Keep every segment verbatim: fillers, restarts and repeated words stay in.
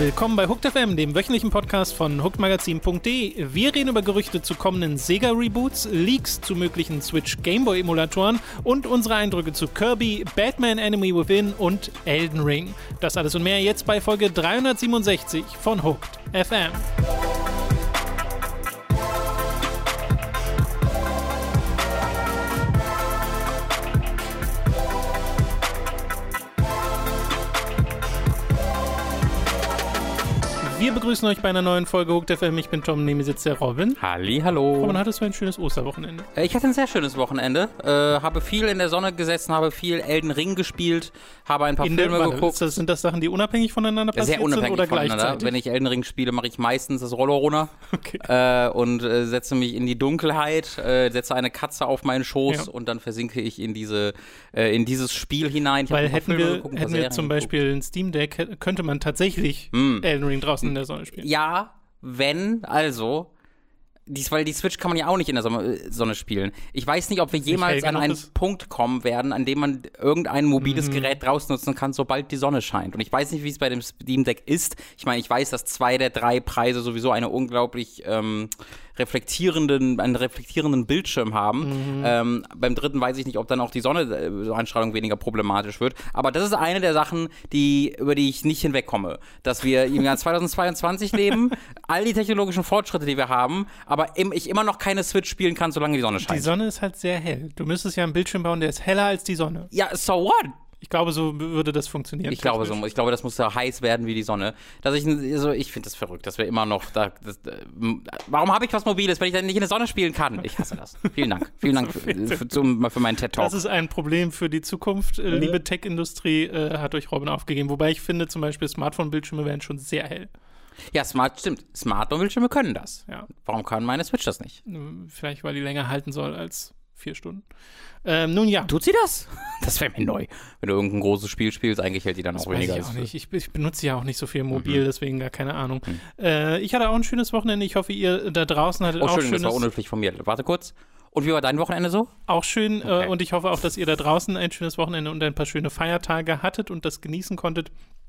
Willkommen bei Hooked F M, dem wöchentlichen Podcast von hooked magazin punkt de. Wir reden über Gerüchte zu kommenden Sega-Reboots, Leaks zu möglichen Switch-Gameboy-Emulatoren und unsere Eindrücke zu Kirby, Batman Enemy Within und Elden Ring. Das alles und mehr jetzt bei Folge dreihundertsiebenundsechzig von Hooked F M. Wir begrüßen euch bei einer neuen Folge Hooked F M. Ich bin Tom, neben mir sitzt der Robin. Halli, hallo. Robin, hattest du ein schönes Osterwochenende? Ich hatte ein sehr schönes Wochenende. Äh, habe viel in der Sonne gesessen, habe viel Elden Ring gespielt, habe ein paar in Filme der, geguckt. Das, sind das Sachen, die unabhängig voneinander passiert sehr unabhängig sind oder voneinander. gleichzeitig? Wenn ich Elden Ring spiele, mache ich meistens das Rollo runter okay. äh, und äh, setze mich in die Dunkelheit, äh, setze eine Katze auf meinen Schoß ja. und dann versinke ich in diese äh, in dieses Spiel hinein. Ich Weil hätten wir, geguckt, hätten wir zum Beispiel geguckt. ein Steam Deck, könnte man tatsächlich mm. Elden Ring draußen in der Sonne spielen. Ja, wenn, also, dies, weil die Switch kann man ja auch nicht in der Sonne spielen. Ich weiß nicht, ob wir jemals an einen ist. Punkt kommen werden, an dem man irgendein mobiles mhm. Gerät draußen nutzen kann, sobald die Sonne scheint. Und ich weiß nicht, wie es bei dem Steam Deck ist. Ich meine, ich weiß, dass zwei der drei Preise sowieso eine unglaublich ähm, reflektierenden, einen reflektierenden Bildschirm haben. Mhm. Ähm, beim dritten weiß ich nicht, ob dann auch die Sonneneinstrahlung weniger problematisch wird. Aber das ist eine der Sachen, die, über die ich nicht hinwegkomme. Dass wir im Jahr zweitausendzweiundzwanzig leben, all die technologischen Fortschritte, die wir haben, aber im, ich immer noch keine Switch spielen kann, solange die Sonne scheint. Die Sonne ist halt sehr hell. Du müsstest ja einen Bildschirm bauen, der ist heller als die Sonne. Ja, so what? Ich glaube, so würde das funktionieren. Ich glaube so. Ich glaube, das muss da heiß werden wie die Sonne. Dass ich, also ich finde das verrückt, dass wir immer noch da. Das, warum habe ich was Mobiles, wenn ich dann nicht in der Sonne spielen kann? Ich hasse das. Vielen Dank. Vielen Dank für, für, für, für meinen TED-Talk. Das ist ein Problem für die Zukunft. Mhm. Liebe Tech-Industrie, äh, hat euch Robin aufgegeben. Wobei ich finde, zum Beispiel Smartphone-Bildschirme wären schon sehr hell. Ja, Smart, stimmt. Smartphone-Bildschirme können das. Ja. Warum kann meine Switch das nicht? Vielleicht, weil die länger halten soll als vier Stunden. Ähm, nun ja. Tut sie das? Das wäre mir neu. Wenn du irgendein großes Spiel spielst, eigentlich hält die dann das auch weniger. Ich, auch nicht. Ich, ich benutze ja auch nicht so viel mobil, mhm. deswegen gar keine Ahnung. Mhm. Äh, ich hatte auch ein schönes Wochenende. Ich hoffe, ihr da draußen hattet oh, auch schön, schönes... das war unhöflich von mir. Warte kurz. Und wie war dein Wochenende so? Auch schön. Okay. Äh, und ich hoffe auch, dass ihr da draußen ein schönes Wochenende und ein paar schöne Feiertage hattet und das genießen konntet.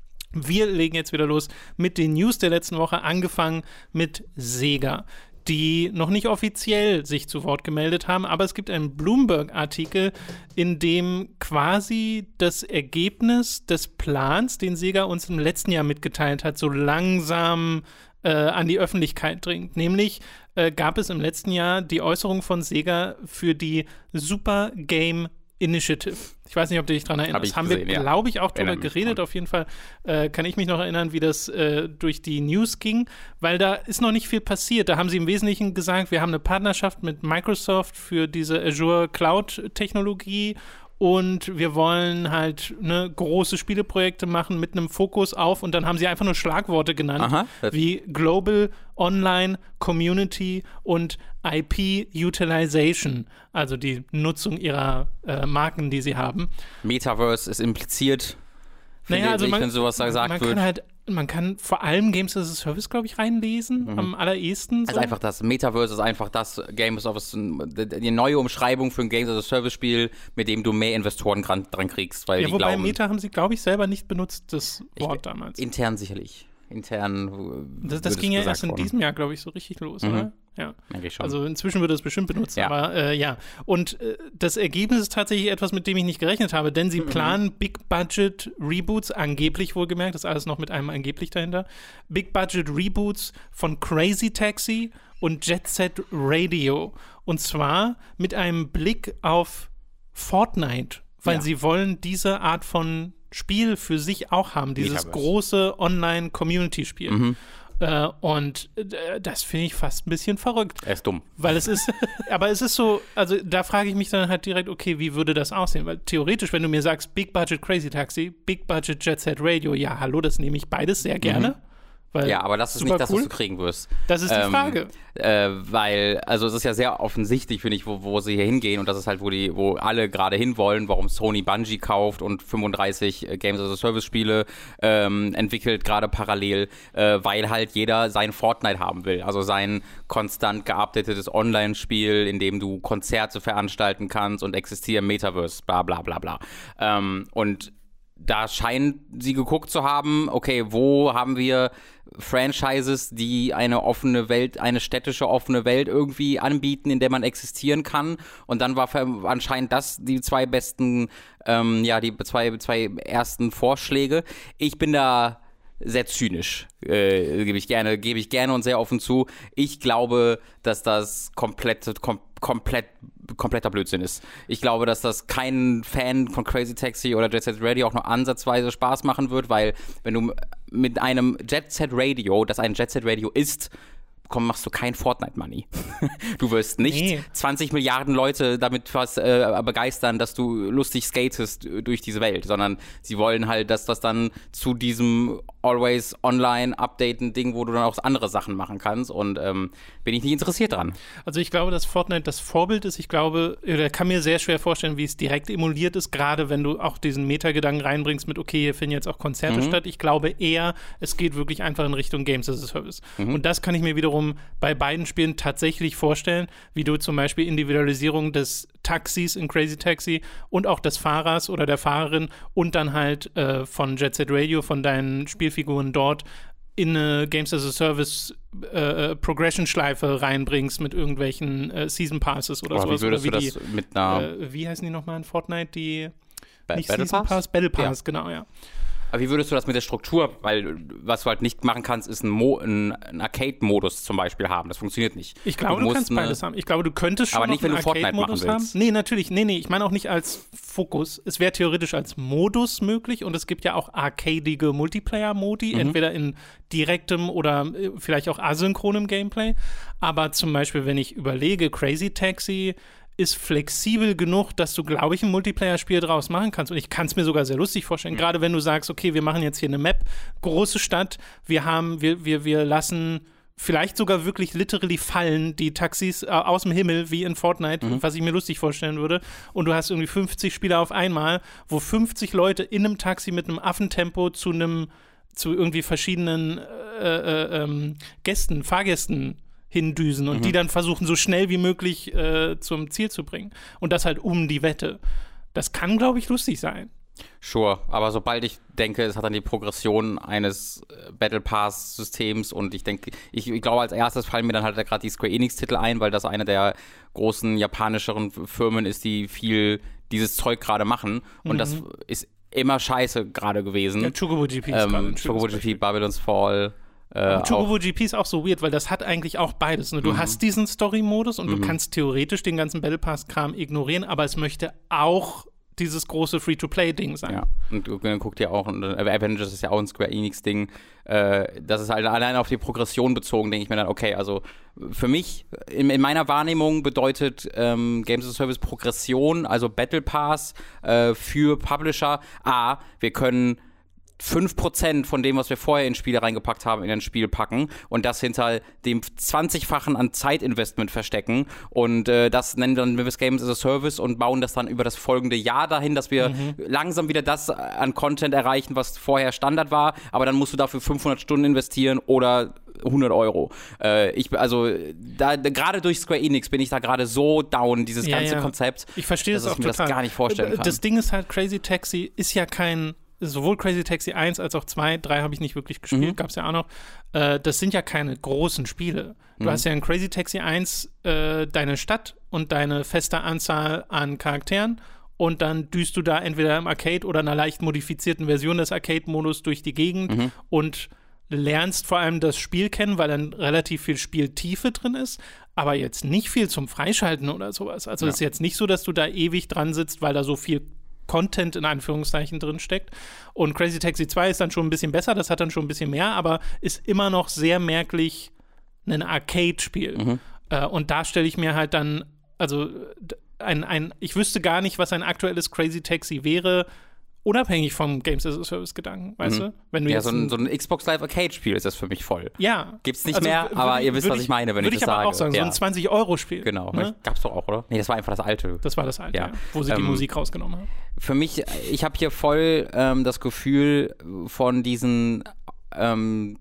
Wir legen jetzt wieder los mit den News der letzten Woche, angefangen mit Sega, die noch nicht offiziell sich zu Wort gemeldet haben, aber es gibt einen Bloomberg-Artikel, in dem quasi das Ergebnis des Plans, den Sega uns im letzten Jahr mitgeteilt hat, so langsam äh, an die Öffentlichkeit dringt. Nämlich äh, gab es im letzten Jahr die Äußerung von Sega für die Super Game Initiative. Ich weiß nicht, ob du dich daran erinnerst. Hab Haben gesehen, wir, ja. glaube ich, auch drüber geredet. Schon. Auf jeden Fall äh, kann ich mich noch erinnern, wie das äh, durch die News ging, weil da ist noch nicht viel passiert. Da haben sie im Wesentlichen gesagt, wir haben eine Partnerschaft mit Microsoft für diese Azure Cloud-Technologie und wir wollen halt ne, große Spieleprojekte machen mit einem Fokus auf, und dann haben sie einfach nur Schlagworte genannt, Aha, wie Global, Online, Community und I P Utilization, also die Nutzung ihrer äh, Marken, die sie haben. Metaverse ist impliziert, naja, also ich, man, wenn sowas gesagt man wird. Kann halt, man kann vor allem Games as a Service, glaube ich, reinlesen, mhm. am allerersten. So. Also einfach das, Metaverse ist einfach das Games as a Service, die neue Umschreibung für ein Games as a Service Spiel, mit dem du mehr Investoren dran, dran kriegst, weil ja, die wobei glauben... Meta haben sie, glaube ich, selber nicht benutzt, das Wort ich, damals. Intern sicherlich. Intern. Das, das ging ja erst in worden. diesem Jahr, glaube ich, so richtig los, mhm. oder? Ja. Denke ich schon. Also inzwischen wird das bestimmt benutzt, ja. aber äh, ja. Und äh, das Ergebnis ist tatsächlich etwas, mit dem ich nicht gerechnet habe, denn sie mhm. planen Big-Budget-Reboots, angeblich wohlgemerkt, das ist alles noch mit einem angeblich dahinter, Big-Budget-Reboots von Crazy Taxi und Jet Set Radio. Und zwar mit einem Blick auf Fortnite, weil ja. sie wollen diese Art von Spiel für sich auch haben, dieses Metaverse. große Online-Community-Spiel. Mhm. Äh, und äh, das finde ich fast ein bisschen verrückt. Er ist dumm. Weil es ist, aber es ist so, also da frage ich mich dann halt direkt, okay, wie würde das aussehen? Weil theoretisch, wenn du mir sagst, Big Budget Crazy Taxi, Big Budget Jet Set Radio, ja, hallo, das nehme ich beides sehr gerne. Mhm. Weil ja, aber das ist nicht das, cool. was du kriegen wirst. Das ist die ähm, Frage. Äh, weil, also es ist ja sehr offensichtlich, finde ich, wo, wo sie hier hingehen, und das ist halt, wo die, wo alle gerade hinwollen, warum Sony Bungie kauft und fünfunddreißig Games as a Service Spiele ähm, entwickelt, gerade parallel, äh, weil halt jeder sein Fortnite haben will. Also sein konstant geupdatetes Online-Spiel, in dem du Konzerte veranstalten kannst und existieren im Metaverse, bla bla bla bla. Ähm, und da scheinen sie geguckt zu haben, okay, wo haben wir Franchises, die eine offene Welt, eine städtische offene Welt irgendwie anbieten, in der man existieren kann. Und dann war anscheinend das die zwei besten, ähm, ja, die zwei, zwei ersten Vorschläge. Ich bin da sehr zynisch, äh, gebe ich gerne, gebe ich gerne und sehr offen zu. Ich glaube, dass das komplett, kom- komplett, kompletter Blödsinn ist. Ich glaube, dass das kein Fan von Crazy Taxi oder Jet Set Radio auch nur ansatzweise Spaß machen wird, weil wenn du mit einem Jet Set Radio, das ein Jet Set Radio ist, komm, machst du kein Fortnite-Money. Du wirst nicht nee. zwanzig Milliarden Leute damit was äh, begeistern, dass du lustig skatest durch diese Welt, sondern sie wollen halt, dass das dann zu diesem always online updaten Ding, wo du dann auch andere Sachen machen kannst und ähm, bin ich nicht interessiert dran. Also ich glaube, dass Fortnite das Vorbild ist. Ich glaube, oder kann mir sehr schwer vorstellen, wie es direkt emuliert ist, gerade wenn du auch diesen Metagedanken reinbringst mit, okay, hier finden jetzt auch Konzerte mhm. statt. Ich glaube eher, es geht wirklich einfach in Richtung Games as a Service. Mhm. Und das kann ich mir wiederum bei beiden Spielen tatsächlich vorstellen, wie du zum Beispiel Individualisierung des Taxis in Crazy Taxi und auch des Fahrers oder der Fahrerin und dann halt äh, von Jet Set Radio, von deinen Spielfiguren dort in eine Games as a Service äh, Progression-Schleife reinbringst mit irgendwelchen äh, Season Passes oder sowas. Wie würdest oder wie du das die, mit einer äh, wie heißen die nochmal in Fortnite? Die ba- nicht Battle Season Pass? Pass? Battle Pass, ja. genau, ja. Aber wie würdest du das mit der Struktur, weil was du halt nicht machen kannst, ist einen, Mo- einen Arcade-Modus zum Beispiel haben. Das funktioniert nicht. Ich glaube, du, du kannst eine, beides haben. Ich glaube, du könntest schon aber nicht, wenn du Fortnite machen willst. Haben. Nee, natürlich. Nee, nee, ich meine auch nicht als Fokus. Es wäre theoretisch als Modus möglich und es gibt ja auch arcadige Multiplayer-Modi, mhm. entweder in direktem oder vielleicht auch asynchronem Gameplay. Aber zum Beispiel, wenn ich überlege, Crazy Taxi ist flexibel genug, dass du, glaube ich, ein Multiplayer-Spiel draus machen kannst. Und ich kann es mir sogar sehr lustig vorstellen. Mhm. Gerade wenn du sagst, okay, wir machen jetzt hier eine Map, große Stadt, wir haben, wir, wir, wir lassen vielleicht sogar wirklich literally fallen die Taxis äh, aus dem Himmel, wie in Fortnite, mhm. was ich mir lustig vorstellen würde. Und du hast irgendwie fünfzig Spieler auf einmal, wo fünfzig Leute in einem Taxi mit einem Affentempo zu einem, zu irgendwie verschiedenen äh, äh, ähm, Gästen, Fahrgästen hindüsen und mhm. die dann versuchen, so schnell wie möglich äh, zum Ziel zu bringen. Und das halt um die Wette. Das kann, glaube ich, lustig sein. Sure, aber sobald ich denke, es hat dann die Progression eines Battle Pass-Systems und ich denke, ich, ich glaube, als erstes fallen mir dann halt gerade die Square Enix-Titel ein, weil das eine der großen japanischeren Firmen ist, die viel dieses Zeug gerade machen und mhm. das ist immer scheiße gerade gewesen. Ja, Chocobo G P ähm, Chocobo G P, Babylon's Fall. Äh, Chocobo G P ist auch so weird, weil das hat eigentlich auch beides. Ne? Du mhm. hast diesen Story-Modus und mhm. du kannst theoretisch den ganzen Battle Pass-Kram ignorieren, aber es möchte auch dieses große Free-to-Play-Ding sein. Ja, und dann guckt ihr auch, Avengers ist ja auch ein Square Enix-Ding, äh, das ist halt allein auf die Progression bezogen, denke ich mir dann, okay, also für mich, in, in meiner Wahrnehmung bedeutet ähm, Games as a Service Progression, also Battle Pass äh, für Publisher, A, wir können fünf Prozent von dem, was wir vorher in Spiele reingepackt haben, in ein Spiel packen und das hinter dem zwanzigfachen an Zeitinvestment verstecken und äh, das nennen dann wir das Games as a Service und bauen das dann über das folgende Jahr dahin, dass wir mhm. langsam wieder das an Content erreichen, was vorher Standard war, aber dann musst du dafür fünfhundert Stunden investieren oder hundert Euro. Äh, ich, also da, da gerade durch Square Enix bin ich da gerade so down, dieses ja, ganze ja. Konzept, ich verstehe dass es auch ich mir total. das gar nicht vorstellen kann. Das Ding ist halt, Crazy Taxi ist ja kein sowohl Crazy Taxi eins als auch zwei, drei habe ich nicht wirklich gespielt, mhm. gab es ja auch noch. Äh, das sind ja keine großen Spiele. Du mhm. hast ja in Crazy Taxi eins äh, deine Stadt und deine feste Anzahl an Charakteren und dann düst du da entweder im Arcade oder einer leicht modifizierten Version des Arcade-Modus durch die Gegend mhm. und lernst vor allem das Spiel kennen, weil dann relativ viel Spieltiefe drin ist, aber jetzt nicht viel zum Freischalten oder sowas. Also es ja. ist jetzt nicht so, dass du da ewig dran sitzt, weil da so viel Content in Anführungszeichen drin steckt. Und Crazy Taxi zwei ist dann schon ein bisschen besser, das hat dann schon ein bisschen mehr, aber ist immer noch sehr merklich ein Arcade-Spiel. Mhm. Äh, und da stelle ich mir halt dann, also ein, ein, ich wüsste gar nicht, was ein aktuelles Crazy Taxi wäre, unabhängig vom Games as a Service-Gedanken, weißt mhm. du? Wenn du ja, jetzt so ein, so ein Xbox Live Arcade-Spiel ist das für mich voll. Ja. Gibt's nicht also, mehr, aber ihr wisst, was ich meine, wenn ich das sage. Würde ich aber auch sagen, ja. so ein zwanzig-Euro-Spiel. Genau, ne? Gab's doch auch, oder? Nee, das war einfach das alte. Das war das alte, ja. Ja, wo sie ähm, die Musik rausgenommen haben. Für mich, ich habe hier voll ähm, das Gefühl von diesen ähm,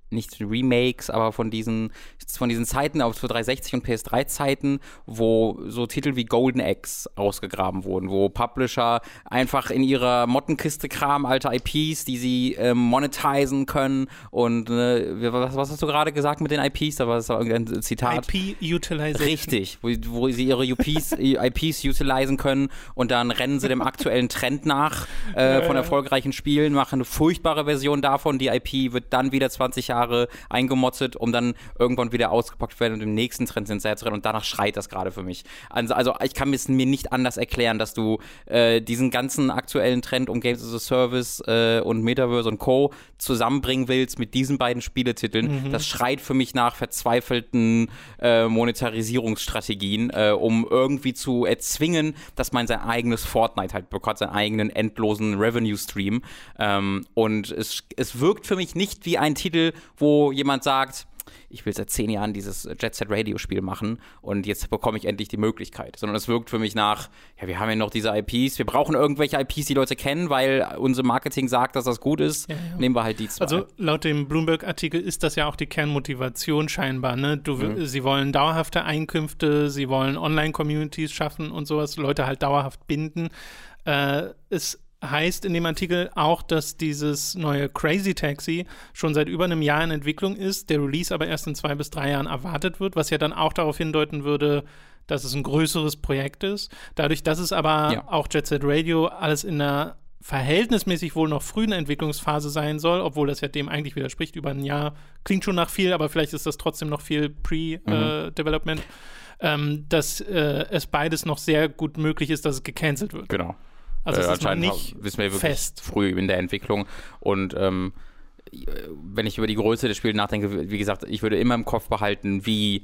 nicht Remakes, aber von diesen, von diesen Zeiten auf dreihundertsechzig und P S drei Zeiten, wo so Titel wie Golden Axe ausgegraben wurden, wo Publisher einfach in ihrer Mottenkiste kramen, alte I Ps, die sie ähm, monetisieren können und äh, was, was hast du gerade gesagt mit den I Ps? Da war das irgendein Zitat. I P-Utilization. Richtig, wo, wo sie ihre U Ps, I Ps utilisieren können und dann rennen sie dem aktuellen Trend nach äh, von erfolgreichen Spielen, machen eine furchtbare Version davon, die I P wird dann wieder zwanzig Jahre eingemottet, um dann irgendwann wieder ausgepackt werden und im nächsten Trend sind sie und danach schreit das gerade für mich. Also, also ich kann es mir nicht anders erklären, dass du äh, diesen ganzen aktuellen Trend um Games as a Service äh, und Metaverse und Co. zusammenbringen willst mit diesen beiden Spieletiteln. Mhm. Das schreit für mich nach verzweifelten äh, Monetarisierungsstrategien, äh, um irgendwie zu erzwingen, dass man sein eigenes Fortnite halt bekommt, seinen eigenen endlosen Revenue-Stream. Ähm, und es, es wirkt für mich nicht wie ein Titel, wo jemand sagt, ich will seit zehn Jahren dieses Jet Set Radio Spiel machen und jetzt bekomme ich endlich die Möglichkeit. Sondern es wirkt für mich nach, ja, wir haben ja noch diese I Ps, wir brauchen irgendwelche I Ps, die Leute kennen, weil unser Marketing sagt, dass das gut ist. Ja, ja. Nehmen wir halt die zwei. Also laut dem Bloomberg-Artikel ist das ja auch die Kernmotivation scheinbar. Ne? Du, mhm. Sie wollen dauerhafte Einkünfte, sie wollen Online-Communities schaffen und sowas, Leute halt dauerhaft binden. Äh, es heißt in dem Artikel auch, dass dieses neue Crazy Taxi schon seit über einem Jahr in Entwicklung ist, der Release aber erst in zwei bis drei Jahren erwartet wird, was ja dann auch darauf hindeuten würde, dass es ein größeres Projekt ist. Dadurch, dass es aber ja. auch Jet Set Radio alles in einer verhältnismäßig wohl noch frühen Entwicklungsphase sein soll, obwohl das ja dem eigentlich widerspricht, über ein Jahr klingt schon nach viel, aber vielleicht ist das trotzdem noch viel Pre-Development, mhm. ähm, dass äh, es beides noch sehr gut möglich ist, dass es gecancelt wird. Genau. Also es äh, ist noch nicht wissen wir wirklich fest. Früh in der Entwicklung und ähm, wenn ich über die Größe des Spiels nachdenke, wie gesagt, ich würde immer im Kopf behalten, wie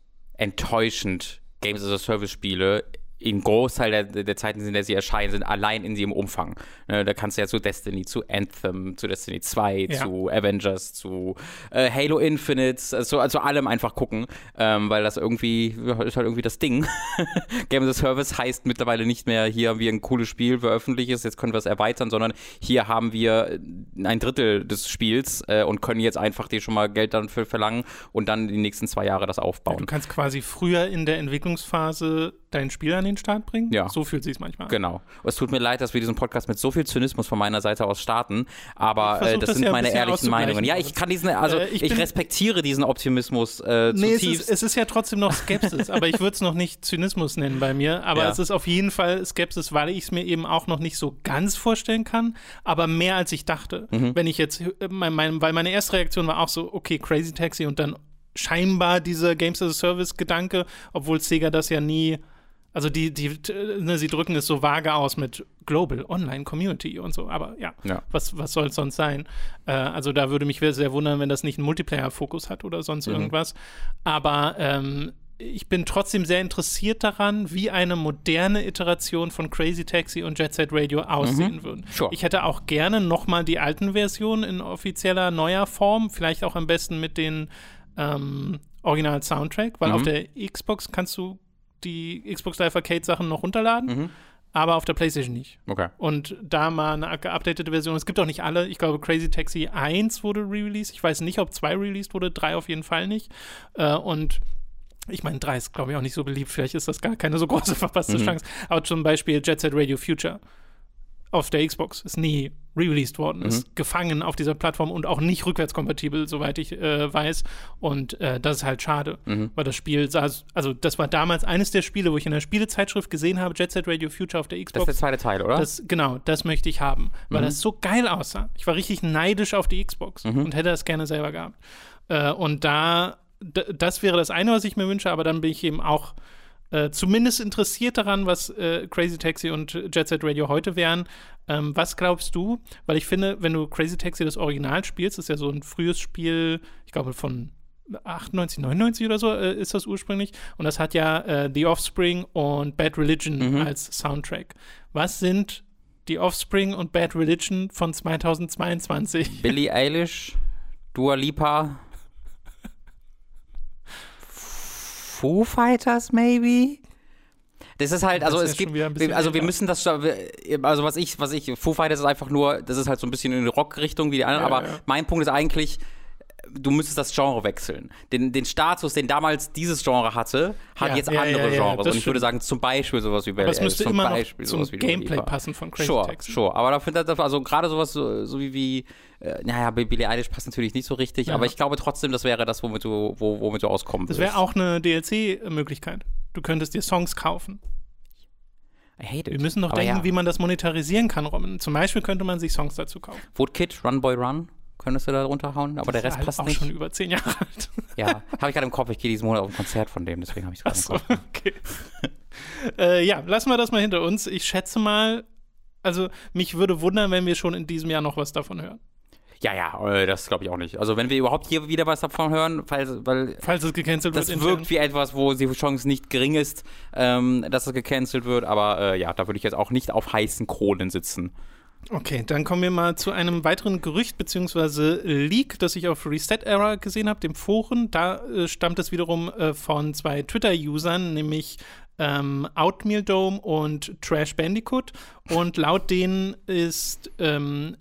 enttäuschend Games as a Service Spiele im Großteil der, der Zeiten, in der sie erscheinen, sind allein in ihrem Umfang. Ne, da kannst du ja zu Destiny, zu Anthem, zu Destiny zwei, ja. zu Avengers, zu äh, Halo Infinite, also, also allem einfach gucken, ähm, weil das irgendwie, ist halt irgendwie das Ding. Game as a Service heißt mittlerweile nicht mehr, hier haben wir ein cooles Spiel veröffentlicht, jetzt können wir es erweitern, sondern hier haben wir ein Drittel des Spiels äh, und können jetzt einfach dir schon mal Geld dafür verlangen und dann die nächsten zwei Jahre das aufbauen. Ja, du kannst quasi früher in der Entwicklungsphase dein Spiel an den Start bringen. Ja. So fühlt es sich manchmal an. Genau. Es tut mir leid, dass wir diesen Podcast mit so viel Zynismus von meiner Seite aus starten, aber äh, das, das sind ja meine ehrlichen Meinungen. Ja, ich kann diesen, also äh, ich, ich respektiere diesen Optimismus äh, nee, zutiefst. Es ist, es ist ja trotzdem noch Skepsis, aber ich würde es noch nicht Zynismus nennen bei mir, aber ja. es ist auf jeden Fall Skepsis, weil ich es mir eben auch noch nicht so ganz vorstellen kann, aber mehr als ich dachte. Mhm. Wenn ich jetzt, mein, mein, weil meine erste Reaktion war auch so, okay, Crazy Taxi und dann scheinbar dieser Games as a Service-Gedanke, obwohl Sega das ja nie. Also die, die, ne, sie drücken es so vage aus mit Global Online Community und so, aber ja, ja. was, was soll es sonst sein? Äh, also da würde mich sehr wundern, wenn das nicht einen Multiplayer-Fokus hat oder sonst mhm. irgendwas. Aber ähm, ich bin trotzdem sehr interessiert daran, wie eine moderne Iteration von Crazy Taxi und Jet Set Radio aussehen mhm. würden. Sure. Ich hätte auch gerne nochmal die alten Versionen in offizieller neuer Form, vielleicht auch am besten mit den ähm, Original-Soundtrack, weil mhm. auf der Xbox kannst du die Xbox Live Arcade Sachen noch runterladen, mhm. aber auf der PlayStation nicht. Okay. Und da mal eine geupdatete Version. Es gibt auch nicht alle. Ich glaube, Crazy Taxi eins wurde re-released. Ich weiß nicht, ob zwei released wurde, drei auf jeden Fall nicht. Äh, und ich meine, drei ist, glaube ich, auch nicht so beliebt. Vielleicht ist das gar keine so große verpasste mhm. Chance. Aber zum Beispiel Jet Set Radio Future auf der Xbox ist nie re-released worden, mhm. ist gefangen auf dieser Plattform und auch nicht rückwärtskompatibel, soweit ich äh, weiß. Und äh, das ist halt schade, mhm. weil das Spiel, saß, also das war damals eines der Spiele, wo ich in der Spielezeitschrift gesehen habe, Jet Set Radio Future auf der Xbox. Das ist der zweite Teil, oder? Das, genau, das möchte ich haben, weil mhm. das so geil aussah. Ich war richtig neidisch auf die Xbox mhm. und hätte das gerne selber gehabt. Äh, und da, d- das wäre das eine, was ich mir wünsche, aber dann bin ich eben auch Äh, zumindest interessiert daran, was äh, Crazy Taxi und Jet Set Radio heute wären. Ähm, was glaubst du? Weil ich finde, wenn du Crazy Taxi das Original spielst, ist ja so ein frühes Spiel, ich glaube von achtundneunzig, neunundneunzig oder so äh, ist das ursprünglich. Und das hat ja äh, The Offspring und Bad Religion mhm. als Soundtrack. Was sind The Offspring und Bad Religion von zweitausendzweiundzwanzig? Billie Eilish, Dua Lipa, Foo Fighters, maybe? Das ist halt, also es gibt, also wir müssen das, also was ich, was ich, Foo Fighters ist einfach nur, das ist halt so ein bisschen in die Rock-Richtung wie die anderen, ja, aber ja. mein Punkt ist eigentlich, du müsstest das Genre wechseln. Den, den Status, den damals dieses Genre hatte, hat ja, jetzt ja, andere ja, ja, Genres. Und ich würde sagen, zum Beispiel sowas wie Bell. Aber es müsste zum immer Beispiel zum sowas wie Gameplay Dua passen von Crazy sure, Taxi. Sure, aber da finde ich, also gerade sowas so, so wie, wie äh, naja, Billie Eilish passt natürlich nicht so richtig, ja. aber ich glaube trotzdem, das wäre das, womit du, wo, womit du auskommen würdest. Das wäre auch eine D L C-Möglichkeit. Du könntest dir Songs kaufen. I hate it. Wir müssen noch aber denken, ja. wie man das monetarisieren kann, Robin. Zum Beispiel könnte man sich Songs dazu kaufen. Woodkid, Run Boy Run? Könntest du da runterhauen, aber das der Rest halt passt auch nicht. Schon über zehn Jahre alt. Ja, habe ich gerade im Kopf. Ich gehe diesen Monat auf ein Konzert von dem, deswegen habe ich es gerade im Kopf. Okay. äh, ja, lassen wir das mal hinter uns. Ich schätze mal, also mich würde wundern, wenn wir schon in diesem Jahr noch was davon hören. Ja, ja, das glaube ich auch nicht. Also wenn wir überhaupt hier wieder was davon hören, falls, weil falls es gecancelt das wird. Das wirkt wie etwas, wo die Chance nicht gering ist, ähm, dass es gecancelt wird. Aber äh, ja, da würde ich jetzt auch nicht auf heißen Kohlen sitzen. Okay, dann kommen wir mal zu einem weiteren Gerücht bzw. Leak, das ich auf Reset Era gesehen habe, dem Foren. Da äh, stammt es wiederum äh, von zwei Twitter-Usern, nämlich ähm, Outmeal Dome und Trash Bandicoot. Und laut denen ist ähm,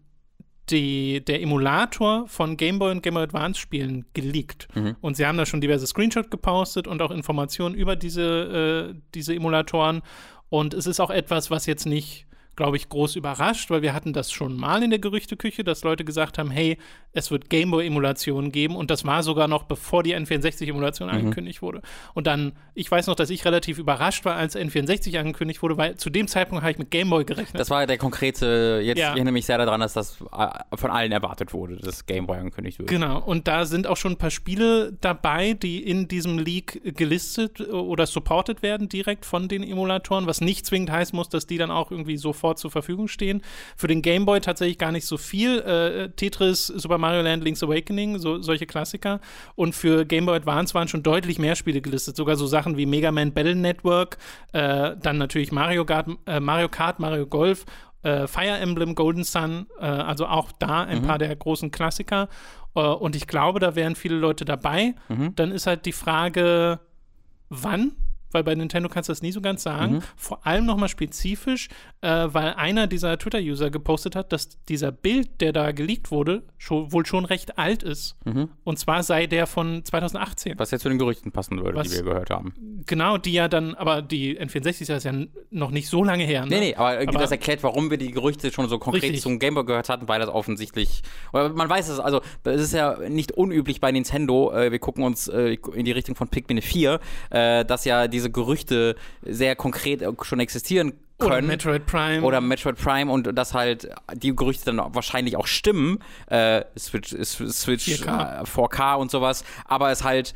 die, der Emulator von Game Boy und Game Boy Advance Spielen geleakt. Mhm. Und sie haben da schon diverse Screenshots gepostet und auch Informationen über diese, äh, diese Emulatoren. Und es ist auch etwas, was jetzt nicht, glaube ich, groß überrascht, weil wir hatten das schon mal in der Gerüchteküche, dass Leute gesagt haben, hey, es wird Gameboy-Emulationen geben und das war sogar noch bevor die N vierundsechzig-Emulation mhm. angekündigt wurde. Und dann, ich weiß noch, dass ich relativ überrascht war, als N vierundsechzig angekündigt wurde, weil zu dem Zeitpunkt habe ich mit Gameboy gerechnet. Das war der konkrete, jetzt ja. ich erinnere mich sehr daran, dass das von allen erwartet wurde, dass Gameboy angekündigt wird. Genau, und da sind auch schon ein paar Spiele dabei, die in diesem Leak gelistet oder supported werden, direkt von den Emulatoren, was nicht zwingend heißen muss, dass die dann auch irgendwie sofort zur Verfügung stehen. Für den Game Boy tatsächlich gar nicht so viel. Äh, Tetris, Super Mario Land, Link's Awakening, so, solche Klassiker. Und für Game Boy Advance waren schon deutlich mehr Spiele gelistet. Sogar so Sachen wie Mega Man Battle Network, äh, dann natürlich Mario Kart, äh, Mario Kart, Mario Golf, äh, Fire Emblem, Golden Sun, äh, also auch da ein mhm. paar der großen Klassiker. Äh, und ich glaube, da wären viele Leute dabei. Mhm. Dann ist halt die Frage, wann? Weil bei Nintendo kannst du das nie so ganz sagen. Mhm. Vor allem nochmal spezifisch, äh, weil einer dieser Twitter-User gepostet hat, dass dieser Bild, der da geleakt wurde, schon, wohl schon recht alt ist. Mhm. Und zwar sei der von zwanzig achtzehn. Was jetzt zu den Gerüchten passen würde, Was, die wir gehört haben. Genau, die ja dann, aber die N vierundsechzig ist ja noch nicht so lange her. Ne? Nee, nee, aber, aber das erklärt, warum wir die Gerüchte schon so konkret richtig. zum Game Boy gehört hatten, weil das offensichtlich, man weiß es, also es ist ja nicht unüblich bei Nintendo, äh, wir gucken uns äh, in die Richtung von Pikmin vier, äh, dass ja diese Gerüchte sehr konkret schon existieren können. Oder Metroid Prime. Oder Metroid Prime und dass halt die Gerüchte dann wahrscheinlich auch stimmen. Äh, Switch, Switch vier K. Äh, vier K und sowas. Aber es halt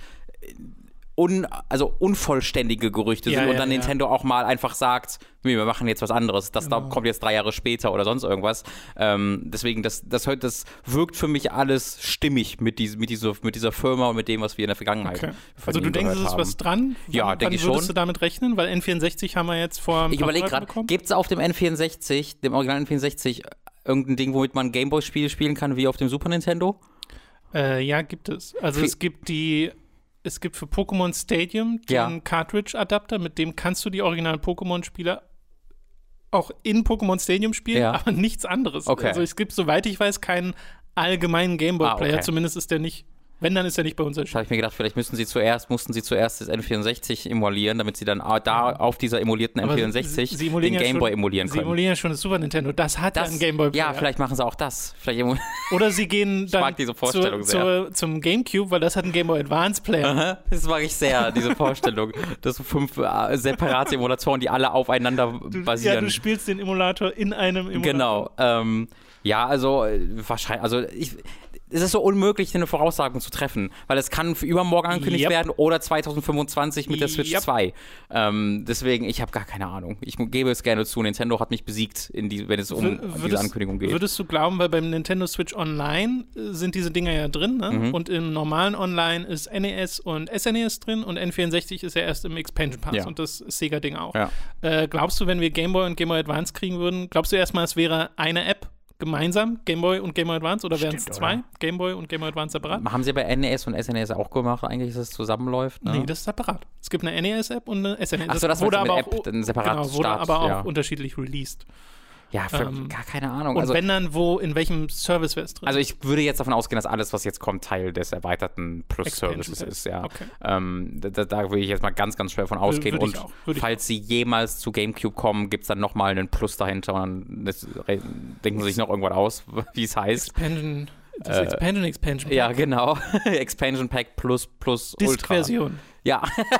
un, also unvollständige Gerüchte ja, sind und dann ja, Nintendo ja. auch mal einfach sagt, nee, wir machen jetzt was anderes. Das genau. kommt jetzt drei Jahre später oder sonst irgendwas. Ähm, deswegen, das, das, das wirkt für mich alles stimmig mit, diese, mit, diese, mit dieser Firma und mit dem, was wir in der Vergangenheit okay. Also du denkst, es ist was dran? Ja, denke ich schon. Würdest du damit rechnen? Weil N vierundsechzig haben wir jetzt vor ein Ich überlege gerade, gibt es auf dem N vierundsechzig, dem Original N vierundsechzig, irgendein Ding, womit man Gameboy-Spiele spielen kann, wie auf dem Super Nintendo? Äh, ja, gibt es. Also F- es gibt die Es gibt für Pokémon Stadium den ja. Cartridge-Adapter, mit dem kannst du die originalen Pokémon-Spiele auch in Pokémon Stadium spielen, ja. aber nichts anderes. Okay. Also es gibt, soweit ich weiß, keinen allgemeinen Gameboy-Player. Ah, okay. Zumindest ist der nicht, wenn, dann ist er nicht bei uns erschienen. Da habe ich mir gedacht, vielleicht müssen sie zuerst, mussten sie zuerst das N vierundsechzig emulieren, damit sie dann da auf dieser emulierten aber N vierundsechzig sie, sie den ja Gameboy schon, emulieren können. Sie emulieren ja schon das Super Nintendo. Das hat das, ja einen Gameboy-Player. Ja, vielleicht machen sie auch das. Vielleicht Oder sie gehen dann ich mag diese Vorstellung zu, sehr. Zu, zum Gamecube, weil das hat einen Gameboy Advance-Player. Aha, das mag ich sehr, diese Vorstellung. Das sind fünf äh, separate Emulatoren, die alle aufeinander du, basieren. Ja, du spielst den Emulator in einem Emulator. Genau. Ähm, ja, also wahrscheinlich, also ich es ist so unmöglich, eine Voraussagung zu treffen, weil es kann für übermorgen angekündigt yep. werden oder zwanzig fünfundzwanzig mit der Switch yep. zwei. Ähm, deswegen, ich habe gar keine Ahnung. Ich gebe es gerne zu, Nintendo hat mich besiegt, in die, wenn es um würdest, diese Ankündigung geht. Würdest du glauben, weil beim Nintendo Switch Online sind diese Dinger ja drin, ne? Mhm. Und im normalen Online ist N E S und S N E S drin und N vierundsechzig ist ja erst im Expansion Pass ja. und das Sega-Ding auch. Ja. Äh, glaubst du, wenn wir Game Boy und Game Boy Advance kriegen würden, glaubst du erstmal, es wäre eine App gemeinsam, Game Boy und Game Boy Advance, oder wären es zwei? Oder? Game Boy und Game Boy Advance separat? Haben sie bei N E S und S N E S auch gemacht, eigentlich, dass es zusammenläuft? Ne? Nee, das ist separat. Es gibt eine N E S-App und eine S N E S. Achso, das wurde war aber eine auch, App, ein separates genau, wurde Start, aber auch ja. unterschiedlich released. Ja, für, ähm, gar keine Ahnung. Und also, wenn dann, wo, in welchem Service wäre es drin? Also ich würde jetzt davon ausgehen, dass alles, was jetzt kommt, Teil des erweiterten Plus-Services ist, ja. Okay. Ähm, da, da würde ich jetzt mal ganz, ganz schwer von ausgehen. Und falls sie jemals zu GameCube kommen, gibt es dann nochmal einen Plus dahinter und das, denken sie sich noch irgendwas aus, wie es heißt. Expansion, das äh, Expansion, Expansion Pack. Ja, genau. Expansion Pack Plus, Plus, Ultra. Disk-Version. Ja.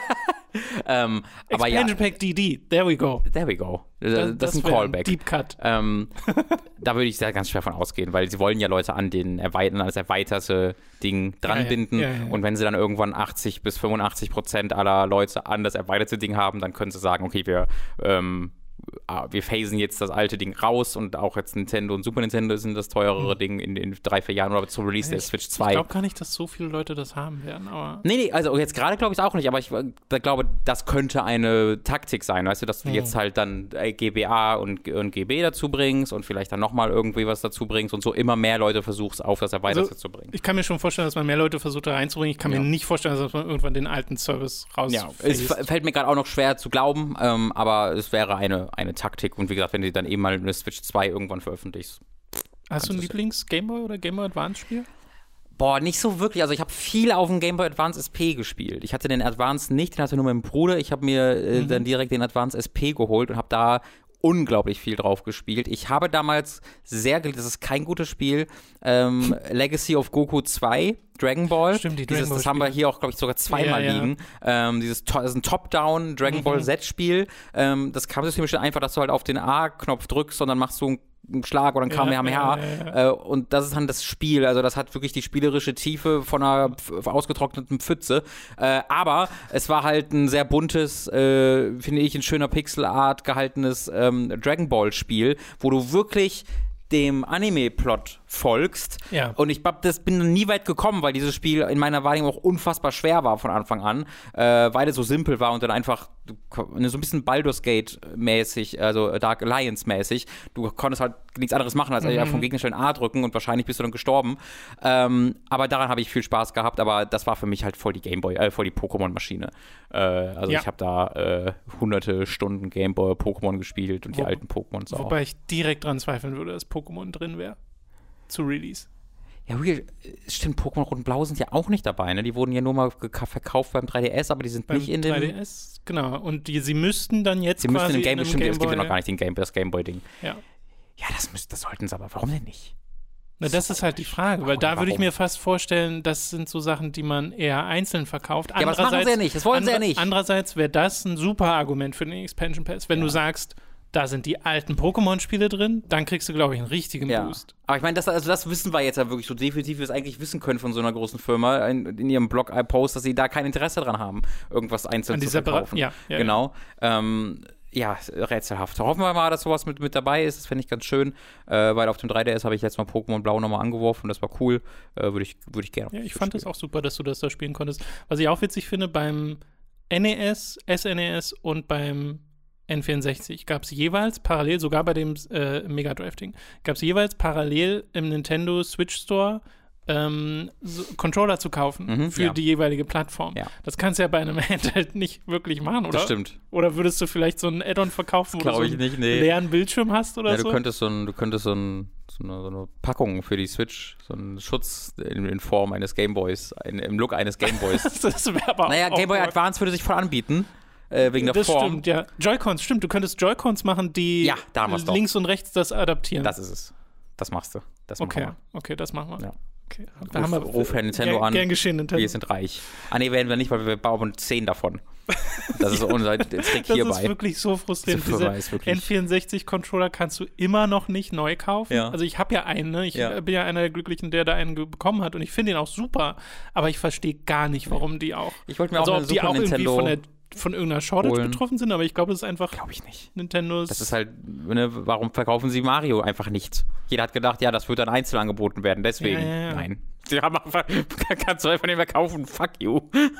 ähm, aber Expansion ja. Pack D D, there we go. There we go. Das, das, das, das ist ein Callback. Ein Deep Cut. Ähm, da würde ich sehr ganz schwer von ausgehen, weil sie wollen ja Leute an den erweitern, an das erweiterte Ding dranbinden. Ja, ja, ja, ja. Und wenn sie dann irgendwann achtzig bis fünfundachtzig Prozent aller Leute an das erweiterte Ding haben, dann können sie sagen, okay, wir ähm, wir phasen jetzt das alte Ding raus und auch jetzt Nintendo und Super Nintendo sind das teurere mhm. Ding in, in drei, vier Jahren oder zum Release ich, der Switch zwei. Ich glaube gar nicht, dass so viele Leute das haben werden, aber... Nee, nee, also jetzt gerade glaube ich es auch nicht, aber ich da glaube, das könnte eine Taktik sein, weißt du, dass du mhm. jetzt halt dann G B A und, und G B dazu bringst und vielleicht dann nochmal irgendwie was dazu bringst und so immer mehr Leute versuchst, auf das Erweiterte also, zu bringen. Ich kann mir schon vorstellen, dass man mehr Leute versucht, da reinzubringen. Ich kann ja. mir nicht vorstellen, dass man irgendwann den alten Service raus. Ja, es fällt mir gerade auch noch schwer zu glauben, ähm, aber es wäre eine, eine Taktik. Und wie gesagt, wenn du dann eben mal eine Switch zwei irgendwann veröffentlichst. Hast du ein Lieblings-Gameboy oder Gameboy Advance-Spiel? Boah, nicht so wirklich. Also ich habe viel auf dem Game Boy Advance S P gespielt. Ich hatte den Advance nicht, den hatte nur mein Bruder. Ich habe mir äh, mhm. dann direkt den Advance S P geholt und habe da unglaublich viel drauf gespielt. Ich habe damals sehr geliebt, das ist kein gutes Spiel, ähm, Legacy of Goku zwei, Dragon Ball. Stimmt, die dieses, Dragon Ball das haben wir hier auch, glaube ich, sogar zweimal ja, ja. liegen. Ähm, dieses das ist ein Top-Down Dragon mhm. Ball Z-Spiel. Ähm, das Kampfsystem ist einfach, dass du halt auf den A-Knopf drückst und dann machst du einen Schlag oder ein Kamehameha. Ja, ja, ja, ja. äh, und das ist dann das Spiel. Also das hat wirklich die spielerische Tiefe von einer f- ausgetrockneten Pfütze. Äh, aber es war halt ein sehr buntes, äh, finde ich, in schöner Pixelart gehaltenes ähm, Dragon Ball Spiel, wo du wirklich dem Anime-Plot folgst. Ja. Und ich glaub, das bin nie weit gekommen, weil dieses Spiel in meiner Wahrnehmung auch unfassbar schwer war von Anfang an, äh, weil es so simpel war und dann einfach so ein bisschen Baldur's Gate-mäßig, also Dark Alliance-mäßig. Du konntest halt nichts anderes machen, als mhm. vom Gegnerstellen A drücken und wahrscheinlich bist du dann gestorben. Ähm, aber daran habe ich viel Spaß gehabt, aber das war für mich halt voll die Gameboy, äh, voll die Pokémon-Maschine. Äh, also ja. ich habe da äh, hunderte Stunden Gameboy Pokémon gespielt und Wo, die alten Pokémons auch. Wobei ich direkt dran zweifeln würde, dass Pokémon drin wäre. Zu Release. Ja, stimmt, Pokémon Rot und Blau sind ja auch nicht dabei, ne? Die wurden ja nur mal geka- verkauft beim drei D S, aber die sind beim nicht in dem... drei D S, genau. Und die, sie müssten dann jetzt sie quasi müssten in Game, in stimmt, Game es Boy, gibt ja noch gar nicht den Game, das Gameboy-Ding. Ja. Ja, das, müsst, das sollten sie aber. Warum denn nicht? Na, das ist halt die Frage, weil da würde ich mir fast vorstellen, das sind so Sachen, die man eher einzeln verkauft. Ja, aber das machen sie ja nicht, das wollen andre, sie ja nicht. Andererseits wäre das ein super Argument für den Expansion Pass, wenn ja. du sagst, da sind die alten Pokémon-Spiele drin, dann kriegst du, glaube ich, einen richtigen ja. Boost. Aber ich meine, das, also das wissen wir jetzt ja wirklich so definitiv, wie wir es eigentlich wissen können von so einer großen Firma in, in ihrem Blog-Post, dass sie da kein Interesse dran haben, irgendwas einzeln zu verkaufen. Ja, ja, genau. Ja. Ähm, ja, rätselhaft. Hoffen wir mal, dass sowas mit, mit dabei ist. Das fände ich ganz schön, äh, weil auf dem drei D S habe ich letztes Mal Pokémon Blau nochmal angeworfen. Das war cool. Äh, Würde ich, würd ich gerne. Ja, ich fand es auch super, dass du das da spielen konntest. Was ich auch witzig finde, beim N E S, S N E S und beim N vierundsechzig gab es jeweils parallel, sogar bei dem äh, Mega Drive-Ding, gab es jeweils parallel im Nintendo Switch Store Ähm, so Controller zu kaufen mhm, für ja. die jeweilige Plattform. Ja. Das kannst du ja bei einem Handheld nicht wirklich machen, oder? Das stimmt. Oder würdest du vielleicht so ein Add-on verkaufen, wo du so einen nicht, nee. leeren Bildschirm hast oder ja, so? Du könntest so, ein, du könntest so, ein, so, eine, so eine Packung für die Switch, so einen Schutz in, in Form eines Gameboys, ein, im Look eines Gameboys. Das wäre aber Naja, Game Boy Advance würde sich voll anbieten. Äh, wegen der das Form. Stimmt, ja. Joy-Cons, stimmt. Du könntest Joy-Cons machen, die ja, da links und rechts das adaptieren. Das ist es. Das machst du. Das okay, wir. okay, das machen wir. Ja. Okay. Da haben wir Ruf Herr Nintendo gern, an. Gern geschehen, Nintendo. Wir sind reich. Ah, nee, werden wir nicht, weil wir bauen zehn davon. Das ist unser Trick hierbei. Das ist wirklich so frustrierend. Diese N vierundsechzig-Controller kannst du immer noch nicht neu kaufen. Ja. Also ich habe ja einen, ne? Ich ja. bin ja einer der Glücklichen, der da einen bekommen hat und ich finde ihn auch super, aber ich verstehe gar nicht, warum die auch. Ich wollte mir also auch eine ob die Super auch Nintendo irgendwie von der von irgendeiner Shortage holen. betroffen sind, aber ich glaube, das ist einfach glaube ich nicht. Nintendos. Das ist halt, ne, warum verkaufen sie Mario einfach nicht? Jeder hat gedacht, ja, das wird dann einzeln angeboten werden, deswegen. Ja, ja, ja. Nein. Sie haben einfach, kannst du einfach nicht mehr kaufen, fuck you.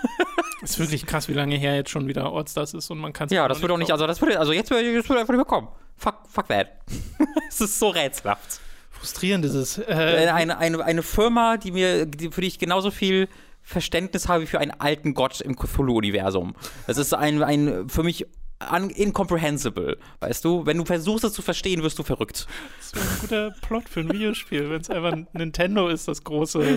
Ist wirklich krass, wie lange her jetzt schon wieder Ortstars ist und man kann es ja, das wird auch nicht, also das würde, also jetzt würde das würde einfach nicht mehr kommen. Fuck, fuck that. Es ist so rätselhaft. Frustrierend ist es. Äh, eine, eine, eine Firma, die mir, die, für die ich genauso viel Verständnis habe wie für einen alten Gott im Cthulhu-Universum. Das ist ein, ein für mich un- incomprehensible, weißt du? Wenn du versuchst, es zu verstehen, wirst du verrückt. Das wäre ein guter Plot für ein Videospiel, wenn es einfach Nintendo ist, das große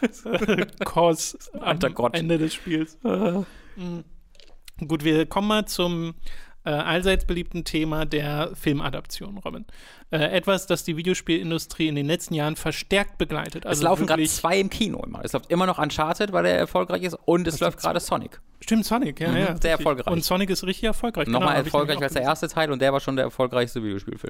Cause am Ende des Spiels. Mhm. Gut, wir kommen mal zum äh, allseits beliebten Thema der Filmadaption, Robin. Äh, etwas, das die Videospielindustrie in den letzten Jahren verstärkt begleitet. Also es laufen gerade zwei im Kino immer. Es läuft immer noch Uncharted, weil er erfolgreich ist, und es Was läuft gerade Sonic. Stimmt, Sonic, ja, mhm, ja. Sehr richtig. erfolgreich. Und Sonic ist richtig erfolgreich. Nochmal genau, erfolgreich als der erste Teil, und der war schon der erfolgreichste Videospielfilm.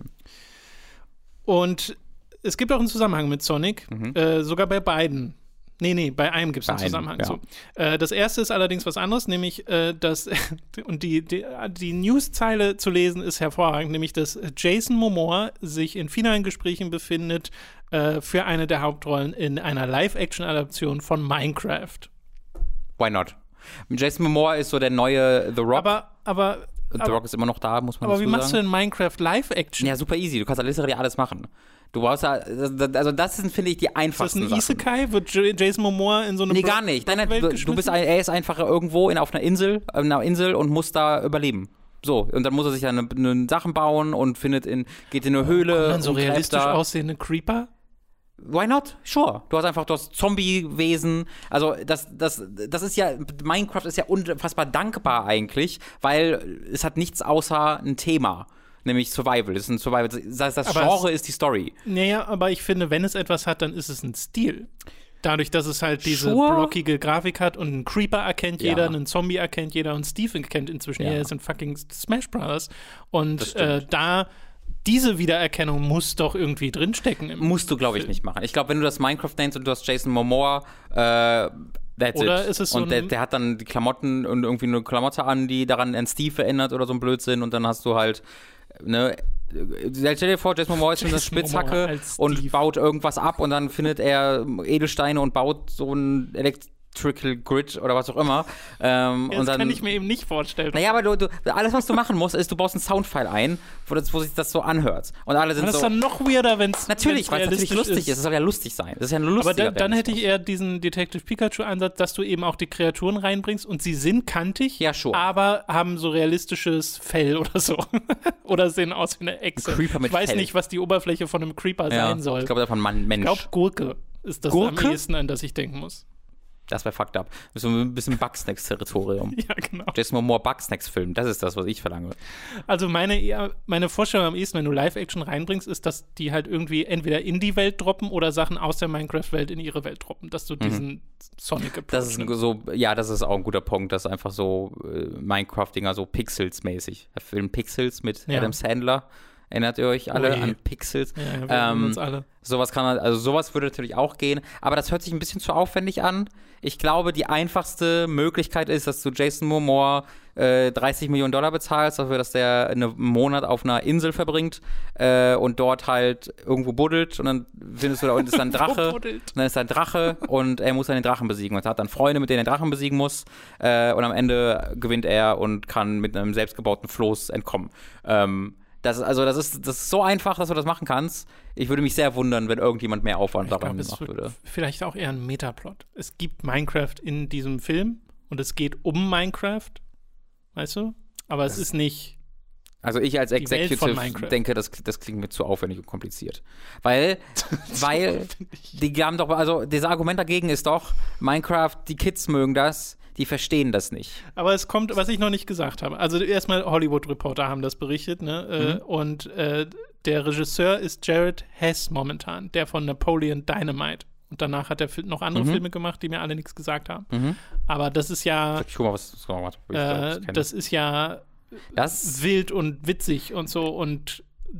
Und es gibt auch einen Zusammenhang mit Sonic, mhm. äh, sogar bei beiden. Nee, nee, bei einem gibt es einen Zusammenhang. Ja. So. Äh, das erste ist allerdings was anderes, nämlich, äh, dass, und die, die, die Newszeile zu lesen ist hervorragend, nämlich, dass Jason Momoa sich in finalen Gesprächen befindet äh, für eine der Hauptrollen in einer Live-Action-Adaption von Minecraft. Why not? Jason Momoa ist so der neue The Rock. Aber, aber The aber, Rock ist immer noch da, muss man aber dazu wie machst sagen. du in Minecraft Live-Action? Ja, super easy. Du kannst alles, alles machen. Du brauchst ja, also das sind, finde ich, die einfachsten Sachen. Ist das ein Sachen. Isekai? Wird Jason Momoa in so eine Nee, gar nicht. Nein, nein, du, du bist ein, er ist einfach irgendwo in, auf einer Insel, auf einer Insel und muss da überleben. So, und dann muss er sich dann eine, eine Sachen bauen und findet in, geht in eine Höhle. Kommen dann so und realistisch da. aussehende Creeper? Why not? Sure. Du hast einfach das Zombie-Wesen. Also das, das, das ist ja, Minecraft ist ja unfassbar dankbar eigentlich, weil es hat nichts außer ein Thema. Nämlich Survival. Das ist ein Survival. Das, das Genre ist die Story. Naja, aber ich finde, wenn es etwas hat, dann ist es ein Stil. Dadurch, dass es halt diese sure. blockige Grafik hat und einen Creeper erkennt jeder, ja. einen Zombie erkennt jeder und Steve kennt inzwischen ja. jeder. Das sind fucking Smash Brothers. Und äh, da diese Wiedererkennung muss doch irgendwie drinstecken. Im Musst du, glaube ich, nicht machen. Ich glaube, wenn du das Minecraft nennst und du hast Jason Momoa, äh, that's oder it. Ist es so und der, der hat dann die Klamotten und irgendwie eine Klamotte an, die daran an Steve erinnert oder so ein Blödsinn, und dann hast du halt ne, stell dir vor, Jason Momoa ist mit einer Spitzhacke und baut irgendwas ab, und dann findet er Edelsteine und baut so ein Electrical Grid oder was auch immer. Ähm, ja, das und dann, kann ich mir eben nicht vorstellen. Naja, aber du, du, alles, was du machen musst, ist, du baust einen Soundfile ein, wo, das, wo sich das so anhört. Und alle sind aber das so. ist dann noch weirder, wenn es Natürlich, weil es natürlich lustig ist. Es soll ja lustig sein. Das ist ja ein lustiger Aber dann, dann hätte ich eher diesen Detective Pikachu-Ansatz, dass du eben auch die Kreaturen reinbringst und sie sind kantig, ja, sure. aber haben so realistisches Fell oder so. Oder sehen aus wie eine Echse. Ein Creeper mit ich weiß Fell. nicht, was die Oberfläche von einem Creeper ja, sein soll. Ich glaube, davon Mann, Mensch. Ich glaube, Gurke ist das Gurke? am ehesten, an das ich denken muss. Das wäre fucked up. So ein bisschen Bugsnacks-Territorium. Ja, genau. Jason Momoa Bugsnacks-Film, das ist das, was ich verlange. Also meine, meine Vorstellung am ehesten, wenn du Live-Action reinbringst, ist, dass die halt irgendwie entweder in die Welt droppen oder Sachen aus der Minecraft-Welt in ihre Welt droppen. Dass du diesen mhm. Sonic-Approach Das ist so, ja, das ist auch ein guter Punkt, dass einfach so äh, Minecraft-Dinger so Pixels-mäßig. Der Film Pixels mit ja. Adam Sandler. Erinnert ihr euch alle Ui. an Pixels? Ja, wir ähm, uns alle. Sowas kann, also sowas würde natürlich auch gehen, aber das hört sich ein bisschen zu aufwendig an. Ich glaube, die einfachste Möglichkeit ist, dass du Jason Momoa äh, dreißig Millionen Dollar bezahlst, dafür, dass der einen Monat auf einer Insel verbringt äh, und dort halt irgendwo buddelt, und dann findest du, da unten ist ein Drache, und dann ist da ein Drache und er muss dann den Drachen besiegen und hat dann Freunde, mit denen er den Drachen besiegen muss, äh, und am Ende gewinnt er und kann mit einem selbstgebauten Floß entkommen. Ähm, Das ist, also das ist, das ist so einfach, dass du das machen kannst. Ich würde mich sehr wundern, wenn irgendjemand mehr Aufwand ich daran glaub, machen würde. Vielleicht auch eher ein Metaplot. Es gibt Minecraft in diesem Film und es geht um Minecraft, weißt du? Aber das es ist nicht. Also ich als Executive denke, das, das klingt mir zu aufwendig und kompliziert. Weil, weil die haben doch, also das Argument dagegen ist doch, Minecraft, die Kids mögen das. Die verstehen das nicht. Aber es kommt, was ich noch nicht gesagt habe. Also erstmal Hollywood-Reporter haben das berichtet, ne? Mhm. Äh, und äh, der Regisseur ist Jared Hess momentan, der von Napoleon Dynamite. Und danach hat er noch andere mhm. Filme gemacht, die mir alle nichts gesagt haben. Mhm. Aber das ist ja ich guck mal, was das gemacht hat. äh, das, das ist ja das? wild und witzig und so und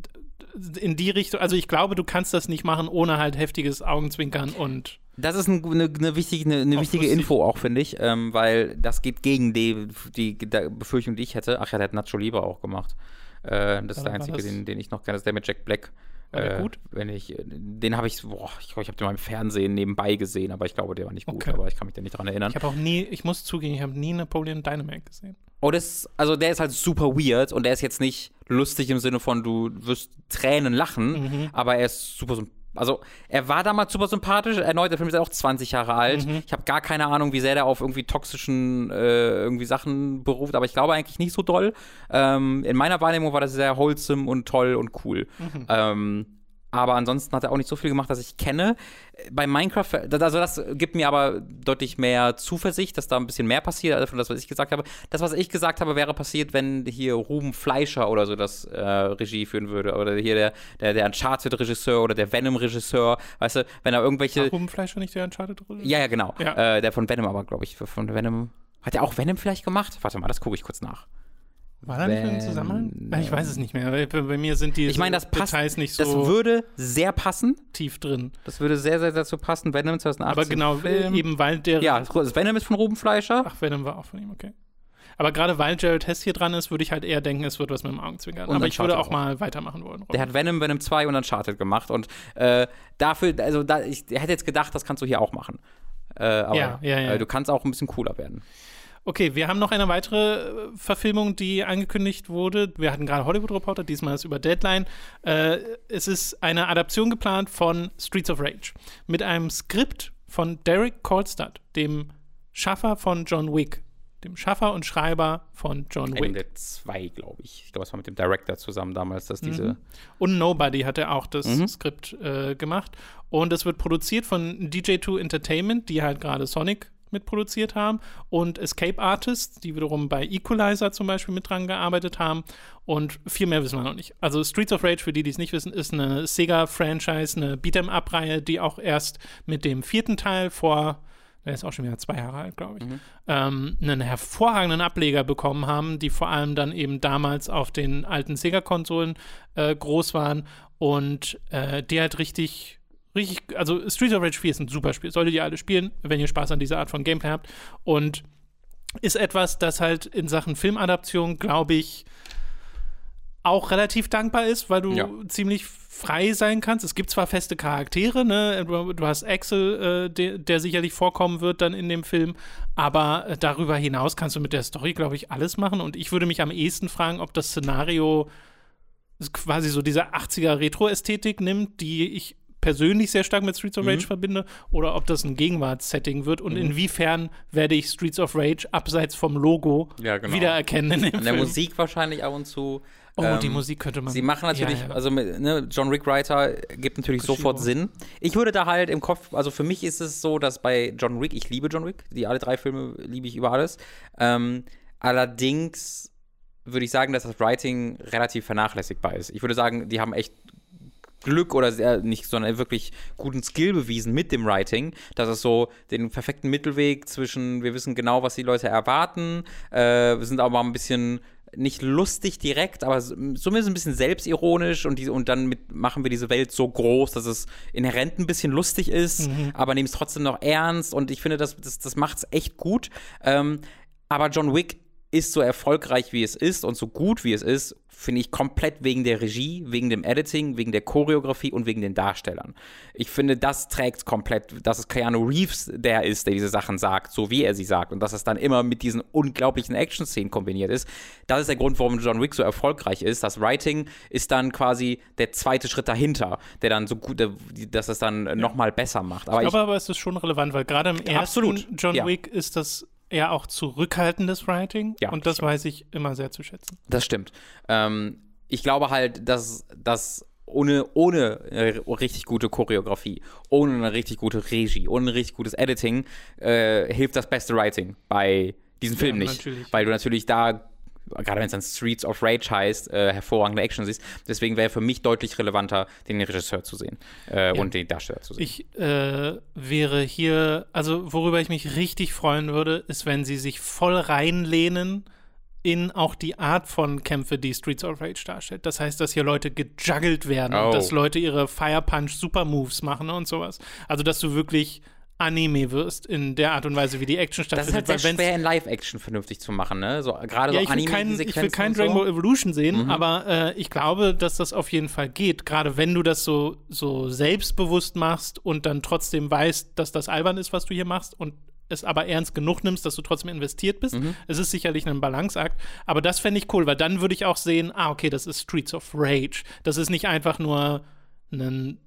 in die Richtung, also ich glaube, du kannst das nicht machen, ohne halt heftiges Augenzwinkern und das ist eine, eine wichtige, eine, eine wichtige Info auch, finde ich, ähm, weil das geht gegen die, die, die Befürchtung, die ich hätte. Ach ja, der hat Nacho Libre auch gemacht. Äh, das ist der einzige, den, den ich noch kenne, das ist der mit Jack Black. War der äh, gut? Wenn ich, den habe ich, boah, ich glaube, ich habe den mal im Fernsehen nebenbei gesehen, aber ich glaube, der war nicht gut, okay. aber ich kann mich da nicht dran erinnern. Ich habe auch nie, ich muss zugeben, ich habe nie Napoleon Dynamite gesehen. Oh, das, also der ist halt super weird und der ist jetzt nicht lustig im Sinne von, du wirst Tränen lachen, mhm. aber er ist super, Also, er war damals super sympathisch. Erneut, der Film ist ja auch zwanzig Jahre alt. Mhm. Ich habe gar keine Ahnung, wie sehr der auf irgendwie toxischen äh, irgendwie Sachen beruft, aber ich glaube eigentlich nicht so doll. Ähm, in meiner Wahrnehmung war das sehr wholesome und toll und cool. Mhm. Ähm, aber ansonsten hat er auch nicht so viel gemacht, dass ich kenne. Bei Minecraft, also das gibt mir aber deutlich mehr Zuversicht, dass da ein bisschen mehr passiert, als von das, was ich gesagt habe. Das, was ich gesagt habe, wäre passiert, wenn hier Ruben Fleischer oder so das äh, Regie führen würde. Oder hier der, der, der Uncharted-Regisseur oder der Venom-Regisseur. Weißt du, wenn er irgendwelche... War Ruben Fleischer nicht der Uncharted-Regisseur? Ja, ja, genau. Ja. Äh, der von Venom aber, glaube ich. Von Venom... Hat er auch Venom vielleicht gemacht? Warte mal, das gucke ich kurz nach. War da nicht ein Zusammenhang? Ich weiß es nicht mehr. Bei, bei mir sind die ich mein, das passt, Details nicht so das würde sehr passen. Tief drin. Das würde sehr, sehr dazu passen. Venom zwanzig achtzehn. Aber genau, Film. eben weil der... Ja, das Venom ist von Ruben Fleischer. Ach, Venom war auch von ihm, okay. Aber gerade weil Jared Hess hier dran ist, würde ich halt eher denken, es wird was mit dem Augenzwinkern. Aber ich würde auch, auch mal weitermachen wollen. Robin. Der hat Venom, Venom zwei und Uncharted gemacht. Und äh, dafür, also da, ich hätte jetzt gedacht, das kannst du hier auch machen. Äh, aber ja, ja, ja. Äh, du kannst auch ein bisschen cooler werden. Okay, wir haben noch eine weitere Verfilmung, die angekündigt wurde. Wir hatten gerade Hollywood Reporter, diesmal ist über Deadline. Äh, es ist eine Adaption geplant von Streets of Rage mit einem Skript von Derek Kolstad, dem Schaffer von John Wick, dem Schaffer und Schreiber von John Wick. Ende zwei, glaube ich. Ich glaube, es war mit dem Director zusammen damals, dass diese... Mhm. Und Nobody hat er auch das mhm. Skript äh, gemacht. Und es wird produziert von D J zwei Entertainment, die halt gerade Sonic mitproduziert haben, und Escape Artists, die wiederum bei Equalizer zum Beispiel mit dran gearbeitet haben, und viel mehr wissen wir noch nicht. Also Streets of Rage, für die, die es nicht wissen, ist eine Sega-Franchise, eine Beat'em-Up-Reihe, die auch erst mit dem vierten Teil vor, der ist auch schon wieder zwei Jahre alt, glaube ich, mhm. ähm, einen hervorragenden Ableger bekommen haben, die vor allem dann eben damals auf den alten Sega-Konsolen äh, groß waren und äh, die halt richtig Richtig, also Streets of Rage vier ist ein super Spiel. Solltet ihr alle spielen, wenn ihr Spaß an dieser Art von Gameplay habt. Und ist etwas, das halt in Sachen Filmadaption, glaube ich, auch relativ dankbar ist, weil du ja. ziemlich frei sein kannst. Es gibt zwar feste Charaktere, ne? Du, du hast Axel, äh, der, der sicherlich vorkommen wird dann in dem Film, aber äh, darüber hinaus kannst du mit der Story, glaube ich, alles machen. Und ich würde mich am ehesten fragen, ob das Szenario quasi so diese achtziger Retro-Ästhetik nimmt, die ich persönlich sehr stark mit Streets of Rage mhm. verbinde, oder ob das ein Gegenwartssetting wird und mhm. inwiefern werde ich Streets of Rage abseits vom Logo ja, genau. wiedererkennen in dem An der Film. Musik wahrscheinlich ab und zu. Oh, ähm, die Musik könnte man... Sie machen natürlich, ja, ja. also mit, ne, John Wick Writer gibt natürlich Kushiro. sofort Sinn. Ich würde da halt im Kopf, also für mich ist es so, dass bei John Wick, ich liebe John Wick, die alle drei Filme liebe ich über alles. Ähm, allerdings würde ich sagen, dass das Writing relativ vernachlässigbar ist. Ich würde sagen, die haben echt Glück oder sehr, nicht, sondern wirklich guten Skill bewiesen mit dem Writing, dass es so den perfekten Mittelweg zwischen, wir wissen genau, was die Leute erwarten, äh, wir sind aber ein bisschen nicht lustig direkt, aber zumindest ein bisschen selbstironisch und, die, und dann mit, machen wir diese Welt so groß, dass es inhärent ein bisschen lustig ist, mhm. aber nehmen es trotzdem noch ernst, und ich finde, das, das, das macht es echt gut. Ähm, aber John Wick ist so erfolgreich, wie es ist, und so gut, wie es ist, finde ich komplett wegen der Regie, wegen dem Editing, wegen der Choreografie und wegen den Darstellern. Ich finde, das trägt komplett, dass es Keanu Reeves der ist, der diese Sachen sagt, so wie er sie sagt, und dass es dann immer mit diesen unglaublichen Action-Szenen kombiniert ist. Das ist der Grund, warum John Wick so erfolgreich ist. Das Writing ist dann quasi der zweite Schritt dahinter, der dann so gut, dass es dann ja. nochmal besser macht. Aber ich glaube ich, aber, es ist schon relevant, weil gerade im ersten absolut. John ja. Wick ist das eher auch zurückhaltendes Writing, ja, und das stimmt. weiß ich immer sehr zu schätzen. Das stimmt. Ähm, ich glaube halt, dass das ohne, ohne äh, richtig gute Choreografie, ohne eine richtig gute Regie, ohne ein richtig gutes Editing äh, hilft das beste Writing bei diesem Film ja, nicht. Natürlich. Weil du natürlich da, gerade wenn es dann Streets of Rage heißt, äh, hervorragende Action siehst. Deswegen wäre für mich deutlich relevanter, den Regisseur zu sehen äh, ja. und den Darsteller zu sehen. Ich äh, wäre hier, also worüber ich mich richtig freuen würde, ist, wenn sie sich voll reinlehnen in auch die Art von Kämpfe, die Streets of Rage darstellt. Das heißt, dass hier Leute gejuggelt werden oh. und dass Leute ihre Fire Punch Super Moves machen und sowas. Also, dass du wirklich Anime wirst in der Art und Weise, wie die Action stattfindet. Das ist halt sehr schwer in Live-Action vernünftig zu machen, ne? So, gerade ja, so ich will kein, ich will kein Dragon so. Ball Evolution sehen, mhm. aber äh, ich glaube, dass das auf jeden Fall geht. Gerade wenn du das so, so selbstbewusst machst und dann trotzdem weißt, dass das albern ist, was du hier machst, und es aber ernst genug nimmst, dass du trotzdem investiert bist. Mhm. Es ist sicherlich ein Balanceakt, aber das fände ich cool, weil dann würde ich auch sehen, ah, okay, das ist Streets of Rage. Das ist nicht einfach nur ein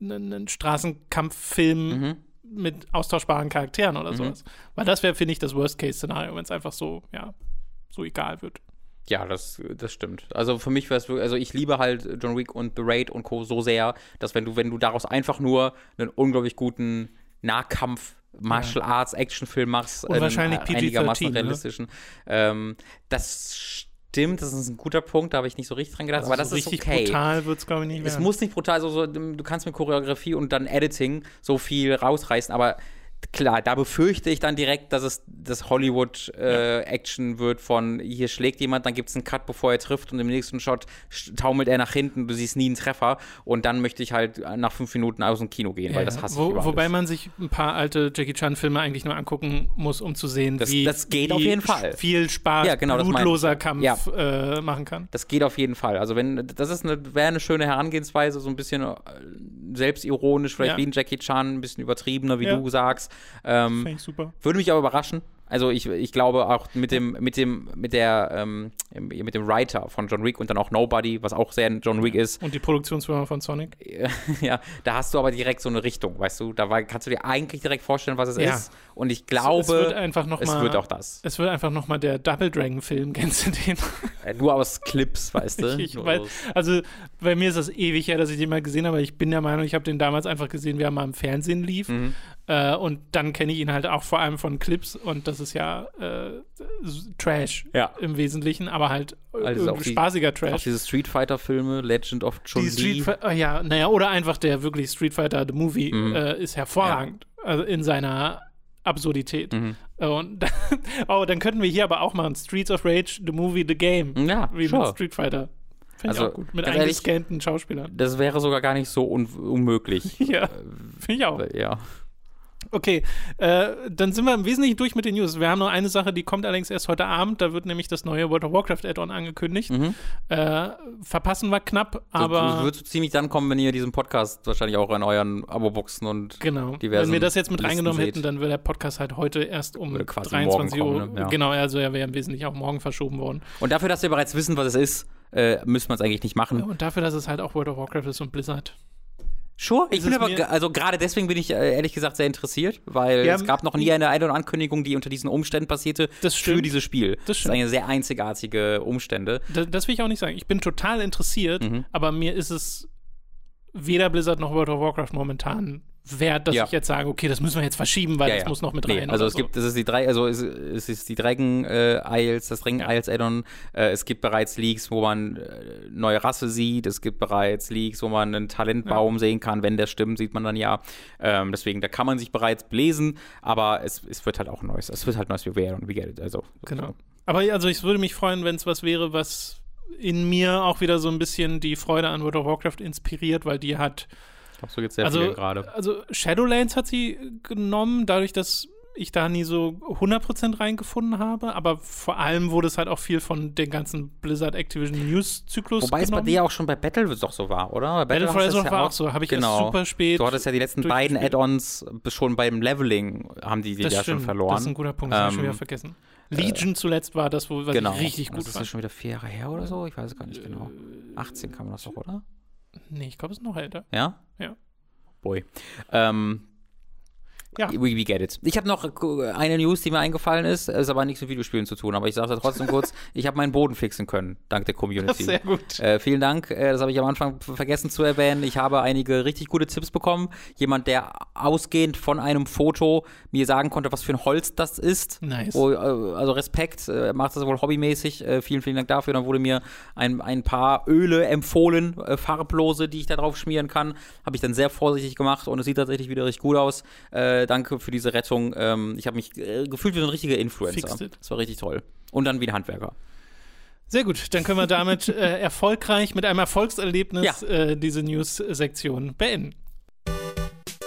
einen Straßenkampffilm mhm. mit austauschbaren Charakteren oder mhm. sowas. Weil das wäre, finde ich, das Worst-Case-Szenario, wenn es einfach so, ja, so egal wird. Ja, das, das stimmt. Also für mich wäre es wirklich, also ich liebe halt John Wick und The Raid und Co. so sehr, dass wenn du, wenn du daraus einfach nur einen unglaublich guten Nahkampf Martial ja. Arts Actionfilm machst, und wahrscheinlich äh, einigermaßen realistischen. Ne? Ähm, das stimmt, das ist ein guter Punkt, da habe ich nicht so richtig dran gedacht, also aber das so ist richtig okay. brutal wird es, glaube ich, nicht werden. Es muss nicht brutal, also so, du kannst mit Choreografie und dann Editing so viel rausreißen, aber klar, da befürchte ich dann direkt, dass es das Hollywood-Action äh, ja. wird von, hier schlägt jemand, dann gibt es einen Cut, bevor er trifft und im nächsten Shot taumelt er nach hinten, du siehst nie einen Treffer und dann möchte ich halt nach fünf Minuten aus dem Kino gehen, ja, weil das hasse wo, ich über Wobei alles. Man sich ein paar alte Jackie Chan-Filme eigentlich nur angucken muss, um zu sehen, das, wie, das geht wie auf jeden Fall. viel Spaß ja, genau, blutloser Kampf ja. äh, machen kann. Das geht auf jeden Fall. Also wenn, das ist eine, wäre eine schöne Herangehensweise, so ein bisschen äh, selbstironisch, vielleicht ja. wie ein Jackie Chan, ein bisschen übertriebener, wie ja. du sagst. Ähm, Super. Würde mich aber überraschen. Also ich, ich glaube auch mit dem, mit dem, mit der, ähm, mit dem Writer von John Wick und dann auch Nobody, was auch sehr John Wick ist. Und die Produktionsfirma von Sonic. Ja, da hast du aber direkt so eine Richtung, weißt du? Da war, kannst du dir eigentlich direkt vorstellen, was es ja. ist. Und ich glaube, es, es wird einfach noch es mal, wird auch das. Es wird einfach nochmal der Double Dragon-Film, kennst du den? Äh, nur aus Clips, weißt du? ich, ich weiß, also bei mir ist das ewig her, dass ich den mal gesehen habe, aber ich bin der Meinung, ich habe den damals einfach gesehen, wie er mal im Fernsehen lief. Mhm. Äh, und dann kenne ich ihn halt auch vor allem von Clips und das ist ja äh, Trash ja. im Wesentlichen, aber halt also auch spaßiger die, Trash. Auch diese Street Fighter-Filme, Legend of Chun-Li. Oh, ja, naja, oder einfach der wirklich Street Fighter, The Movie, mhm. äh, ist hervorragend ja. also in seiner Absurdität. Mhm. Und oh, dann könnten wir hier aber auch machen Streets of Rage, The Movie, The Game. Ja, wie sure. mit Street Fighter. Finde also, ich auch gut. Mit eingescannten Schauspielern. Das wäre sogar gar nicht so un- unmöglich. Ja, finde ich auch. Ja. Okay, äh, dann sind wir im Wesentlichen durch mit den News. Wir haben noch eine Sache, die kommt allerdings erst heute Abend. Da wird nämlich das neue World of Warcraft Add-on angekündigt. Mhm. Äh, verpassen wir knapp, aber... Das so, wird so ziemlich dann kommen, wenn ihr diesen Podcast wahrscheinlich auch in euren Abo-Boxen und genau. diversen Wenn wir das jetzt mit Listen reingenommen seht. hätten, dann wäre der Podcast halt heute erst um dreiundzwanzig Uhr. Kommen, ne? ja. Genau, also er wäre im Wesentlichen auch morgen verschoben worden. Und dafür, dass wir bereits wissen, was es ist, äh, müssen wir es eigentlich nicht machen. Ja, und dafür, dass es halt auch World of Warcraft ist und Blizzard. Sure, ich bin aber, also gerade deswegen bin ich äh, ehrlich gesagt sehr interessiert, weil ja, es gab noch nie eine Add-on-Ankündigung, die unter diesen Umständen passierte das für dieses Spiel. Das, das ist eine sehr einzigartige Umstände. Das, das will ich auch nicht sagen. Ich bin total interessiert, mhm. aber mir ist es weder Blizzard noch World of Warcraft momentan wert, dass ja. ich jetzt sage, okay, das müssen wir jetzt verschieben, weil ja, das ja. muss noch mit rein. Nee, also es so. gibt, das ist die drei, also es, es ist die Dragon äh, Isles, das Dragon Isles Add-on. Äh, es gibt bereits Leaks, wo man äh, neue Rasse sieht. Es gibt bereits Leaks, wo man einen Talentbaum ja. sehen kann. Wenn der stimmt, sieht man dann ja. Ähm, deswegen, da kann man sich bereits belesen, aber es, es wird halt auch Neues. Es wird halt Neues wie Rare und wie Get. Also genau. So. Aber also ich würde mich freuen, wenn es was wäre, was in mir auch wieder so ein bisschen die Freude an World of Warcraft inspiriert, weil die hat so geht's sehr also, viel gerade. Also Shadowlands hat sie genommen, dadurch, dass ich da nie so hundert Prozent reingefunden habe, aber vor allem wurde es halt auch viel von den ganzen Blizzard Activision News-Zyklus Wobei genommen. es bei dir auch schon bei Battle doch so war, oder? Bei Battle for Azeroth war auch so, habe ich genau. erst super spät Du hattest ja die letzten beiden Add-ons schon beim Leveling, haben die die ja stimmt, schon verloren. Das ist ein guter Punkt, das ähm, habe ich schon wieder vergessen. Legion äh, zuletzt war das, wo, was genau. ich richtig gut fand. Das ist fand. das schon wieder vier Jahre her oder so? Ich weiß es gar nicht genau. achtzehn kam das doch, oder? Nee, ich glaube, es ist noch älter. Ja? Ja. Boy. Ähm, ja. We, we get it. Ich habe noch eine News, die mir eingefallen ist, ist aber nichts mit Videospielen zu tun, aber ich sage es trotzdem kurz, ich habe meinen Boden fixen können, dank der Community. Das ist sehr gut. Äh, vielen Dank, äh, das habe ich am Anfang vergessen zu erwähnen. Ich habe einige richtig gute Tipps bekommen. Jemand, der ausgehend von einem Foto mir sagen konnte, was für ein Holz das ist. Nice. Wo, äh, also Respekt, äh, macht das wohl hobbymäßig. Äh, vielen, vielen Dank dafür. Dann wurde mir ein, ein paar Öle empfohlen, äh, farblose, die ich da drauf schmieren kann. Habe ich dann sehr vorsichtig gemacht und es sieht tatsächlich wieder richtig gut aus. Äh, danke für diese Rettung. Ähm, ich habe mich äh, gefühlt wie so ein richtiger Influencer. Das war richtig toll. Und dann wie ein Handwerker. Sehr gut, dann können wir damit äh, erfolgreich, mit einem Erfolgserlebnis ja. äh, diese News-Sektion beenden.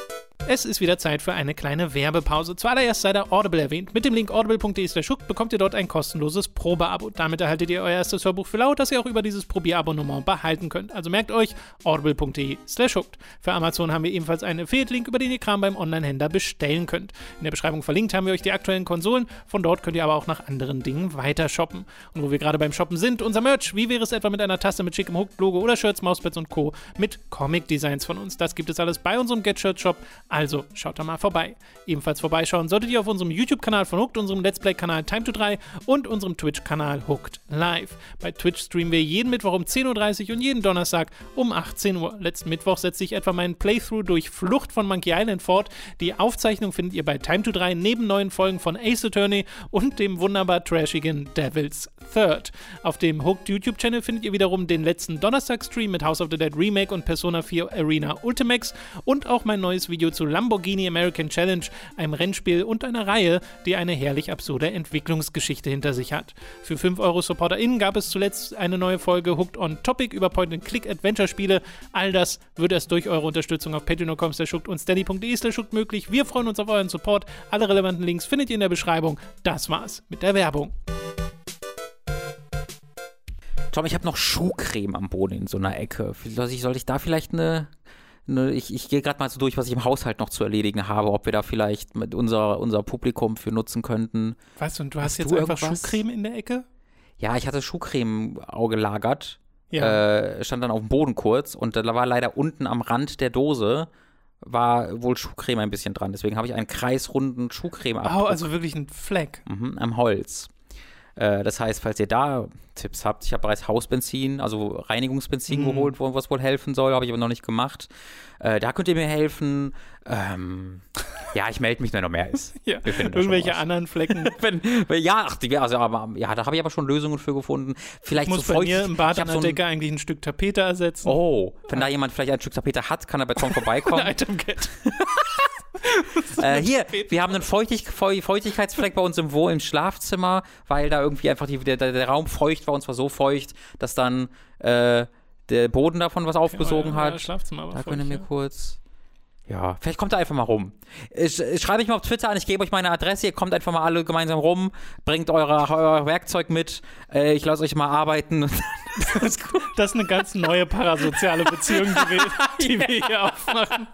Es ist wieder Zeit für eine kleine Werbepause. Zuallererst sei da Audible erwähnt. Mit dem Link audible.de slash hooked bekommt ihr dort ein kostenloses Probeabo. Damit erhaltet ihr euer erstes Hörbuch für laut, das ihr auch über dieses Probierabonnement behalten könnt. Also merkt euch audible.de slash hooked. Für Amazon haben wir ebenfalls einen Affiliate-Link, über den ihr Kram beim Online-Händler bestellen könnt. In der Beschreibung verlinkt haben wir euch die aktuellen Konsolen. Von dort könnt ihr aber auch nach anderen Dingen weiter shoppen. Und wo wir gerade beim Shoppen sind, unser Merch. Wie wäre es etwa mit einer Tasse mit schickem Hooked-Logo oder Shirts, Mauspads und Co. mit Comic-Designs von uns? Das gibt es alles bei unserem Get-Shirt-Shop. Also schaut da mal vorbei. Ebenfalls vorbeischauen solltet ihr auf unserem YouTube-Kanal von Hooked, unserem Let's Play-Kanal Time to drei und unserem Twitch-Kanal Hooked Live. Bei Twitch streamen wir jeden Mittwoch um zehn Uhr dreißig und jeden Donnerstag um achtzehn Uhr. Letzten Mittwoch setzte ich etwa meinen Playthrough durch Flucht von Monkey Island fort. Die Aufzeichnung findet ihr bei Time to drei neben neuen Folgen von Ace Attorney und dem wunderbar trashigen Devil's Third. Auf dem Hooked YouTube-Channel findet ihr wiederum den letzten Donnerstag-Stream mit House of the Dead Remake und Persona vier Arena Ultimax und auch mein neues Video zu Lamborghini American Challenge, einem Rennspiel und einer Reihe, die eine herrlich absurde Entwicklungsgeschichte hinter sich hat. Für fünf Euro SupporterInnen gab es zuletzt eine neue Folge Hooked on Topic über Point-and-Click-Adventure-Spiele. All das wird erst durch eure Unterstützung auf patreon punkt com slash hooked und steady.de slash hooked möglich. Wir freuen uns auf euren Support. Alle relevanten Links findet ihr in der Beschreibung. Das war's mit der Werbung. Tom, ich habe noch Schuhcreme am Boden in so einer Ecke. Soll ich, soll ich da vielleicht eine... eine ich ich gehe gerade mal so durch, was ich im Haushalt noch zu erledigen habe, ob wir da vielleicht mit unser, unser Publikum für nutzen könnten. Weißt du, und du hast, hast jetzt du einfach irgendwas? Schuhcreme in der Ecke? Ja, ich hatte Schuhcreme gelagert, ja. äh, stand dann auf dem Boden kurz und da war leider unten am Rand der Dose war wohl Schuhcreme ein bisschen dran. Deswegen habe ich einen kreisrunden Schuhcreme-Abdruck. Oh, also wirklich ein Fleck. Mhm, am Holz. Äh, das heißt, falls ihr da Tipps habt, ich habe bereits Hausbenzin, also Reinigungsbenzin mhm. geholt, wo, was wohl helfen soll, habe ich aber noch nicht gemacht. Äh, da könnt ihr mir helfen. Ähm, ja, ich melde mich, wenn noch mehr ist. Ja, irgendwelche anderen Flecken. wenn, wenn, ja, ach, die, also, aber, ja, da habe ich aber schon Lösungen für gefunden. Vielleicht ich muss so bei mir im Bad an der Decke so eigentlich ein Stück Tapete ersetzen. Oh, wenn da jemand vielleicht ein Stück Tapete hat, kann er bei Tom vorbeikommen. Ein Item-Kit. äh, hier, wir haben einen Feuchtig- Feuchtigkeitsfleck bei uns im, Wo- im Schlafzimmer, weil da irgendwie einfach die, der, der Raum feucht war, und zwar so feucht, dass dann äh, der Boden davon was aufgesogen ja, ja, hat. Schlafzimmer war da feucht, könnt ihr mir ja. kurz... Ja, vielleicht kommt er einfach mal rum. Ich, ich schreibe ich mal auf Twitter an, ich gebe euch meine Adresse, ihr kommt einfach mal alle gemeinsam rum, bringt eure, euer Werkzeug mit, äh, ich lasse euch mal arbeiten. Das ist, gut. Das ist eine ganz neue parasoziale Beziehung, die wir, die wir hier aufmachen.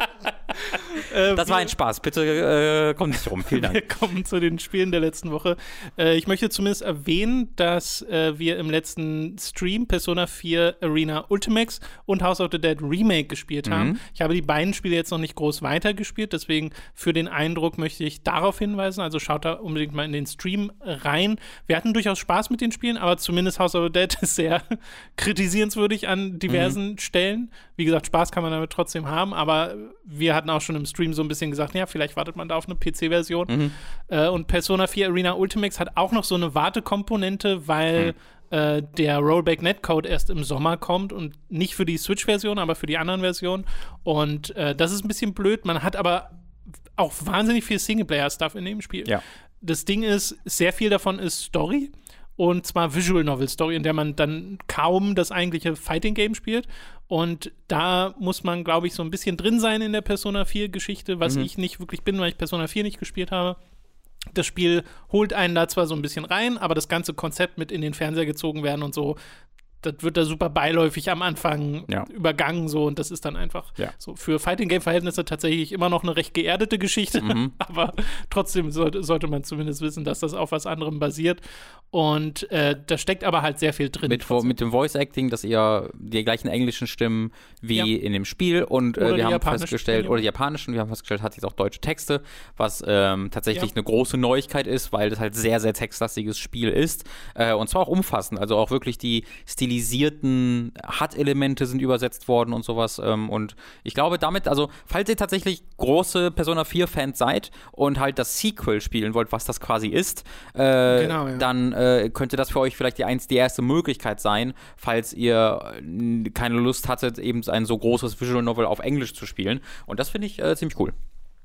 Äh, das war ein Spaß, bitte äh, kommt nicht rum, vielen Dank. Wir kommen zu den Spielen der letzten Woche. Äh, ich möchte zumindest erwähnen, dass äh, wir im letzten Stream Persona vier Arena Ultimax und House of the Dead Remake gespielt haben. Mhm. Ich habe die beiden Spiele jetzt noch nicht groß weitergespielt, deswegen für den Eindruck möchte ich darauf hinweisen, also schaut da unbedingt mal in den Stream rein. Wir hatten durchaus Spaß mit den Spielen, aber zumindest House of the Dead ist sehr kritisierenswürdig an diversen mhm. Stellen. Wie gesagt, Spaß kann man damit trotzdem haben, aber wir hatten auch schon im Stream so ein bisschen gesagt, ja, vielleicht wartet man da auf eine P C-Version. Mhm. Äh, und Persona vier Arena Ultimax hat auch noch so eine Wartekomponente, weil mhm. äh, der Rollback-Netcode erst im Sommer kommt und nicht für die Switch-Version, aber für die anderen Versionen. Und äh, das ist ein bisschen blöd. Man hat aber auch wahnsinnig viel Singleplayer-Stuff in dem Spiel. Ja. Das Ding ist, sehr viel davon ist Story. Und zwar Visual Novel Story, in der man dann kaum das eigentliche Fighting Game spielt. Und da muss man, glaube ich, so ein bisschen drin sein in der Persona vier Geschichte, was mhm. ich nicht wirklich bin, weil ich Persona vier nicht gespielt habe. Das Spiel holt einen da zwar so ein bisschen rein, aber das ganze Konzept mit in den Fernseher gezogen werden und so, das wird da super beiläufig am Anfang ja. übergangen, so, und das ist dann einfach ja. so für Fighting-Game-Verhältnisse tatsächlich immer noch eine recht geerdete Geschichte, mhm. aber trotzdem sollte, sollte man zumindest wissen, dass das auf was anderem basiert, und äh, da steckt aber halt sehr viel drin. Mit, mit dem Voice-Acting, dass ihr die gleichen englischen Stimmen wie ja. in dem Spiel, und äh, wir haben festgestellt, oder die japanischen, wir haben festgestellt, hat jetzt auch deutsche Texte, was ähm, tatsächlich ja. eine große Neuigkeit ist, weil das halt sehr, sehr textlastiges Spiel ist, äh, und zwar auch umfassend, also auch wirklich die Stilisierung stilisierten H U D-Elemente sind übersetzt worden und sowas. Ähm, und ich glaube damit, also falls ihr tatsächlich große Persona vier Fans seid und halt das Sequel spielen wollt, was das quasi ist, äh, genau, ja. dann äh, könnte das für euch vielleicht die, eins, die erste Möglichkeit sein, falls ihr äh, keine Lust hattet, eben ein so großes Visual Novel auf Englisch zu spielen. Und das finde ich äh, ziemlich cool.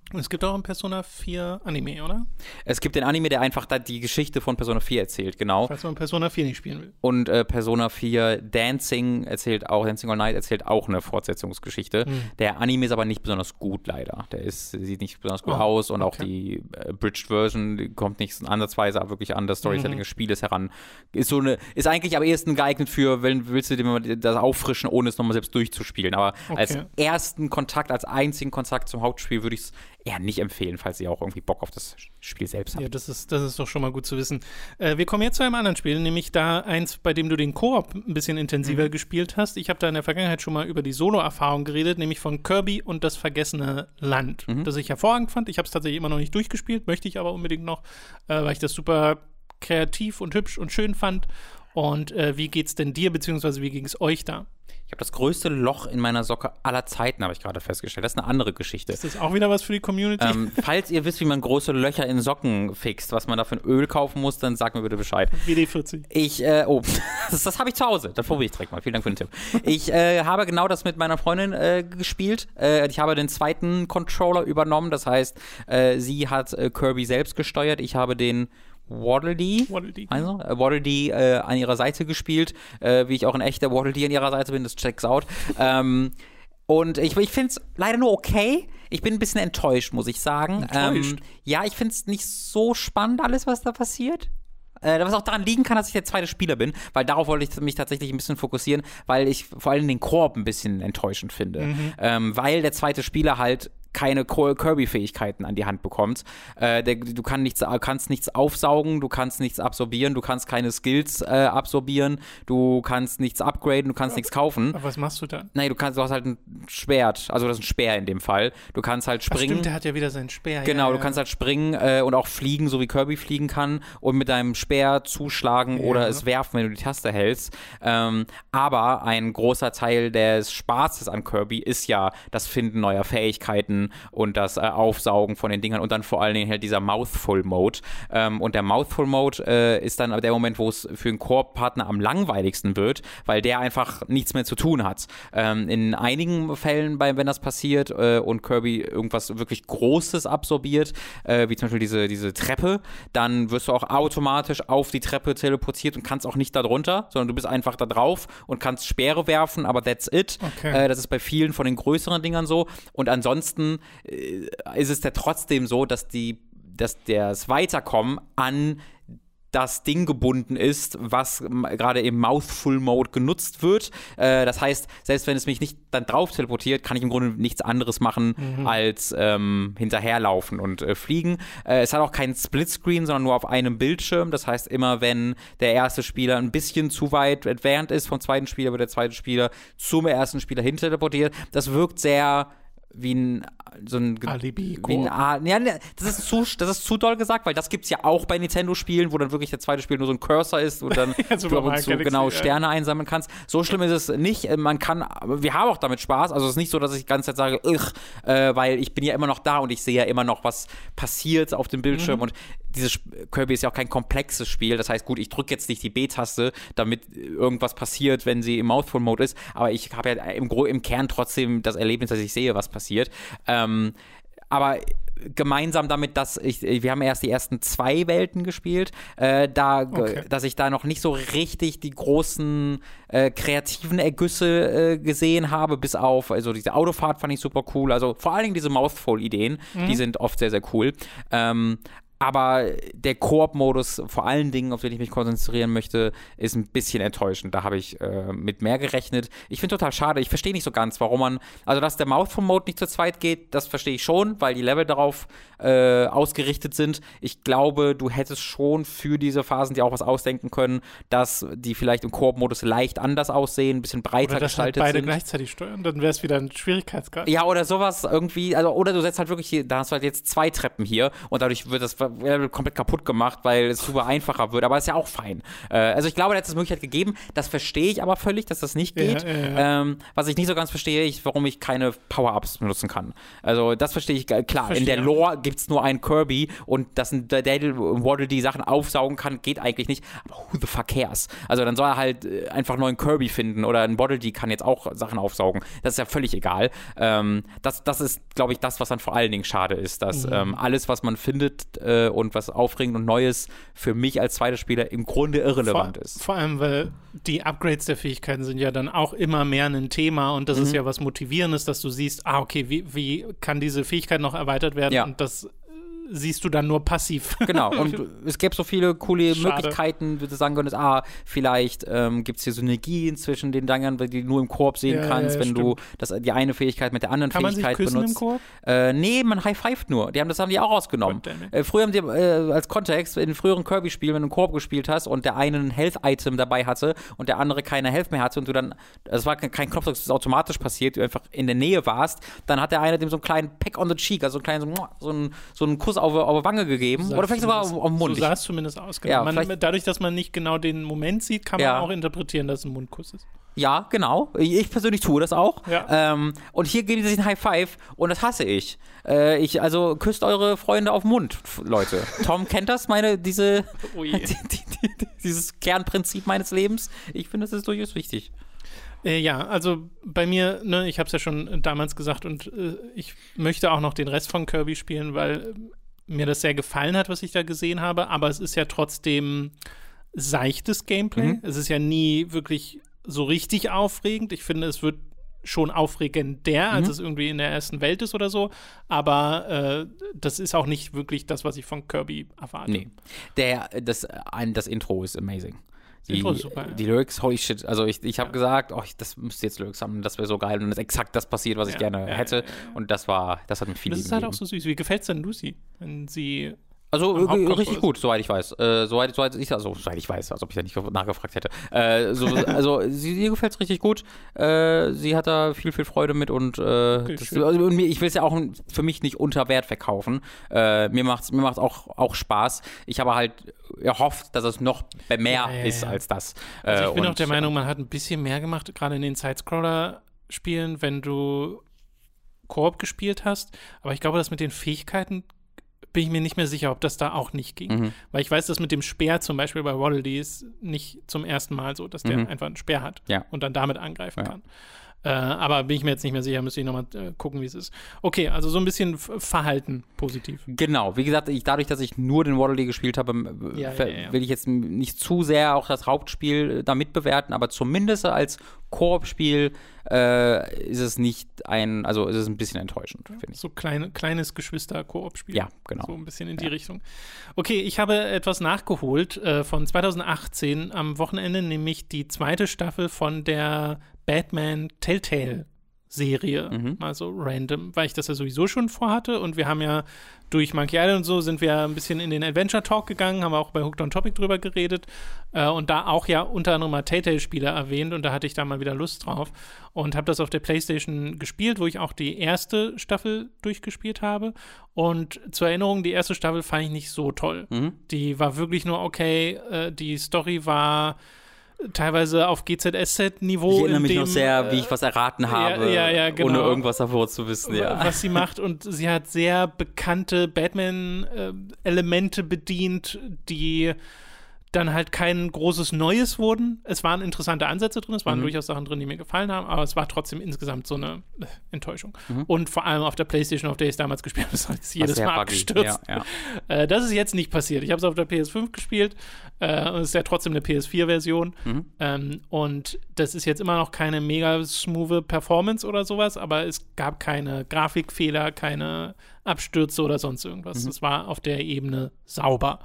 Es gibt auch ein Persona vier Anime, oder? Es gibt den Anime, der einfach da die Geschichte von Persona vier erzählt, genau. Falls man Persona vier nicht spielen will. Und äh, Persona vier Dancing erzählt auch, Dancing All Night erzählt auch eine Fortsetzungsgeschichte. Hm. Der Anime ist aber nicht besonders gut, leider. Der ist, sieht nicht besonders gut oh, aus und okay. auch die äh, Bridged Version die kommt nicht ansatzweise wirklich an das Storytelling mhm. des Spieles heran. Ist so eine, ist eigentlich am ehesten geeignet für, wenn willst du dir das auffrischen, ohne es nochmal selbst durchzuspielen. Aber okay. als ersten Kontakt, als einzigen Kontakt zum Hauptspiel würde ich es eher nicht empfehlen, falls ihr auch irgendwie Bock auf das Spiel selbst habt. Ja, das ist, das ist doch schon mal gut zu wissen. Äh, wir kommen jetzt zu einem anderen Spiel, nämlich da eins, bei dem du den Koop ein bisschen intensiver mhm. gespielt hast. Ich habe da in der Vergangenheit schon mal über die Solo-Erfahrung geredet, nämlich von Kirby und das vergessene Land, mhm. das ich hervorragend fand. Ich habe es tatsächlich immer noch nicht durchgespielt, möchte ich aber unbedingt noch, äh, weil ich das super kreativ und hübsch und schön fand. Und äh, wie geht's denn dir, beziehungsweise wie ging es euch da? Ich habe das größte Loch in meiner Socke aller Zeiten, habe ich gerade festgestellt. Das ist eine andere Geschichte. Ist das auch wieder was für die Community? Ähm, falls ihr wisst, wie man große Löcher in Socken fixt, was man da für ein Öl kaufen muss, dann sagt mir bitte Bescheid. W D vierzig. Ich, äh, oh, das, das habe ich zu Hause. Das probiere ich direkt mal. Vielen Dank für den Tipp. Ich äh, habe genau das mit meiner Freundin äh, gespielt. Äh, ich habe den zweiten Controller übernommen. Das heißt, äh, sie hat äh, Kirby selbst gesteuert. Ich habe den Waddle Dee, Waddle Dee, also, äh, Waddle Dee äh, an ihrer Seite gespielt, äh, wie ich auch ein echter Waddle Dee an ihrer Seite bin, das checks out. ähm, und ich, ich finde es leider nur okay. Ich bin ein bisschen enttäuscht, muss ich sagen. Enttäuscht? Ähm, ja, ich finde es nicht so spannend, alles, was da passiert. Äh, was auch daran liegen kann, dass ich der zweite Spieler bin, weil darauf wollte ich mich tatsächlich ein bisschen fokussieren, weil ich vor allem den Koop ein bisschen enttäuschend finde. Mhm. Ähm, weil der zweite Spieler halt keine Kirby-Fähigkeiten an die Hand bekommt. Äh, der, du kann nichts, kannst nichts aufsaugen, du kannst nichts absorbieren, du kannst keine Skills äh, absorbieren, du kannst nichts upgraden, du kannst aber, nichts kaufen. Aber was machst du dann? Nein, du kannst, du hast halt ein Schwert, also das ist ein Speer in dem Fall. Du kannst halt springen. Ach stimmt, der hat ja wieder seinen Speer. Genau, ja, du ja. kannst halt springen äh, und auch fliegen, so wie Kirby fliegen kann und mit deinem Speer zuschlagen ja. oder es werfen, wenn du die Taste hältst. Ähm, aber ein großer Teil des Spaßes an Kirby ist ja das Finden neuer Fähigkeiten und das äh, Aufsaugen von den Dingern und dann vor allen Dingen halt dieser Mouthful-Mode. Ähm, und der Mouthful-Mode äh, ist dann der Moment, wo es für einen Koop-Partner am langweiligsten wird, weil der einfach nichts mehr zu tun hat. Ähm, in einigen Fällen, bei, wenn das passiert äh, und Kirby irgendwas wirklich Großes absorbiert, äh, wie zum Beispiel diese, diese Treppe, dann wirst du auch automatisch auf die Treppe teleportiert und kannst auch nicht da drunter, sondern du bist einfach da drauf und kannst Speere werfen, aber that's it. Okay. Äh, das ist bei vielen von den größeren Dingern so. Und ansonsten ist es ja trotzdem so, dass die, dass das Weiterkommen an das Ding gebunden ist, was gerade im Mouthful-Mode genutzt wird. Äh, das heißt, selbst wenn es mich nicht dann drauf teleportiert, kann ich im Grunde nichts anderes machen, mhm. als ähm, hinterherlaufen und äh, fliegen. Äh, es hat auch keinen Splitscreen, sondern nur auf einem Bildschirm. Das heißt, immer wenn der erste Spieler ein bisschen zu weit entfernt ist vom zweiten Spieler, wird der zweite Spieler zum ersten Spieler hin teleportiert. Das wirkt sehr wie ein so ein Alibi. Wie ein A- ja, das ist zu das ist zu doll gesagt, weil das gibt's ja auch bei Nintendo-Spielen, wo dann wirklich der zweite Spieler nur so ein Cursor ist und dann ja, du ab und zu genau Sterne ja. einsammeln kannst. So schlimm ist es nicht. Man kann, wir haben auch damit Spaß. Also es ist nicht so, dass ich die ganze Zeit sage, ich, äh, weil ich bin ja immer noch da und ich sehe ja immer noch, was passiert auf dem Bildschirm. Mhm. Und dieses Kirby ist ja auch kein komplexes Spiel. Das heißt, gut, ich drücke jetzt nicht die B-Taste, damit irgendwas passiert, wenn sie im Mouthful-Mode ist. Aber ich habe ja im, Gro- im Kern trotzdem das Erlebnis, dass ich sehe, was passiert. Ähm, aber gemeinsam damit, dass ich, wir haben erst die ersten zwei Welten gespielt, äh, da, okay. dass ich da noch nicht so richtig die großen äh, kreativen Ergüsse äh, gesehen habe, bis auf, also diese Autofahrt fand ich super cool, also vor allen Dingen diese Mouthful-Ideen, mhm. die sind oft sehr, sehr cool. Ähm, Aber der Koop-Modus, vor allen Dingen, auf den ich mich konzentrieren möchte, ist ein bisschen enttäuschend. Da habe ich äh, mit mehr gerechnet. Ich finde total schade. Ich verstehe nicht so ganz, warum man, also dass der Mouthful-Mode nicht zu zweit geht, das verstehe ich schon, weil die Level darauf äh, ausgerichtet sind. Ich glaube, du hättest schon für diese Phasen dir auch was ausdenken können, dass die vielleicht im Koop-Modus leicht anders aussehen, ein bisschen breiter oder gestaltet halt beide sind. gleichzeitig steuern, dann wäre es wieder ein Schwierigkeitsgrad. Ja, oder sowas irgendwie, also oder du setzt halt wirklich, hier, da hast du halt jetzt zwei Treppen hier und dadurch wird das oder er wird komplett kaputt gemacht, weil es super einfacher wird, aber das ist ja auch fein. Äh, also ich glaube, da hat es Möglichkeit gegeben, das verstehe ich aber völlig, dass das nicht geht. Ja, ja, ja. Ähm, was ich nicht so ganz verstehe, ist, warum ich keine Power-Ups benutzen kann. Also das verstehe ich, klar, verstehe. In der Lore gibt es nur einen Kirby und dass ein Daddle Waddle die Sachen aufsaugen kann, geht eigentlich nicht, aber who the fuck cares? Also dann soll er halt einfach einen neuen Kirby finden oder ein Waddle, die kann jetzt auch Sachen aufsaugen. Das ist ja völlig egal. Ähm, das, das ist, glaube ich, das, was dann vor allen Dingen schade ist, dass mhm. ähm, alles, was man findet äh, und was aufregend und Neues für mich als zweiter Spieler im Grunde irrelevant vor, ist. Vor allem, weil die Upgrades der Fähigkeiten sind ja dann auch immer mehr ein Thema und das mhm. ist ja was Motivierendes, dass du siehst, ah, okay, wie, wie kann diese Fähigkeit noch erweitert werden ja. und das siehst du dann nur passiv. Genau, und es gäbe so viele coole Schade. Möglichkeiten, wie du sagen könntest, ah, vielleicht ähm, gibt es hier Synergien zwischen den Dingern, die du nur im Koop sehen ja, kannst, ja, wenn stimmt. du das, die eine Fähigkeit mit der anderen Kann Fähigkeit benutzt. Kann man sich küssen benutzt. im Koop? Äh, nee, man high-fived nur. Die haben, das haben die auch rausgenommen. Äh, früher haben die, äh, als Kontext, in früheren Kirby-Spielen, wenn du im Koop gespielt hast und der eine ein Health-Item dabei hatte und der andere keine Health mehr hatte und du dann, es war kein Knopf, das ist automatisch passiert, du einfach in der Nähe warst, dann hat der eine dem so einen kleinen Peck on the cheek, also einen kleinen, so, so, einen, so einen Kuss auf, auf die Wange gegeben. Gegeben. Oder vielleicht sogar auf, auf den Mund. So sah es zumindest aus. Genau. Ja, man, dadurch, dass man nicht genau den Moment sieht, kann man ja. auch interpretieren, dass es ein Mundkuss ist. Ja, genau. Ich persönlich tue das auch. Ja. Ähm, und hier geben sie sich ein High Five und das hasse ich. Äh, ich also küsst eure Freunde auf den Mund, Leute. Tom kennt das, meine, diese, oh die, die, die, dieses Kernprinzip meines Lebens. Ich finde, das ist durchaus wichtig. Äh, ja, also bei mir, ne, ich habe es ja schon damals gesagt und äh, ich möchte auch noch den Rest von Kirby spielen, weil mir das sehr gefallen hat, was ich da gesehen habe, aber es ist ja trotzdem seichtes Gameplay. Mhm. Es ist ja nie wirklich so richtig aufregend. Ich finde, es wird schon aufregender, als mhm. es irgendwie in der ersten Welt ist oder so, aber äh, das ist auch nicht wirklich das, was ich von Kirby erwarte. Nee, Der, das, ein, das Intro ist amazing. Die, super, ja. die Lyrics, holy shit, also ich, ich habe ja. gesagt, oh, ich, das müsste jetzt Lyrics haben, das wäre so geil und dann ist exakt das passiert, was ich ja, gerne ja, hätte ja, und das war, das hat mir viel Das ist halt gegeben. Auch so süß. Wie gefällt es denn Lucy, wenn sie Also richtig ist. Gut, soweit ich weiß. Äh, soweit, soweit ich, also, soweit ich weiß, als ob ich da nicht nachgefragt hätte. Äh, so, also sie, ihr gefällt es richtig gut. Äh, sie hat da viel, viel Freude mit und, äh, okay, das, also, und mir, ich will es ja auch für mich nicht unter Wert verkaufen. Äh, mir macht es mir macht's auch, auch Spaß. Ich habe halt erhofft, dass es noch mehr ja, ja, ist ja. als das. Also ich bin und, auch der Meinung, man hat ein bisschen mehr gemacht, gerade in den Sidescroller-Spielen, wenn du Koop gespielt hast. Aber ich glaube, das mit den Fähigkeiten bin ich mir nicht mehr sicher, ob das da auch nicht ging. Mhm. Weil ich weiß, dass mit dem Speer zum Beispiel bei Waddle Dee ist nicht zum ersten Mal so, dass der mhm. einfach einen Speer hat ja. und dann damit angreifen ja. kann. Äh, aber bin ich mir jetzt nicht mehr sicher, müsste ich nochmal äh, gucken, wie es ist. Okay, also so ein bisschen Verhalten positiv. Genau, wie gesagt, ich, dadurch, dass ich nur den Waddle Dee gespielt habe, ja, ver- ja, ja. will ich jetzt nicht zu sehr auch das Hauptspiel da mitbewerten, aber zumindest als Koop-Spiel äh, ist es nicht ein, also ist es ein bisschen enttäuschend, finde ich. So kleine, kleines Geschwister-Koop-Spiel. Ja, genau. So ein bisschen in die ja. Richtung. Okay, ich habe etwas nachgeholt äh, von zwanzig achtzehn am Wochenende, nämlich die zweite Staffel von der Batman Telltale-Serie, mhm. mal so random, weil ich das ja sowieso schon vorhatte und wir haben ja durch Monkey Island und so sind wir ein bisschen in den Adventure Talk gegangen, haben auch bei Hooked on Topic drüber geredet äh, und da auch ja unter anderem mal Telltale-Spiele erwähnt und da hatte ich da mal wieder Lust drauf und habe das auf der PlayStation gespielt, wo ich auch die erste Staffel durchgespielt habe und zur Erinnerung, die erste Staffel fand ich nicht so toll. Mhm. Die war wirklich nur okay, äh, die Story war teilweise auf G Z S Z-Niveau. Ich erinnere mich dem, noch sehr, wie ich was erraten habe, ja, ja, ja, genau. ohne irgendwas davor zu wissen. Ja. Was sie macht. Und sie hat sehr bekannte Batman-Elemente bedient, die dann halt kein großes Neues wurden. Es waren interessante Ansätze drin, es waren mhm. durchaus Sachen drin, die mir gefallen haben, aber es war trotzdem insgesamt so eine äh, Enttäuschung. Mhm. Und vor allem auf der PlayStation, auf der ich es damals gespielt habe, ist es jedes Mal abgestürzt. Ja, ja. Äh, das ist jetzt nicht passiert. Ich habe es auf der P S fünf gespielt äh, und es ist ja trotzdem eine P S vier Version. Mhm. Ähm, und das ist jetzt immer noch keine mega smooth Performance oder sowas, aber es gab keine Grafikfehler, keine Abstürze oder sonst irgendwas. Es mhm. war auf der Ebene sauber.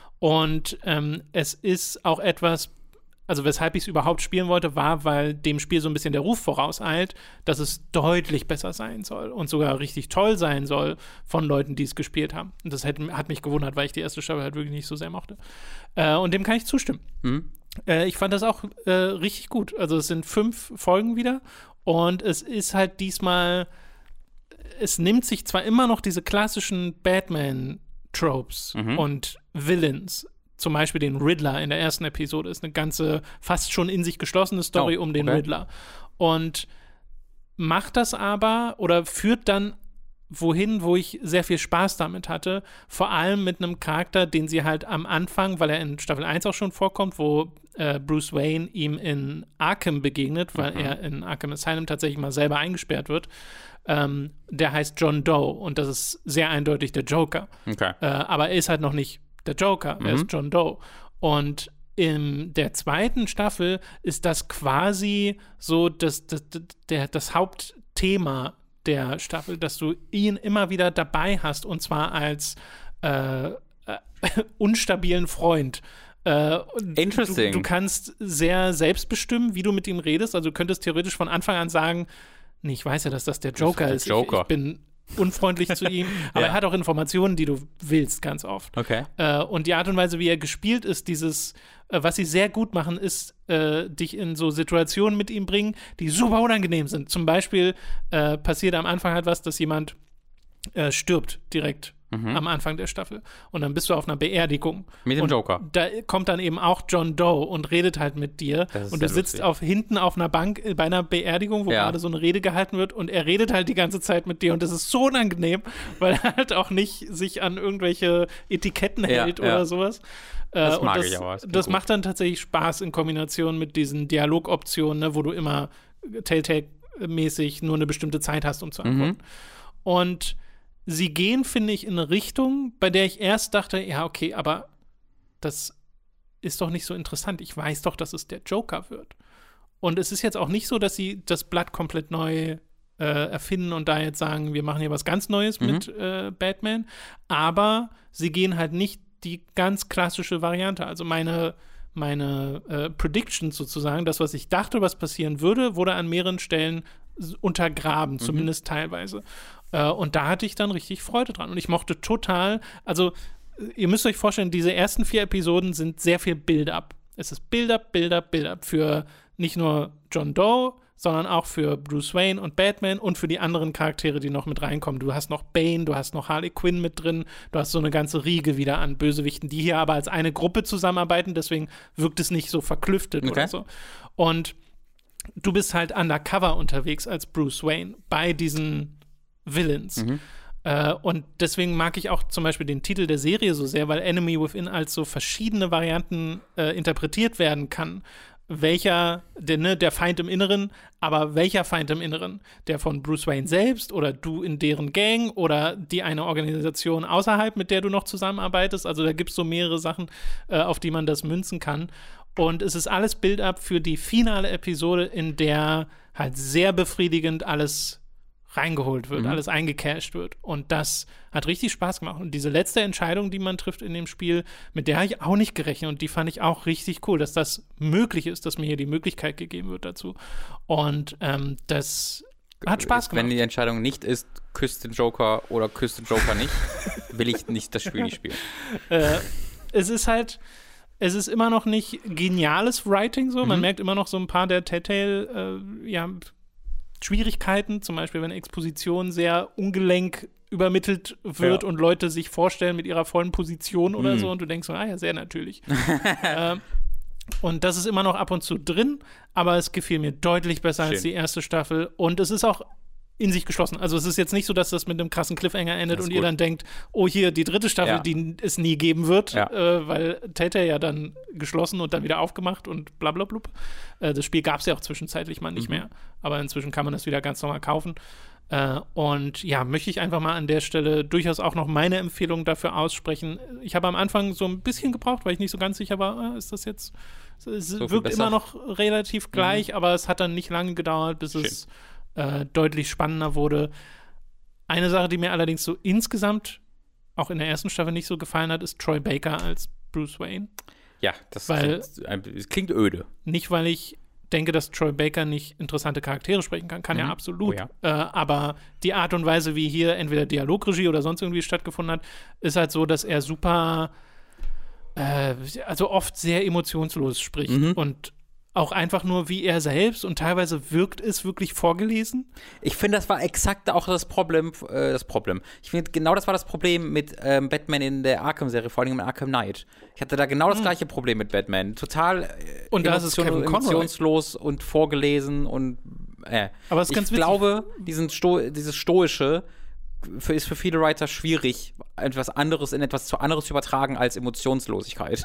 Und ähm, es ist auch etwas, also weshalb ich es überhaupt spielen wollte, war, weil dem Spiel so ein bisschen der Ruf vorauseilt, dass es deutlich besser sein soll und sogar richtig toll sein soll von Leuten, die es gespielt haben. Und das hat, hat mich gewundert, weil ich die erste Staffel halt wirklich nicht so sehr mochte. Äh, und dem kann ich zustimmen. Mhm. Äh, ich fand das auch äh, richtig gut. Also es sind fünf Folgen wieder und es ist halt diesmal, es nimmt sich zwar immer noch diese klassischen Batman Tropes mhm. und Villains. Zum Beispiel den Riddler in der ersten Episode ist eine ganze, fast schon in sich geschlossene Story oh, um den okay. Riddler. Und macht das aber oder führt dann wohin, wo ich sehr viel Spaß damit hatte, vor allem mit einem Charakter, den sie halt am Anfang, weil er in Staffel eins auch schon vorkommt, wo äh, Bruce Wayne ihm in Arkham begegnet, weil mhm. er in Arkham Asylum tatsächlich mal selber eingesperrt wird, ähm, der heißt John Doe und das ist sehr eindeutig der Joker. Okay. Äh, aber er ist halt noch nicht der Joker, mhm. er ist John Doe. Und in der zweiten Staffel ist das quasi so das, das, das, der, das Hauptthema der Staffel, dass du ihn immer wieder dabei hast und zwar als äh, äh, unstabilen Freund. Äh, Interesting. Du, du kannst sehr selbst bestimmen, wie du mit ihm redest. Also du könntest theoretisch von Anfang an sagen, nee, ich weiß ja, dass das der Joker das ist. Der Joker. Ich, ich bin unfreundlich zu ihm, aber ja. er hat auch Informationen, die du willst, ganz oft. Okay. Äh, und die Art und Weise, wie er gespielt ist, dieses, äh, was sie sehr gut machen, ist, äh, dich in so Situationen mit ihm bringen, die super unangenehm sind. Zum Beispiel äh, passiert am Anfang halt was, dass jemand äh, stirbt direkt mhm. am Anfang der Staffel. Und dann bist du auf einer Beerdigung. Mit dem und Joker. Da kommt dann eben auch John Doe und redet halt mit dir. Und du sitzt auf, hinten auf einer Bank bei einer Beerdigung, wo ja. gerade so eine Rede gehalten wird und er redet halt die ganze Zeit mit dir und das ist so unangenehm, weil er halt auch nicht sich an irgendwelche Etiketten ja, hält ja. oder sowas. Das äh, mag das, ich aber. Das, das gut. macht dann tatsächlich Spaß in Kombination mit diesen Dialogoptionen, ne, wo du immer Telltale-mäßig nur eine bestimmte Zeit hast, um zu antworten. Mhm. Und sie gehen, finde ich, in eine Richtung, bei der ich erst dachte, ja, okay, aber das ist doch nicht so interessant. Ich weiß doch, dass es der Joker wird. Und es ist jetzt auch nicht so, dass sie das Blatt komplett neu äh, erfinden und da jetzt sagen, wir machen hier was ganz Neues mhm. mit äh, Batman. Aber sie gehen halt nicht die ganz klassische Variante. Also meine, meine äh, Predictions sozusagen, das, was ich dachte, was passieren würde, wurde an mehreren Stellen untergraben, mhm. zumindest teilweise. Und da hatte ich dann richtig Freude dran. Und ich mochte total, also ihr müsst euch vorstellen, diese ersten vier Episoden sind sehr viel Build-up. Es ist Build-up, Build-up, Build-up für nicht nur John Doe, sondern auch für Bruce Wayne und Batman und für die anderen Charaktere, die noch mit reinkommen. Du hast noch Bane, du hast noch Harley Quinn mit drin, du hast so eine ganze Riege wieder an Bösewichten, die hier aber als eine Gruppe zusammenarbeiten, deswegen wirkt es nicht so verklüftet okay. oder so. Und du bist halt undercover unterwegs als Bruce Wayne bei diesen Villains. Mhm. Äh, und deswegen mag ich auch zum Beispiel den Titel der Serie so sehr, weil Enemy Within als so verschiedene Varianten äh, interpretiert werden kann. Welcher, der, ne, der Feind im Inneren, aber welcher Feind im Inneren? Der von Bruce Wayne selbst oder du in deren Gang oder die eine Organisation außerhalb, mit der du noch zusammenarbeitest? Also da gibt es so mehrere Sachen, äh, auf die man das münzen kann. Und es ist alles Build-up für die finale Episode, in der halt sehr befriedigend alles reingeholt wird, mhm. alles eingecasht wird. Und das hat richtig Spaß gemacht. Und diese letzte Entscheidung, die man trifft in dem Spiel, mit der habe ich auch nicht gerechnet. Und die fand ich auch richtig cool, dass das möglich ist, dass mir hier die Möglichkeit gegeben wird dazu. Und ähm, das hat Spaß gemacht. Wenn die Entscheidung nicht ist, küsst den Joker oder küsst den Joker nicht, will ich nicht das Spiel nicht spielen. Äh, es ist halt Es ist immer noch nicht geniales Writing so. Man mhm. merkt immer noch so ein paar der Telltale äh, ja, Schwierigkeiten, zum Beispiel, wenn Exposition sehr ungelenk übermittelt wird ja. und Leute sich vorstellen mit ihrer vollen Position oder mhm. so und du denkst so, ah ja, sehr natürlich. äh, und das ist immer noch ab und zu drin, aber es gefiel mir deutlich besser Schön. als die erste Staffel und es ist auch in sich geschlossen. Also es ist jetzt nicht so, dass das mit einem krassen Cliffhanger endet und gut. ihr dann denkt, oh, hier die dritte Staffel, ja. die es nie geben wird, ja. äh, weil Telltale ja dann geschlossen und dann wieder aufgemacht und blablabla. Äh, das Spiel gab es ja auch zwischenzeitlich mal nicht mhm. mehr, aber inzwischen kann man das wieder ganz normal kaufen. Äh, und ja, möchte ich einfach mal an der Stelle durchaus auch noch meine Empfehlung dafür aussprechen. Ich habe am Anfang so ein bisschen gebraucht, weil ich nicht so ganz sicher war, äh, ist das jetzt, es so wirkt immer noch relativ gleich, mhm. aber es hat dann nicht lange gedauert, bis Schön. es Äh, deutlich spannender wurde. Eine Sache, die mir allerdings so insgesamt auch in der ersten Staffel nicht so gefallen hat, ist Troy Baker als Bruce Wayne. Ja, das weil, klingt, das klingt öde. Nicht, weil ich denke, dass Troy Baker nicht interessante Charaktere sprechen kann. Kann mhm. ja absolut. Oh ja. Äh, aber die Art und Weise, wie hier entweder Dialogregie oder sonst irgendwie stattgefunden hat, ist halt so, dass er super, äh, also oft sehr emotionslos spricht mhm. und auch einfach nur wie er selbst und teilweise wirkt es wirklich vorgelesen. Ich finde, das war exakt auch das Problem, äh, das Problem. Ich finde, genau das war das Problem mit ähm, Batman in der Arkham-Serie, vor allem mit Arkham Knight. Ich hatte da genau das hm. gleiche Problem mit Batman. Total äh, und da ist es Kevin emotionslos und vorgelesen und äh. Aber es ist ich ganz glaube, diesen Sto- dieses Stoische für, ist für viele Writer schwierig, etwas anderes in etwas zu anderes zu übertragen als Emotionslosigkeit.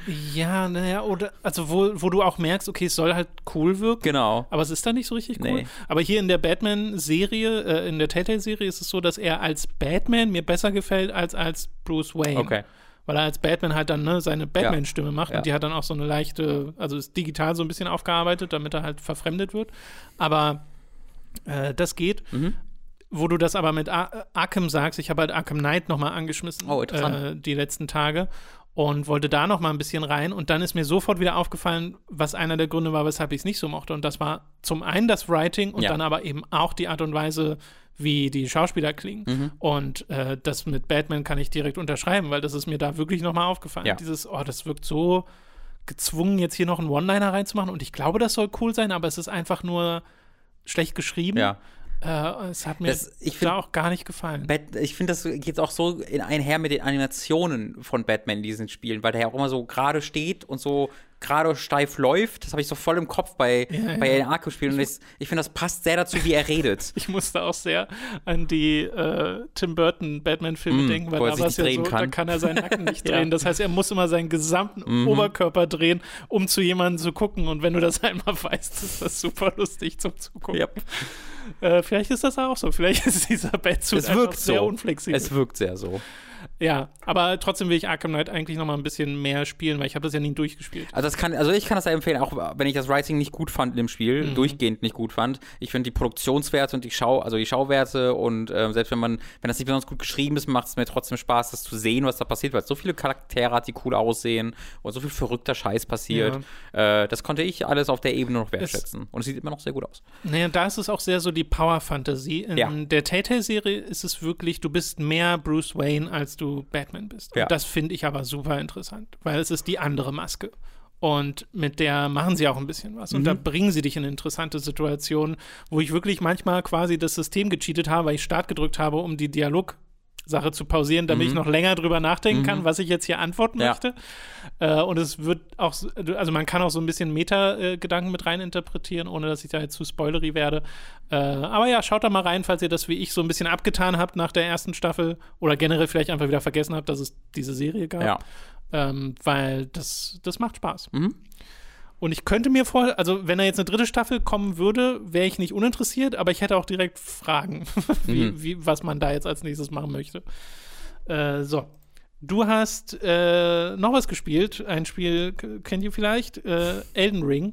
Ja, naja, oder, also wo, wo du auch merkst, okay, es soll halt cool wirken. Genau. Aber es ist da nicht so richtig cool. Nee. Aber hier in der Batman-Serie, äh, in der Telltale-Serie ist es so, dass er als Batman mir besser gefällt als als Bruce Wayne. Okay. Weil er als Batman halt dann ne, seine Batman-Stimme macht Ja. und die hat dann auch so eine leichte, also ist digital so ein bisschen aufgearbeitet, damit er halt verfremdet wird. Aber äh, das geht. Mhm. Wo du das aber mit Ar- Arkham sagst, ich habe halt Arkham Knight nochmal angeschmissen Oh, interessant. äh, die letzten Tage und wollte da noch mal ein bisschen rein und dann ist mir sofort wieder aufgefallen, was einer der Gründe war, weshalb ich es nicht so mochte und das war zum einen das Writing und Ja. dann aber eben auch die Art und Weise, wie die Schauspieler klingen Mhm. und äh, das mit Batman kann ich direkt unterschreiben, weil das ist mir da wirklich noch mal aufgefallen. Ja. Dieses, oh, das wirkt so gezwungen, jetzt hier noch einen One-Liner reinzumachen und ich glaube, das soll cool sein, aber es ist einfach nur schlecht geschrieben. Ja. Äh, es hat mir Das- ich da find- auch gar nicht gefallen. Bat- ich finde, das geht auch so in einher mit den Animationen von Batman in diesen Spielen, weil der ja auch immer so gerade steht und so gerade steif läuft. Das habe ich so voll im Kopf bei, Ja, bei ja. den Arkham-Spielen. Und ich, ich finde, das passt sehr dazu, wie er redet. Ich musste auch sehr an die äh, Tim Burton Batman-Filme Mm, denken, weil wo er da sich war es nicht ja so, drehen kann. da kann er seinen Nacken nicht Ja. drehen. Das heißt, er muss immer seinen gesamten Mhm. Oberkörper drehen, um zu jemandem zu gucken. Und wenn du das einmal weißt, ist das super lustig zum Zugucken. Ja. Äh, vielleicht ist das auch so. Vielleicht ist dieser Batsuit Es einfach wirkt sehr so. unflexibel. Es wirkt sehr so. Ja, aber trotzdem will ich Arkham Knight eigentlich noch mal ein bisschen mehr spielen, weil ich habe das ja nie durchgespielt. Also, das kann, also ich kann das ja empfehlen, auch wenn ich das Writing nicht gut fand in dem Spiel, Mhm. durchgehend nicht gut fand. Ich finde die Produktionswerte und die Schau, also die Schauwerte und ähm, selbst wenn man, wenn das nicht besonders gut geschrieben ist, macht es mir trotzdem Spaß, das zu sehen, was da passiert, weil es so viele Charaktere hat, die cool aussehen und so viel verrückter Scheiß passiert. Äh, das konnte ich alles auf der Ebene noch wertschätzen. Und es sieht immer noch sehr gut aus. Naja, da ist es auch sehr so die Power-Fantasie. In Ja. der Telltale-Serie ist es wirklich, du bist mehr Bruce Wayne, als du Batman bist. Ja. Und das finde ich aber super interessant, weil es ist die andere Maske. Und mit der machen sie auch ein bisschen was. Und Mhm. da bringen sie dich in interessante Situationen, wo ich wirklich manchmal quasi das System gecheatet habe, weil ich Start gedrückt habe, um die Dialogsache zu pausieren, damit Mhm. ich noch länger drüber nachdenken Mhm. kann, was ich jetzt hier antworten Ja. möchte. Äh, und es wird auch, so- also man kann auch so ein bisschen Meta-Gedanken mit reininterpretieren, ohne dass ich da jetzt zu spoilery werde. Äh, aber ja, schaut da mal rein, falls ihr das wie ich so ein bisschen abgetan habt nach der ersten Staffel oder generell vielleicht einfach wieder vergessen habt, dass es diese Serie gab. Ja. Ähm, weil das, das macht Spaß. Mhm. Und ich könnte mir vor, also wenn da jetzt eine dritte Staffel kommen würde, wäre ich nicht uninteressiert, aber ich hätte auch direkt Fragen, wie, Mhm. wie, was man da jetzt als nächstes machen möchte. Äh, so. Du hast äh, noch was gespielt, ein Spiel, k- kennt ihr vielleicht? Äh, Elden Ring.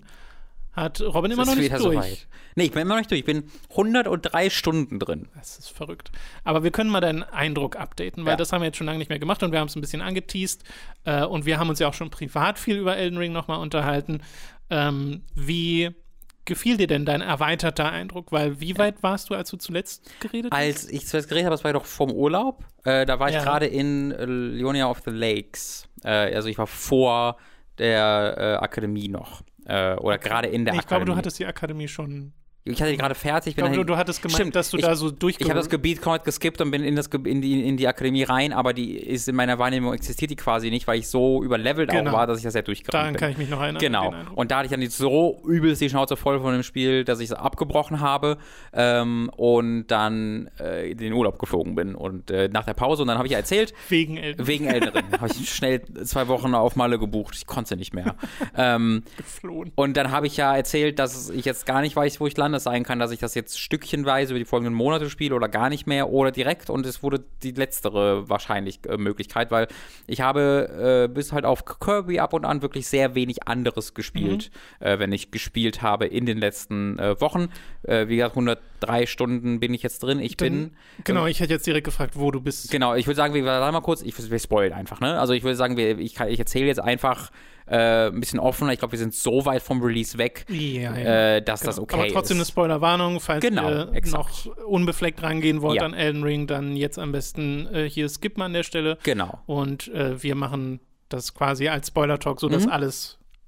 Hat Robin immer Es noch ist nicht wieder durch. soweit. Nee, ich bin immer noch nicht durch. Ich bin hundertdrei Stunden drin. Das ist verrückt. Aber wir können mal deinen Eindruck updaten, weil Ja. das haben wir jetzt schon lange nicht mehr gemacht und wir haben es ein bisschen angeteased. Äh, und wir haben uns ja auch schon privat viel über Elden Ring nochmal unterhalten. Ähm, wie gefiel dir denn dein erweiterter Eindruck? Weil wie weit warst du, als du zuletzt geredet hast? Als ich zuerst geredet habe, das war ja doch vorm Urlaub. Äh, da war ich Ja. gerade in äh, Leonia of the Lakes. Äh, also ich war vor der äh, Akademie noch. Äh, oder gerade in der Nee, ich glaube, Akademie. du hattest die Akademie schon. Ich hatte die gerade fertig. Ich glaube, dahin- du, du hattest gemeint, Stimmt, dass du ich, da so Ich durchgegangen habe das Gebiet komplett geskippt und bin in, das, Ge- in, die, in die Akademie rein, aber die ist in meiner Wahrnehmung existiert die quasi nicht, weil ich so überlevelt Genau. auch war, dass ich das ja durchgerannt Daran bin. kann ich mich noch erinnern. Genau. den Eindruck. Und da hatte ich dann jetzt so übelst die Schnauze voll von dem Spiel, dass ich es abgebrochen habe ähm, und dann äh, in den Urlaub geflogen bin. Und äh, nach der Pause, und dann habe ich ja erzählt, Wegen Elden wegen Elden Ring, habe ich schnell zwei Wochen auf Malle gebucht. Ich konnte nicht mehr. ähm, geflohen. und dann habe ich ja erzählt, dass ich jetzt gar nicht weiß, wo ich lande. Es sein kann, dass ich das jetzt stückchenweise über die folgenden Monate spiele oder gar nicht mehr oder direkt. Und es wurde die letztere wahrscheinlich äh, Möglichkeit, weil ich habe äh, bis halt auf Kirby ab und an wirklich sehr wenig anderes gespielt, mhm. äh, wenn ich gespielt habe in den letzten äh, Wochen. Äh, wie gesagt, hundertdrei Stunden bin ich jetzt drin. Ich Dann, bin Genau, ich hätte jetzt direkt gefragt, wo du bist. Genau, ich würde sagen, wir sagen mal kurz, ich, wir spoilen einfach, ne? Also ich würde sagen, wir, ich, ich erzähle jetzt einfach äh, ein bisschen offener. Ich glaube, wir sind so weit vom Release weg, Ja, ja. äh, dass Genau. das okay Aber trotzdem eine ist. Spoilerwarnung, falls Genau, ihr exakt. noch unbefleckt rangehen wollt Ja. an Elden Ring, dann jetzt am besten äh, hier skippen an der Stelle. Genau. Und äh, wir machen das quasi als Spoiler-Talk, sodass Mhm. alles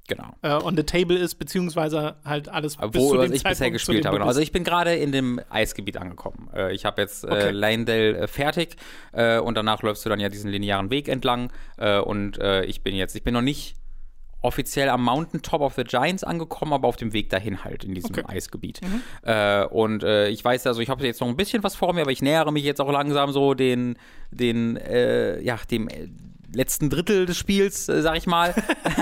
genau. äh, on the table ist, beziehungsweise halt alles bis Wo zu dem ich Zeitpunkt, bisher gespielt habe. Genau. Also Also ich bin gerade in dem Eisgebiet angekommen. Äh, ich habe jetzt äh, okay. Leyndell äh, fertig äh, und danach läufst du dann ja diesen linearen Weg entlang äh, und äh, ich bin jetzt, ich bin noch nicht offiziell am Mountaintop of the Giants angekommen, aber auf dem Weg dahin halt in diesem okay. Eisgebiet. Mhm. Äh, und äh, ich weiß, also ich habe jetzt noch ein bisschen was vor mir, aber ich nähere mich jetzt auch langsam so den, den, äh, ja, dem äh, letzten Drittel des Spiels, äh, sag ich mal.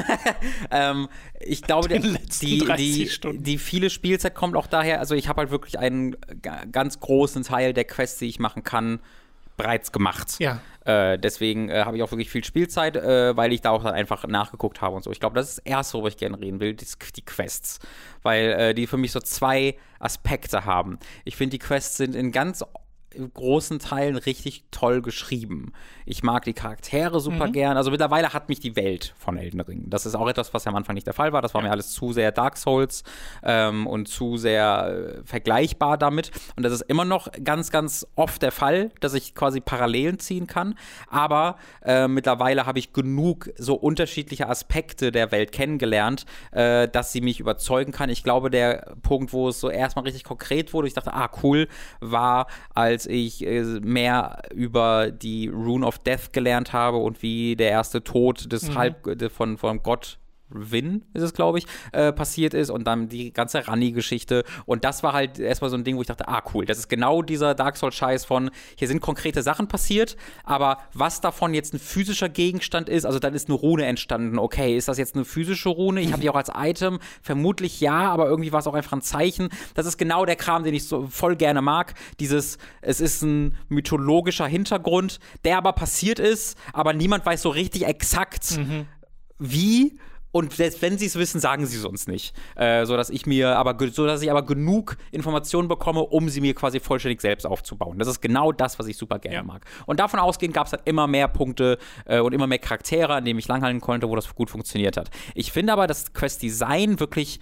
ähm, ich glaube, der, die, die, die viele Spielzeit kommt auch daher, also ich habe halt wirklich einen g- ganz großen Teil der Quests, die ich machen kann, bereits gemacht. Ja. Äh, deswegen äh, habe ich auch wirklich viel Spielzeit, äh, weil ich da auch dann einfach nachgeguckt habe und so. Ich glaube, das ist das Erste, worüber ich gerne reden will, die, die Quests. Weil äh, die für mich so zwei Aspekte haben. Ich finde, die Quests sind in ganz großen Teilen richtig toll geschrieben. Ich mag die Charaktere super mhm. gern. Also mittlerweile hat mich die Welt von Elden Ring. Das ist auch etwas, was ja am Anfang nicht der Fall war. Das war ja. mir alles zu sehr Dark Souls ähm, und zu sehr äh, vergleichbar damit. Und das ist immer noch ganz, ganz oft der Fall, dass ich quasi Parallelen ziehen kann. Aber äh, mittlerweile habe ich genug so unterschiedliche Aspekte der Welt kennengelernt, äh, dass sie mich überzeugen kann. Ich glaube, der Punkt, wo es so erstmal richtig konkret wurde, ich dachte, ah, cool, war, als ich äh, mehr über die Rune of Death gelernt habe und wie der erste Tod des mhm. Halb von, von Gott Win ist es, glaube ich, äh, passiert ist und dann die ganze Ranni-Geschichte und das war halt erstmal so ein Ding, wo ich dachte, ah cool, das ist genau dieser Dark Souls-Scheiß von, hier sind konkrete Sachen passiert, aber was davon jetzt ein physischer Gegenstand ist, also dann ist eine Rune entstanden, okay, ist das jetzt eine physische Rune? Ich habe die auch als Item, vermutlich ja, aber irgendwie war es auch einfach ein Zeichen. Das ist genau der Kram, den ich so voll gerne mag, dieses, es ist ein mythologischer Hintergrund, der aber passiert ist, aber niemand weiß so richtig exakt, mhm. wie. Und selbst wenn sie es wissen, sagen sie es uns nicht. Äh, so dass ich mir aber, so dass ich aber genug Informationen bekomme, um sie mir quasi vollständig selbst aufzubauen. Das ist genau das, was ich super gerne ja. mag. Und davon ausgehend gab es halt immer mehr Punkte äh, und immer mehr Charaktere, an denen ich langhalten konnte, wo das gut funktioniert hat. Ich finde aber das Quest-Design wirklich,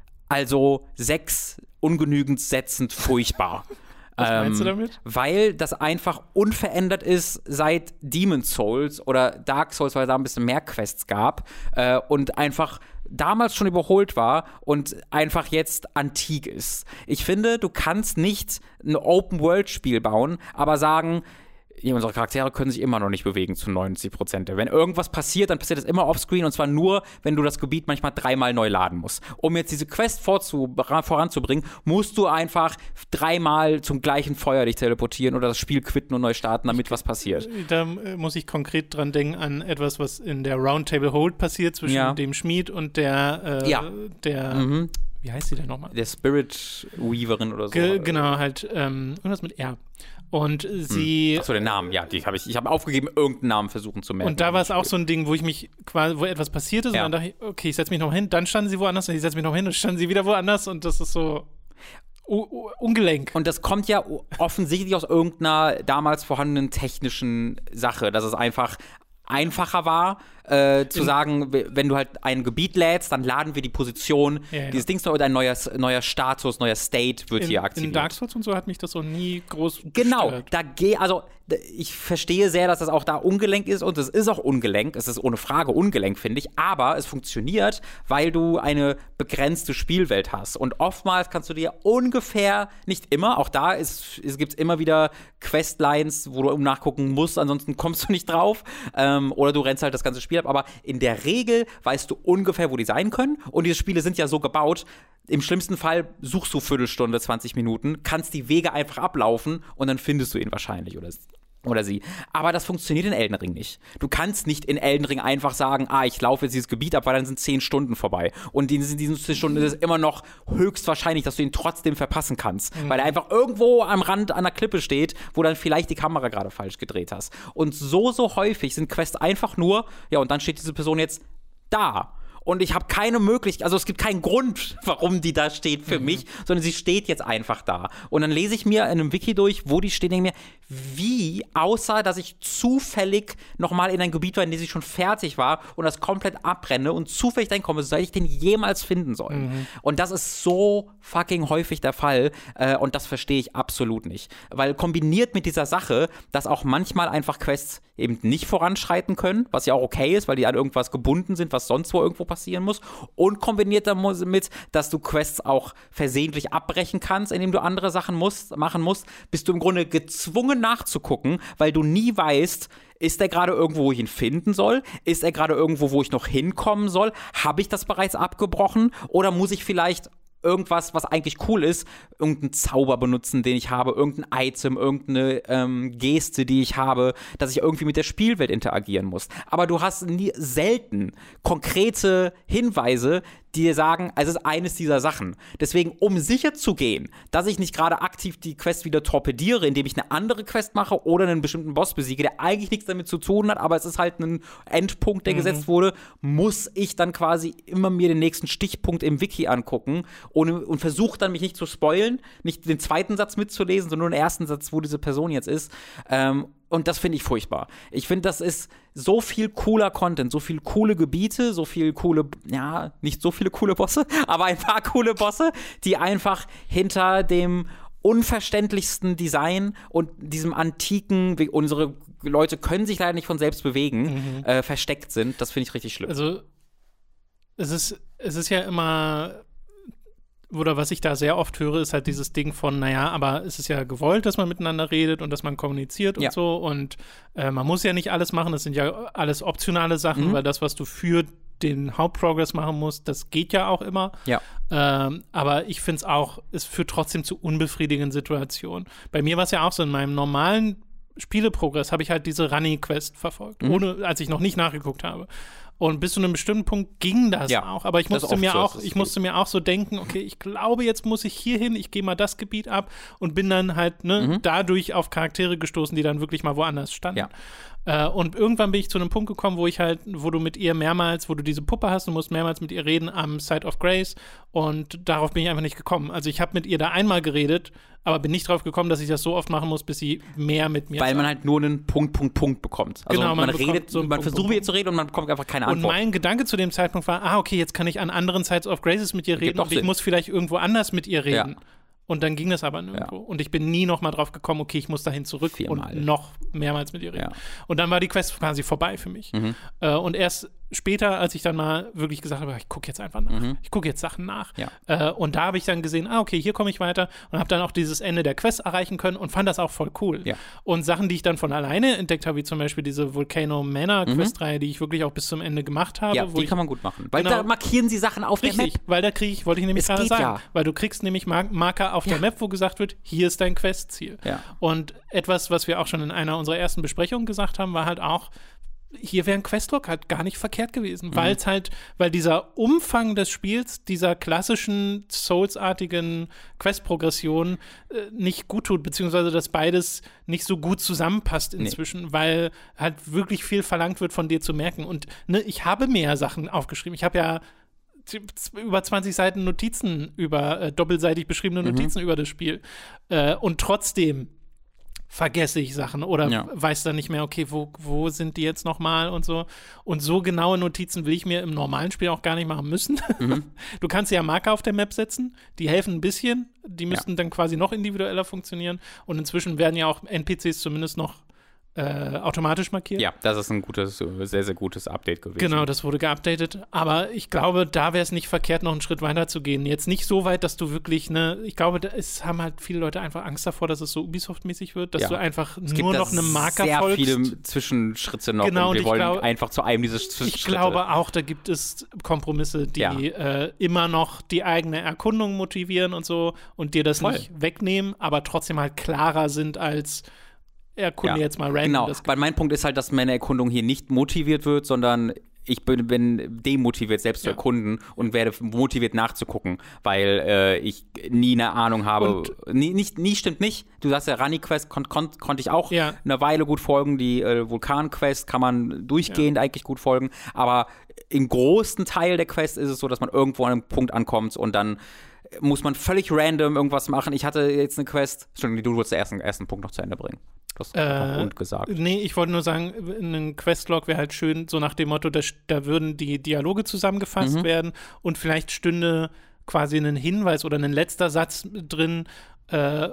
also sechs ungenügend setzend furchtbar. Was meinst du damit? Weil das einfach unverändert ist seit Demon's Souls oder Dark Souls, weil da ein bisschen mehr Quests gab äh, und einfach damals schon überholt war und einfach jetzt antik ist. Ich finde, du kannst nicht ein Open-World-Spiel bauen, aber sagen, ja, unsere Charaktere können sich immer noch nicht bewegen zu neunzig Prozent. Wenn irgendwas passiert, dann passiert das immer offscreen und zwar nur, wenn du das Gebiet manchmal dreimal neu laden musst. Um jetzt diese Quest vorzu- voranzubringen, musst du einfach dreimal zum gleichen Feuer dich teleportieren oder das Spiel quitten und neu starten, damit was passiert. Da äh, muss ich konkret dran denken an etwas, was in der Roundtable Hold passiert zwischen ja. dem Schmied und der, äh, ja. der mhm. wie heißt sie denn nochmal? Der Spirit Weaverin oder so. Ge- genau, halt ähm, irgendwas mit R. Und sie. Hm. Achso, den Namen, ja, die habe ich. Ich habe aufgegeben, irgendeinen Namen versuchen zu merken. Und da war es auch so ein Ding, wo ich mich quasi, wo etwas passiert ist ja. und dann dachte ich, okay, ich setze mich noch hin, dann standen sie woanders und ich setze mich noch hin und standen sie wieder woanders und das ist so u- u- ungelenk. Und das kommt ja offensichtlich aus irgendeiner damals vorhandenen technischen Sache, dass es einfach einfacher war, äh, zu in, sagen, wenn du halt ein Gebiet lädst, dann laden wir die Position ja, ja. dieses Dings oder ein neuer, neuer Status, neuer State wird in, hier aktiviert. In Dark Souls und so hat mich das so nie groß Genau, gestört. da geht, also ich verstehe sehr, dass das auch da ungelenk ist und es ist auch ungelenk, es ist ohne Frage ungelenk, finde ich, aber es funktioniert, weil du eine begrenzte Spielwelt hast und oftmals kannst du dir ungefähr, nicht immer, auch da ist, es gibt immer wieder Questlines, wo du nachgucken musst, ansonsten kommst du nicht drauf ähm, oder du rennst halt das ganze Spiel ab, aber in der Regel weißt du ungefähr, wo die sein können und diese Spiele sind ja so gebaut, im schlimmsten Fall suchst du Viertelstunde, zwanzig Minuten, kannst die Wege einfach ablaufen und dann findest du ihn wahrscheinlich oder Oder sie. Aber das funktioniert in Elden Ring nicht. Du kannst nicht in Elden Ring einfach sagen, ah, ich laufe jetzt dieses Gebiet ab, weil dann sind zehn Stunden vorbei. Und in diesen zehn Stunden ist es immer noch höchstwahrscheinlich, dass du ihn trotzdem verpassen kannst. Mhm. Weil er einfach irgendwo am Rand einer Klippe steht, wo dann vielleicht die Kamera gerade falsch gedreht hast. Und so, so häufig sind Quests einfach nur, ja, und dann steht diese Person jetzt da. Und ich habe keine Möglichkeit, also es gibt keinen Grund, warum die da steht für mhm. mich, sondern sie steht jetzt einfach da. Und dann lese ich mir in einem Wiki durch, wo die steht, denke mir, wie, außer dass ich zufällig nochmal in ein Gebiet war, in dem ich schon fertig war und das komplett abbrenne und zufällig dann komme, soll ich den jemals finden sollen. Mhm. Und das ist so fucking häufig der Fall äh, und das verstehe ich absolut nicht. Weil kombiniert mit dieser Sache, dass auch manchmal einfach Quests eben nicht voranschreiten können, was ja auch okay ist, weil die an irgendwas gebunden sind, was sonst wo irgendwo passieren muss, und kombiniert damit, dass du Quests auch versehentlich abbrechen kannst, indem du andere Sachen musst, machen musst, bist du im Grunde gezwungen nachzugucken, weil du nie weißt, ist er gerade irgendwo, wo ich ihn finden soll? Ist er gerade irgendwo, wo ich noch hinkommen soll? Habe ich das bereits abgebrochen? Oder muss ich vielleicht irgendwas, was eigentlich cool ist, irgendeinen Zauber benutzen, den ich habe, irgendein Item, irgendeine ähm, Geste, die ich habe, dass ich irgendwie mit der Spielwelt interagieren muss. Aber du hast nie, selten konkrete Hinweise, die dir sagen, also es ist eines dieser Sachen. Deswegen, um sicher zu gehen, dass ich nicht gerade aktiv die Quest wieder torpediere, indem ich eine andere Quest mache oder einen bestimmten Boss besiege, der eigentlich nichts damit zu tun hat, aber es ist halt ein Endpunkt, der mhm. gesetzt wurde, muss ich dann quasi immer mir den nächsten Stichpunkt im Wiki angucken und, und versuche dann, mich nicht zu spoilen, nicht den zweiten Satz mitzulesen, sondern nur den ersten Satz, wo diese Person jetzt ist. Ähm, Und das finde ich furchtbar. Ich finde, das ist so viel cooler Content, so viel coole Gebiete, so viel coole, ja, nicht so viele coole Bosse, aber ein paar coole Bosse, die einfach hinter dem unverständlichsten Design und diesem antiken, unsere Leute können sich leider nicht von selbst bewegen, mhm. äh, versteckt sind. Das finde ich richtig schlimm. Also, es ist, es ist ja immer oder was ich da sehr oft höre, ist halt dieses Ding von, naja, aber es ist ja gewollt, dass man miteinander redet und dass man kommuniziert und ja. so und äh, man muss ja nicht alles machen, das sind ja alles optionale Sachen, mhm. weil das, was du für den Hauptprogress machen musst, das geht ja auch immer. Ja. Ähm, aber ich finde es auch, es führt trotzdem zu unbefriedigenden Situationen. Bei mir war es ja auch so, in meinem normalen Spieleprogress habe ich halt diese Running-Quest verfolgt, mhm. ohne, als ich noch nicht nachgeguckt habe. Und bis zu einem bestimmten Punkt ging das ja, auch. Aber ich musste mir so, auch, ich musste mir auch so denken, okay, ich glaube, jetzt muss ich hier hin, ich gehe mal das Gebiet ab und bin dann halt ne, mhm. dadurch auf Charaktere gestoßen, die dann wirklich mal woanders standen. Ja. Äh, und irgendwann bin ich zu einem Punkt gekommen, wo ich halt, wo du mit ihr mehrmals, wo du diese Puppe hast, du musst mehrmals mit ihr reden am Site of Grace und darauf bin ich einfach nicht gekommen. Also ich habe mit ihr da einmal geredet, aber bin nicht drauf gekommen, dass ich das so oft machen muss, bis sie mehr mit mir Weil sagt. man halt nur einen Punkt, Punkt, Punkt bekommt. Also genau, man, man redet, so man Punkt, versucht Punkt, mit ihr zu reden und man bekommt einfach keine Antwort. Und mein Gedanke zu dem Zeitpunkt war, ah, okay, jetzt kann ich an anderen Sites of Graces mit ihr reden und ich muss vielleicht irgendwo anders mit ihr reden. Ja. Und dann ging das aber nirgendwo. Ja. Und ich bin nie noch mal drauf gekommen, okay, ich muss dahin zurück Viermal. und noch mehrmals mit ihr reden. Ja. Und dann war die Quest quasi vorbei für mich. Mhm. Äh, und erst später, als ich dann mal wirklich gesagt habe, ich gucke jetzt einfach nach. Mhm. Ich gucke jetzt Sachen nach. Ja. Äh, und da habe ich dann gesehen, ah, okay, hier komme ich weiter und habe dann auch dieses Ende der Quest erreichen können und fand das auch voll cool. Ja. Und Sachen, die ich dann von alleine entdeckt habe, wie zum Beispiel diese Volcano Manor Questreihe, mhm. die ich wirklich auch bis zum Ende gemacht habe. Ja, wo die ich, kann man gut machen. Weil genau, da markieren sie Sachen auf richtig, der Map. Weil da kriege ich, wollte ich nämlich gerade sagen, ja. weil du kriegst nämlich Mar- Marker auf ja. der Map, wo gesagt wird, hier ist dein Questziel. Ja. Und etwas, was wir auch schon in einer unserer ersten Besprechungen gesagt haben, war halt auch, hier wäre ein Questlog halt gar nicht verkehrt gewesen, mhm. weil es halt, weil dieser Umfang des Spiels, dieser klassischen Souls-artigen Quest-Progression äh, nicht gut tut, beziehungsweise dass beides nicht so gut zusammenpasst inzwischen, nee. weil halt wirklich viel verlangt wird von dir zu merken. Und ne, ich habe mehr Sachen aufgeschrieben. Ich habe ja über zwanzig Seiten Notizen über, äh, doppelseitig beschriebene Notizen mhm. über das Spiel. Äh, und trotzdem vergesse ich Sachen oder ja. weiß dann nicht mehr, okay, wo, wo sind die jetzt nochmal und so. Und so genaue Notizen will ich mir im normalen Spiel auch gar nicht machen müssen. Mhm. Du kannst ja Marker auf der Map setzen, die helfen ein bisschen, die müssten ja. dann quasi noch individueller funktionieren. Und inzwischen werden ja auch N P Cs zumindest noch Äh, automatisch markiert. Ja, das ist ein gutes, sehr, sehr gutes Update gewesen. Genau, das wurde geupdatet. Aber ich glaube, da wäre es nicht verkehrt, noch einen Schritt weiter zu gehen. Jetzt nicht so weit, dass du wirklich, ne, ich glaube, da ist, haben halt viele Leute einfach Angst davor, dass es so Ubisoft-mäßig wird, dass ja. du einfach es nur noch einem Marker sehr folgst. Sehr viele Zwischenschritte noch genau, und wir und wollen glaub, einfach zu einem dieser Zwischenschritte. Ich glaube auch, da gibt es Kompromisse, die ja. äh, immer noch die eigene Erkundung motivieren und so und dir das Voll. nicht wegnehmen, aber trotzdem halt klarer sind als erkunde ja, jetzt mal random. Genau, weil mein Punkt ist halt, dass meine Erkundung hier nicht motiviert wird, sondern ich bin, bin demotiviert, selbst ja. zu erkunden und werde motiviert nachzugucken, weil äh, ich nie eine Ahnung habe. Und nie, nicht, nie stimmt nicht. Du sagst ja, Runny-Quest kon- kon- konnte ich auch ja. eine Weile gut folgen. Die äh, Vulkan-Quest kann man durchgehend ja. eigentlich gut folgen. Aber im großen Teil der Quest ist es so, dass man irgendwo an einem Punkt ankommt und dann muss man völlig random irgendwas machen. Ich hatte jetzt eine Quest. Entschuldigung, du wolltest den ersten, ersten Punkt noch zu Ende bringen. Du hast äh, und gesagt. Nee, ich wollte nur sagen, ein Questlog wäre halt schön, so nach dem Motto, da, da würden die Dialoge zusammengefasst mhm. werden und vielleicht stünde quasi ein Hinweis oder ein letzter Satz drin, äh,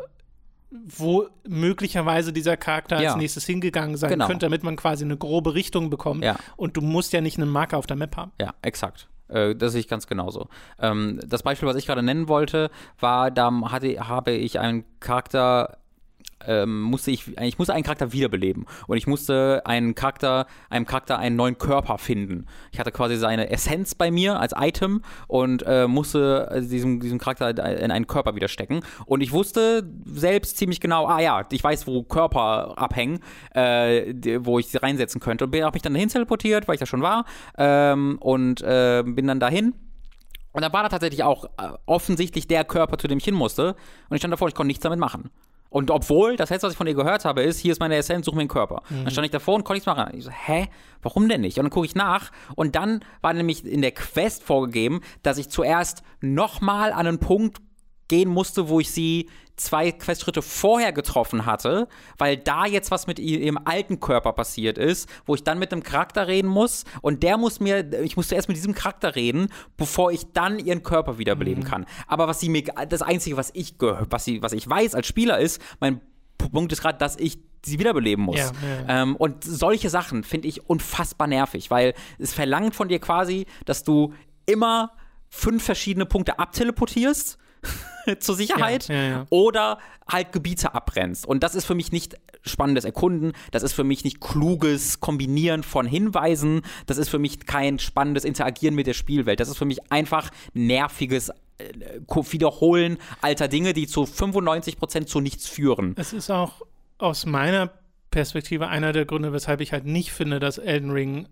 wo möglicherweise dieser Charakter ja. als nächstes hingegangen sein genau. könnte, damit man quasi eine grobe Richtung bekommt. Ja. Und du musst ja nicht einen Marker auf der Map haben. Ja, exakt. Das sehe ich ganz genauso. Ähm, das Beispiel, was ich gerade nennen wollte, war, da hatte, habe ich einen Charakter, ähm, musste ich, ich musste einen Charakter wiederbeleben und ich musste einen Charakter, einem Charakter einen neuen Körper finden. Ich hatte quasi seine Essenz bei mir als Item und äh, musste also diesem, diesem Charakter in einen Körper wieder stecken. Und ich wusste selbst ziemlich genau, ah ja, ich weiß, wo Körper abhängen, äh, wo ich sie reinsetzen könnte. Und habe mich dann dahin teleportiert, weil ich da schon war, ähm, und äh, bin dann dahin. Und da war da tatsächlich auch äh, offensichtlich der Körper, zu dem ich hin musste. Und ich stand davor, ich konnte nichts damit machen. Und obwohl, das letzte, was ich von ihr gehört habe, ist, hier ist meine Essenz, such mir einen Körper. Mhm. Dann stand ich davor und konnte nichts machen. Ich so, hä? Warum denn nicht? Und dann gucke ich nach und dann war nämlich in der Quest vorgegeben, dass ich zuerst nochmal an einen Punkt gehen musste, wo ich sie zwei Questschritte vorher getroffen hatte, weil da jetzt was mit ihrem alten Körper passiert ist, wo ich dann mit einem Charakter reden muss und der muss mir, ich musste erst mit diesem Charakter reden, bevor ich dann ihren Körper wiederbeleben mhm. kann. Aber was sie mir, das Einzige, was ich gehört, was sie, was ich weiß als Spieler ist, mein Punkt ist gerade, dass ich sie wiederbeleben muss. Ja, ja, ja. Ähm, und solche Sachen finde ich unfassbar nervig, weil es verlangt von dir quasi, dass du immer fünf verschiedene Punkte abteleportierst zur Sicherheit ja, ja, ja. oder halt Gebiete abbrennst. Und das ist für mich nicht spannendes Erkunden, das ist für mich nicht kluges Kombinieren von Hinweisen, das ist für mich kein spannendes Interagieren mit der Spielwelt. Das ist für mich einfach nerviges äh, Wiederholen alter Dinge, die zu fünfundneunzig Prozent zu nichts führen. Es ist auch aus meiner Perspektive einer der Gründe, weshalb ich halt nicht finde, dass Elden Ring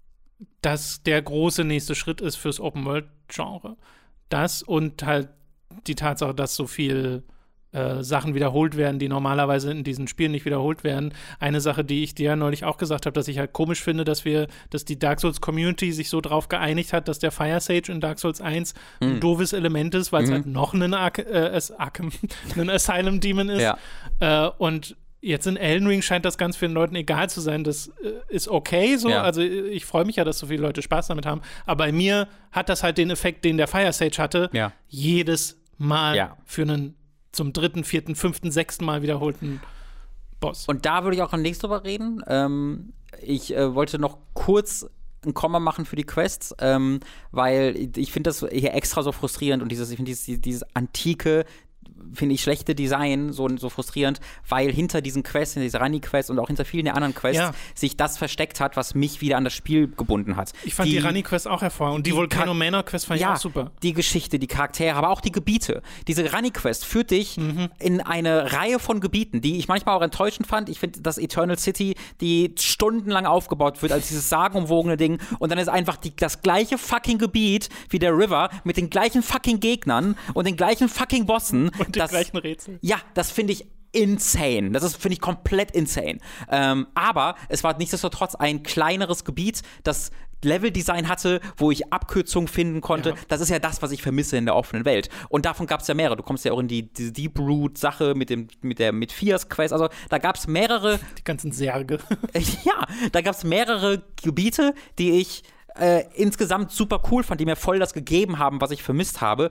das der große nächste Schritt ist fürs Open-World-Genre. Das und halt die Tatsache, dass so viel äh, Sachen wiederholt werden, die normalerweise in diesen Spielen nicht wiederholt werden. Eine Sache, die ich dir ja neulich auch gesagt habe, dass ich halt komisch finde, dass wir, dass die Dark Souls Community sich so drauf geeinigt hat, dass der Fire Sage in Dark Souls eins mhm. ein doofes Element ist, weil es mhm. halt noch ein, Ar- äh, Arkham, ein Asylum Demon ist. Ja. Äh, und jetzt in Elden Ring scheint das ganz vielen Leuten egal zu sein. Das äh, ist okay so. Ja. Also ich freue mich ja, dass so viele Leute Spaß damit haben. Aber bei mir hat das halt den Effekt, den der Fire Sage hatte. Ja. Jedes Mal ja. für einen zum dritten, vierten, fünften, sechsten Mal wiederholten Boss. Und da würde ich auch am nächsten drüber reden. Ähm, ich äh, wollte noch kurz ein Komma machen für die Quests, ähm, weil ich finde das hier extra so frustrierend und dieses, ich finde dieses, dieses antike, finde ich, schlechte Design so, so frustrierend, weil hinter diesen Quests, hinter dieser Rani-Quest und auch hinter vielen der anderen Quests ja. sich das versteckt hat, was mich wieder an das Spiel gebunden hat. Ich fand die, die Rani-Quest auch hervorragend und die, die Volcano Manor-Quest fand ja, ich auch super. Die Geschichte, die Charaktere, aber auch die Gebiete. Diese Rani-Quest führt dich mhm. in eine Reihe von Gebieten, die ich manchmal auch enttäuschend fand. Ich finde, das Eternal City, die stundenlang aufgebaut wird als dieses sagenumwogene Ding und dann ist einfach die, das gleiche fucking Gebiet wie der River mit den gleichen fucking Gegnern und den gleichen fucking Bossen. Und den gleichen Rätsel. Ja, das finde ich insane. Das ist, finde ich, komplett insane. Ähm, aber es war nichtsdestotrotz ein kleineres Gebiet, das Leveldesign hatte, wo ich Abkürzungen finden konnte. Ja. Das ist ja das, was ich vermisse in der offenen Welt. Und davon gab es ja mehrere. Du kommst ja auch in die, die Deep Root-Sache mit dem mit der mit Fias-Quest. Also da gab es mehrere. Die ganzen Särge. Ja, da gab es mehrere Gebiete, die ich äh, insgesamt super cool fand, die mir voll das gegeben haben, was ich vermisst habe,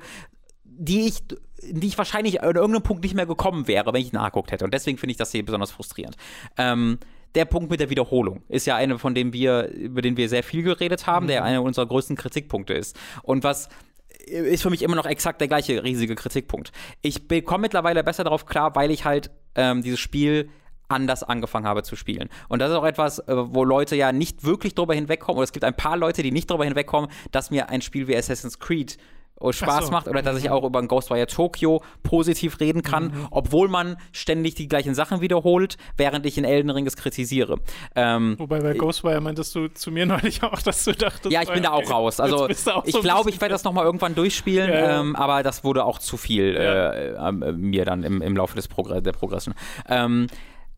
die ich die ich wahrscheinlich an irgendeinem Punkt nicht mehr gekommen wäre, wenn ich nachgeguckt hätte. Und deswegen finde ich das hier besonders frustrierend. Ähm, der Punkt mit der Wiederholung ist ja eine, von dem wir, über den wir sehr viel geredet haben, mhm. der einer unserer größten Kritikpunkte ist. Und was ist für mich immer noch exakt der gleiche riesige Kritikpunkt. Ich komme mittlerweile besser darauf klar, weil ich halt ähm, dieses Spiel anders angefangen habe zu spielen. Und das ist auch etwas, wo Leute ja nicht wirklich drüber hinwegkommen, oder es gibt ein paar Leute, die nicht drüber hinwegkommen, dass mir ein Spiel wie Assassin's Creed Spaß so. macht oder dass ich auch über ein Ghostwire Tokyo positiv reden kann, mhm. obwohl man ständig die gleichen Sachen wiederholt, während ich in Elden Ring es kritisiere. Ähm, Wobei bei Ghostwire meintest du zu mir neulich auch, dass du dachtest, ja, ich bin da auch raus. Also ich so glaube, ich werde das nochmal irgendwann durchspielen, ja, ja. Ähm, aber das wurde auch zu viel ja. äh, äh, mir dann im, im Laufe des Progr- der Progression. Ähm,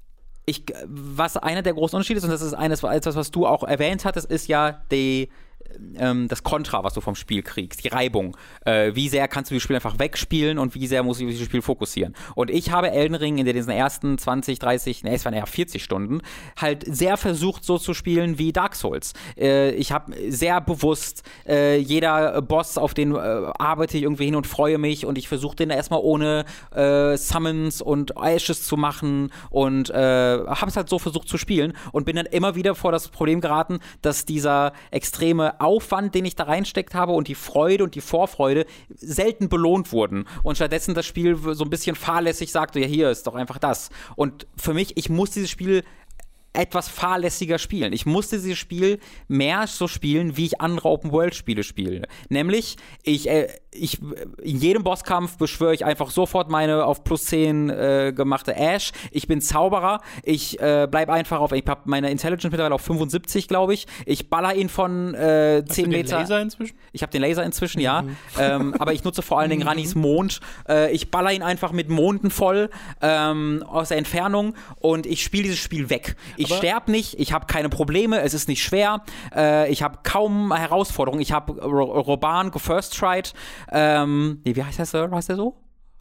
Ich, was einer der großen Unterschiede ist, und das ist eines, etwas, was du auch erwähnt hattest, ist ja die ähm, das Kontra, was du vom Spiel kriegst, die Reibung. Äh, wie sehr kannst du das Spiel einfach wegspielen und wie sehr musst du dieses Spiel fokussieren. Und ich habe Elden Ring in diesen ersten zwanzig, dreißig, ne, es waren eher vierzig Stunden, halt sehr versucht, so zu spielen wie Dark Souls. Äh, ich habe sehr bewusst, äh, jeder Boss, auf den äh, arbeite ich irgendwie hin und freue mich und ich versuche den erstmal ohne äh, Summons und Ashes zu machen und äh, habe es halt so versucht zu spielen und bin dann immer wieder vor das Problem geraten, dass dieser extreme Aufwand, den ich da reinsteckt habe und die Freude und die Vorfreude selten belohnt wurden und stattdessen das Spiel so ein bisschen fahrlässig sagte, ja, hier ist doch einfach das. Und für mich, ich muss dieses Spiel etwas fahrlässiger spielen. Ich musste dieses Spiel mehr so spielen, wie ich andere Open-World-Spiele spiele. Nämlich, ich, äh, ich, in jedem Bosskampf beschwöre ich einfach sofort meine auf plus zehn äh, gemachte Ash. Ich bin Zauberer. Ich äh, bleib einfach auf, ich habe meine Intelligence mittlerweile auf fünfundsiebzig, glaube ich. Ich baller ihn von äh, zehn Meter. Hast du den Laser inzwischen? Ich habe den Laser inzwischen, ja. Mhm. Ähm, aber ich nutze vor allen Dingen Rannis Mond. Äh, ich baller ihn einfach mit Monden voll ähm, aus der Entfernung und ich spiele dieses Spiel weg. Ich sterbe nicht, ich habe keine Probleme, es ist nicht schwer, äh, ich habe kaum Herausforderungen. Ich habe Roban gefirst tried. Ähm, nee, wie heißt der, Sir? Heißt der so?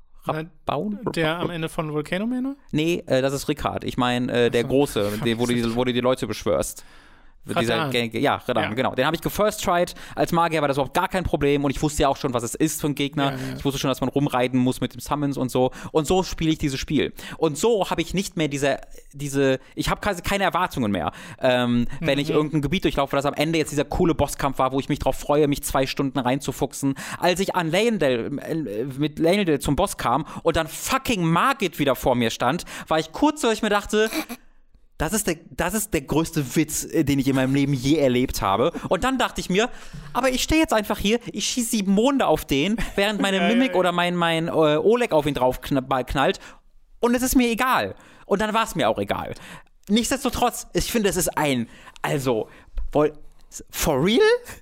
Bauen? Der am Ende von Volcano Manor? Nee, äh, das ist Ricard. Ich meine, äh, der so. Große, den, wo, du die, wo du die Leute beschwörst. Dieser, ja, Radan, ja. genau. Den habe ich gefirst tried als Magier, war das überhaupt gar kein Problem und ich wusste ja auch schon, was es ist für ein Gegner. Ja, ja. Ich wusste schon, dass man rumreiten muss mit dem Summons und so. Und so spiele ich dieses Spiel. Und so habe ich nicht mehr diese, diese ich habe quasi keine Erwartungen mehr. Ähm, mhm. Wenn ich irgendein Gebiet durchlaufe, dass am Ende jetzt dieser coole Bosskampf war, wo ich mich drauf freue, mich zwei Stunden reinzufuchsen. Als ich an Leyndell, äh, mit Leyndell zum Boss kam und dann fucking Margit wieder vor mir stand, war ich kurz so, dass ich mir dachte, Das ist, der, das ist der größte Witz, den ich in meinem Leben je erlebt habe. Und dann dachte ich mir, aber ich stehe jetzt einfach hier, ich schieße sieben Monde auf den, während meine Mimik oder mein, mein äh, Oleg auf ihn drauf knallt. Und es ist mir egal. Und dann war es mir auch egal. Nichtsdestotrotz, ich finde, es ist ein, also, woll, for real?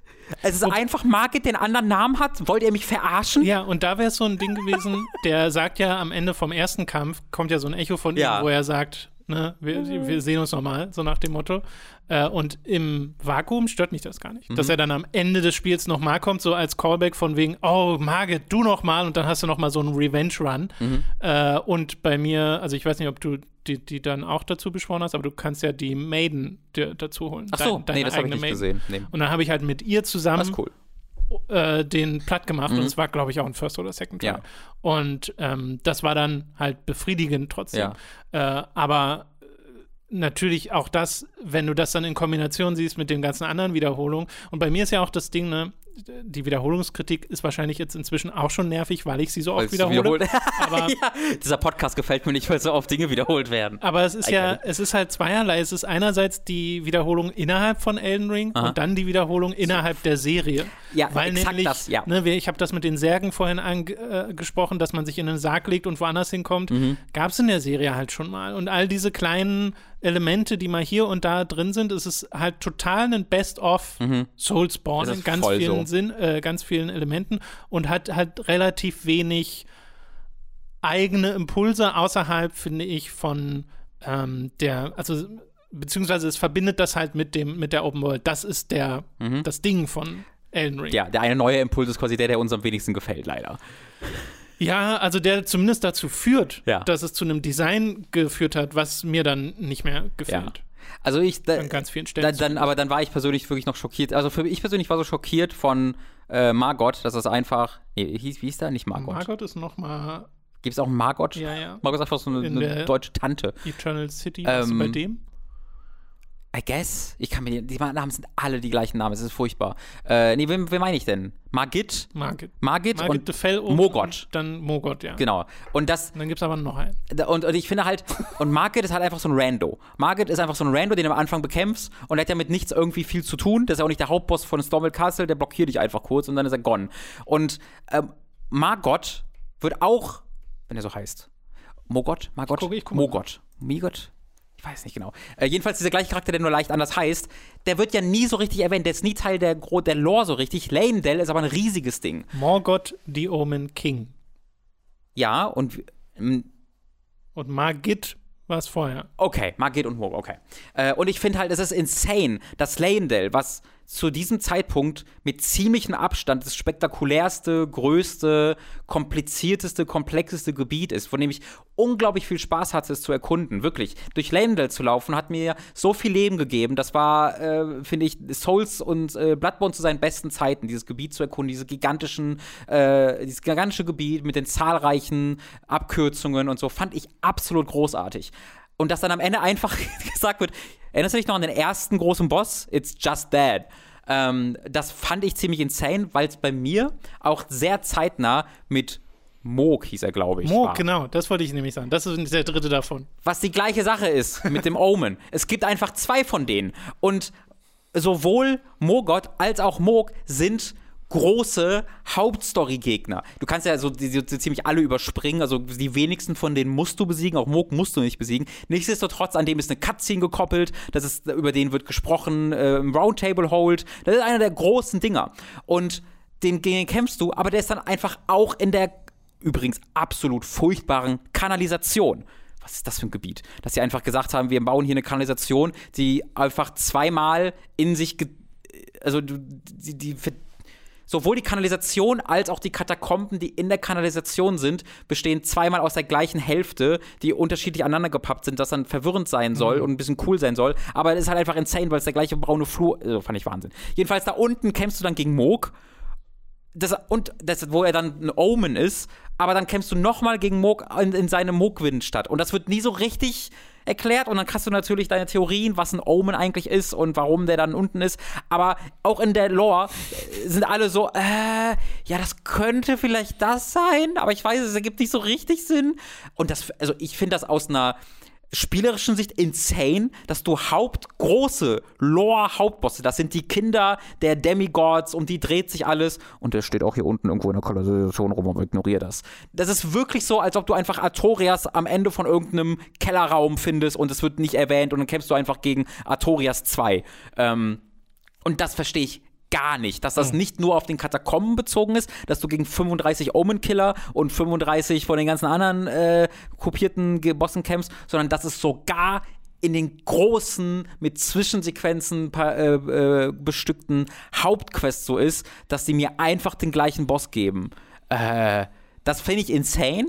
Es ist und, einfach Margit, den anderen Namen hat. Wollt ihr mich verarschen? Ja, und da wäre es so ein Ding gewesen, der sagt ja am Ende vom ersten Kampf, kommt ja so ein Echo von ja. ihm, wo er sagt, Ne, wir, wir sehen uns nochmal, so nach dem Motto. Äh, und im Vakuum stört mich das gar nicht. Mhm. Dass er dann am Ende des Spiels nochmal kommt, so als Callback von wegen, oh, Margit, du nochmal. Und dann hast du nochmal so einen Revenge-Run. Mhm. Äh, und bei mir, also ich weiß nicht, ob du die, die dann auch dazu beschworen hast, aber du kannst ja die Maiden dir dazu holen. Ach so, Dein, nee, das habe ich nicht Maiden. gesehen. Nee. Und dann habe ich halt mit ihr zusammen das ist cool. äh, den platt gemacht. Mhm. Und es war, glaube ich, auch ein First oder Second Try. Ja. Und ähm, das war dann halt befriedigend trotzdem. Ja. Äh, aber natürlich auch das, wenn du das dann in Kombination siehst mit den ganzen anderen Wiederholungen. Und bei mir ist ja auch das Ding, ne, die Wiederholungskritik ist wahrscheinlich jetzt inzwischen auch schon nervig, weil ich sie so oft wiederhole. Aber ja, dieser Podcast gefällt mir nicht, weil so oft Dinge wiederholt werden. Aber es ist I ja, es ist halt zweierlei. Es ist einerseits die Wiederholung innerhalb von Elden Ring Aha. und dann die Wiederholung innerhalb so. der Serie. Ja, weil exakt nämlich, das, ja. Ne, ich habe das mit den Särgen vorhin angesprochen, äh, dass man sich in einen Sarg legt und woanders hinkommt. Mhm. Gab es in der Serie halt schon mal. Und all diese kleinen Elemente, die mal hier und da drin sind, ist es halt total ein Best-of mhm. Soulspawn in ganz vielen so. Sinn, äh, ganz vielen Elementen und hat halt relativ wenig eigene Impulse außerhalb, finde ich, von ähm, der, also beziehungsweise es verbindet das halt mit dem, mit der Open World. Das ist der, mhm. das Ding von Elden Ring. Ja, der eine neue Impuls ist quasi der, der uns am wenigsten gefällt, leider. Ja, also der zumindest dazu führt, ja. dass es zu einem Design geführt hat, was mir dann nicht mehr gefällt. Ja. Also ich, da, an ganz vielen Stellen. Da, dann, aber dann war ich persönlich wirklich noch schockiert. Also für ich persönlich war so schockiert von äh, Margot, dass das einfach, nee, hieß, wie hieß der? Nicht Margot. Margot ist noch mal. Gibt es auch einen Margot? Ja, ja. Margot ist einfach so eine, eine deutsche Tante. Eternal City, ähm, bist du bei dem? I guess. Ich kann mir die, die Namen sind alle die gleichen Namen. Es ist furchtbar. Äh, nee, wen, wen meine ich denn? Margit? Margit. Margit, Margit und de Fell Mogot. Und dann Mogot, ja. Genau. Und das. Und dann gibt's aber noch einen. Und, und ich finde halt, und Margit ist halt einfach so ein Rando. Margit ist einfach so ein Rando, den du am Anfang bekämpfst und der hat ja mit nichts irgendwie viel zu tun. Das ist ja auch nicht der Hauptboss von Stormwind Castle, der blockiert dich einfach kurz und dann ist er gone. Und ähm, Margot wird auch, wenn er so heißt. Mogot? Margot? Ich gucke, ich gucke Mogot. Migot? Ich weiß nicht genau. Äh, jedenfalls dieser gleiche Charakter, der nur leicht anders heißt, der wird ja nie so richtig erwähnt. Der ist nie Teil der, der Lore so richtig. Leyndell ist aber ein riesiges Ding. Morgoth, the Omen King. Ja, und ähm, und Margit war es vorher. Okay, Margit und Morgoth, okay. Äh, und ich finde halt, es ist insane, dass Leyndell, was zu diesem Zeitpunkt mit ziemlichem Abstand das spektakulärste, größte, komplizierteste, komplexeste Gebiet ist, von dem ich unglaublich viel Spaß hatte, es zu erkunden. Wirklich. Durch Leyndell zu laufen, hat mir so viel Leben gegeben. Das war, äh, finde ich, Souls und äh, Bloodborne zu seinen besten Zeiten, dieses Gebiet zu erkunden, diese gigantischen, äh, dieses gigantische Gebiet mit den zahlreichen Abkürzungen und so, fand ich absolut großartig. Und dass dann am Ende einfach gesagt wird, erinnerst du dich noch an den ersten großen Boss? It's just that. Ähm, das fand ich ziemlich insane, weil es bei mir auch sehr zeitnah mit Moog hieß er, glaube ich. Moog, genau, das wollte ich nämlich sagen. Das ist der dritte davon. Was die gleiche Sache ist mit dem Omen. Es gibt einfach zwei von denen. Und sowohl Morgoth als auch Moog sind große Hauptstory-Gegner. Du kannst ja so, die, die, die ziemlich alle überspringen, also die wenigsten von denen musst du besiegen, auch Moog musst du nicht besiegen. Nichtsdestotrotz, an dem ist eine Cutscene gekoppelt, das ist, über den wird gesprochen, äh, im Roundtable Hold, das ist einer der großen Dinger. Und den, gegen den kämpfst du, aber der ist dann einfach auch in der übrigens absolut furchtbaren Kanalisation. Was ist das für ein Gebiet? Dass sie einfach gesagt haben, wir bauen hier eine Kanalisation, die einfach zweimal in sich, ge- also die, die, die sowohl die Kanalisation als auch die Katakomben, die in der Kanalisation sind, bestehen zweimal aus der gleichen Hälfte, die unterschiedlich aneinander gepappt sind, das dann verwirrend sein soll mhm. und ein bisschen cool sein soll. Aber es ist halt einfach insane, weil es der gleiche braune Flur, also fand ich Wahnsinn. Jedenfalls da unten kämpfst du dann gegen Moog. Das, und das, wo er dann ein Omen ist, aber dann kämpfst du nochmal gegen Moog in, in seine Moogwindstadt. Und das wird nie so richtig erklärt. Und dann hast du natürlich deine Theorien, was ein Omen eigentlich ist und warum der dann unten ist. Aber auch in der Lore sind alle so, äh, ja, das könnte vielleicht das sein, aber ich weiß, es ergibt nicht so richtig Sinn. Und das, also ich finde das aus einer spielerischen Sicht insane, dass du hauptgroße Lore-Hauptbosse, das sind die Kinder der Demigods, um die dreht sich alles und der steht auch hier unten irgendwo in der Kanalisation rum, aber ignorier das. Das ist wirklich so, als ob du einfach Artorias am Ende von irgendeinem Kellerraum findest und es wird nicht erwähnt und dann kämpfst du einfach gegen Artorias zwei. Ähm, und das verstehe ich gar nicht, dass das nicht nur auf den Katakomben bezogen ist, dass du gegen fünfunddreißig Omen-Killer und fünfunddreißig von den ganzen anderen äh, kopierten Bossen kämpfst, sondern dass es sogar in den großen, mit Zwischensequenzen äh, äh, bestückten Hauptquests so ist, dass die mir einfach den gleichen Boss geben. Äh, das finde ich insane,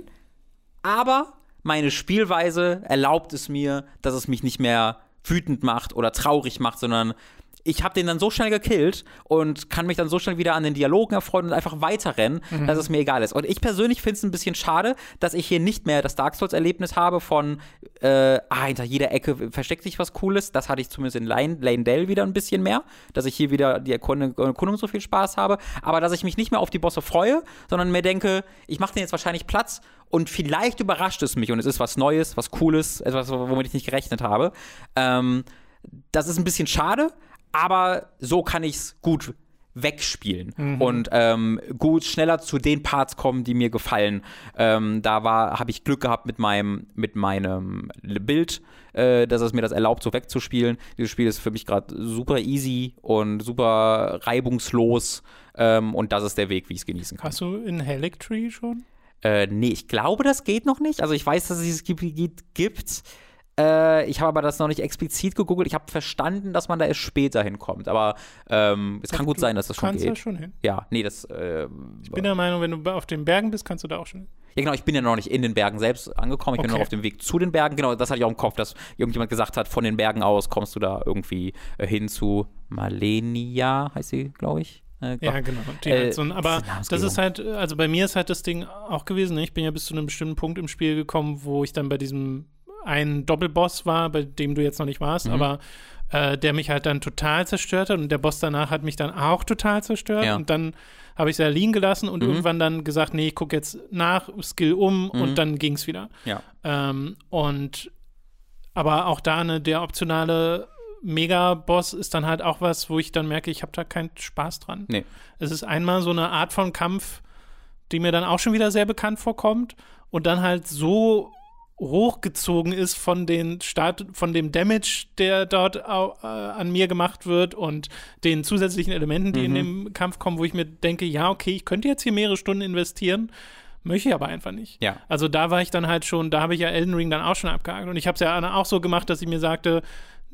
aber meine Spielweise erlaubt es mir, dass es mich nicht mehr wütend macht oder traurig macht, sondern ich habe den dann so schnell gekillt und kann mich dann so schnell wieder an den Dialogen erfreuen und einfach weiterrennen, mhm. dass es mir egal ist. Und ich persönlich finde es ein bisschen schade, dass ich hier nicht mehr das Dark Souls-Erlebnis habe von, äh, ah, hinter jeder Ecke versteckt sich was Cooles. Das hatte ich zumindest in Leyndell wieder ein bisschen mehr, dass ich hier wieder die Erkundung, Erkundung so viel Spaß habe. Aber dass ich mich nicht mehr auf die Bosse freue, sondern mir denke, ich mache den jetzt wahrscheinlich Platz und vielleicht überrascht es mich und es ist was Neues, was Cooles, etwas, womit ich nicht gerechnet habe. Ähm, das ist ein bisschen schade, aber so kann ich es gut wegspielen mhm. und ähm, gut schneller zu den Parts kommen, die mir gefallen. Ähm, da war, habe ich Glück gehabt mit meinem, mit meinem Bild, äh, dass es mir das erlaubt, so wegzuspielen. Dieses Spiel ist für mich gerade super easy und super reibungslos ähm, und das ist der Weg, wie ich es genießen kann. Hast du in Halictree schon? Äh, nee, ich glaube, das geht noch nicht. Also ich weiß, dass es dieses Gebiet gibt. Äh, ich habe aber das noch nicht explizit gegoogelt. Ich habe verstanden, dass man da erst später hinkommt. Aber ähm, es kann gut sein, dass das schon geht. Du kannst da schon hin. Ja, nee, das äh, Ich bin der Meinung, wenn du auf den Bergen bist, kannst du da auch schon hin. Ja, genau, ich bin ja noch nicht in den Bergen selbst angekommen. Ich okay. bin noch auf dem Weg zu den Bergen. Genau, das hatte ich auch im Kopf, dass irgendjemand gesagt hat, von den Bergen aus kommst du da irgendwie äh, hin zu Malenia, heißt sie, glaube ich. Äh, ja, genau. Äh, so ein, aber das ist halt, also bei mir ist halt das Ding auch gewesen, ne? Ich bin ja bis zu einem bestimmten Punkt im Spiel gekommen, wo ich dann bei diesem einen Doppelboss war, bei dem du jetzt noch nicht warst, mhm. aber äh, der mich halt dann total zerstört hat und der Boss danach hat mich dann auch total zerstört ja. und dann habe ich es ja liegen gelassen und mhm. irgendwann dann gesagt, nee, ich gucke jetzt nach, Skill um mhm. und dann ging es wieder. Ja. Ähm, und aber auch da ne, der optionale Mega-Boss ist dann halt auch was, wo ich dann merke, ich habe da keinen Spaß dran. Nee. Es ist einmal so eine Art von Kampf, die mir dann auch schon wieder sehr bekannt vorkommt und dann halt so hochgezogen ist von den Start, von dem Damage, der dort äh, an mir gemacht wird und den zusätzlichen Elementen, die mhm. in dem Kampf kommen, wo ich mir denke, ja, okay, ich könnte jetzt hier mehrere Stunden investieren, möchte ich aber einfach nicht. Ja. Also da war ich dann halt schon, da habe ich ja Elden Ring dann auch schon abgehakt und ich habe es ja auch so gemacht, dass ich mir sagte,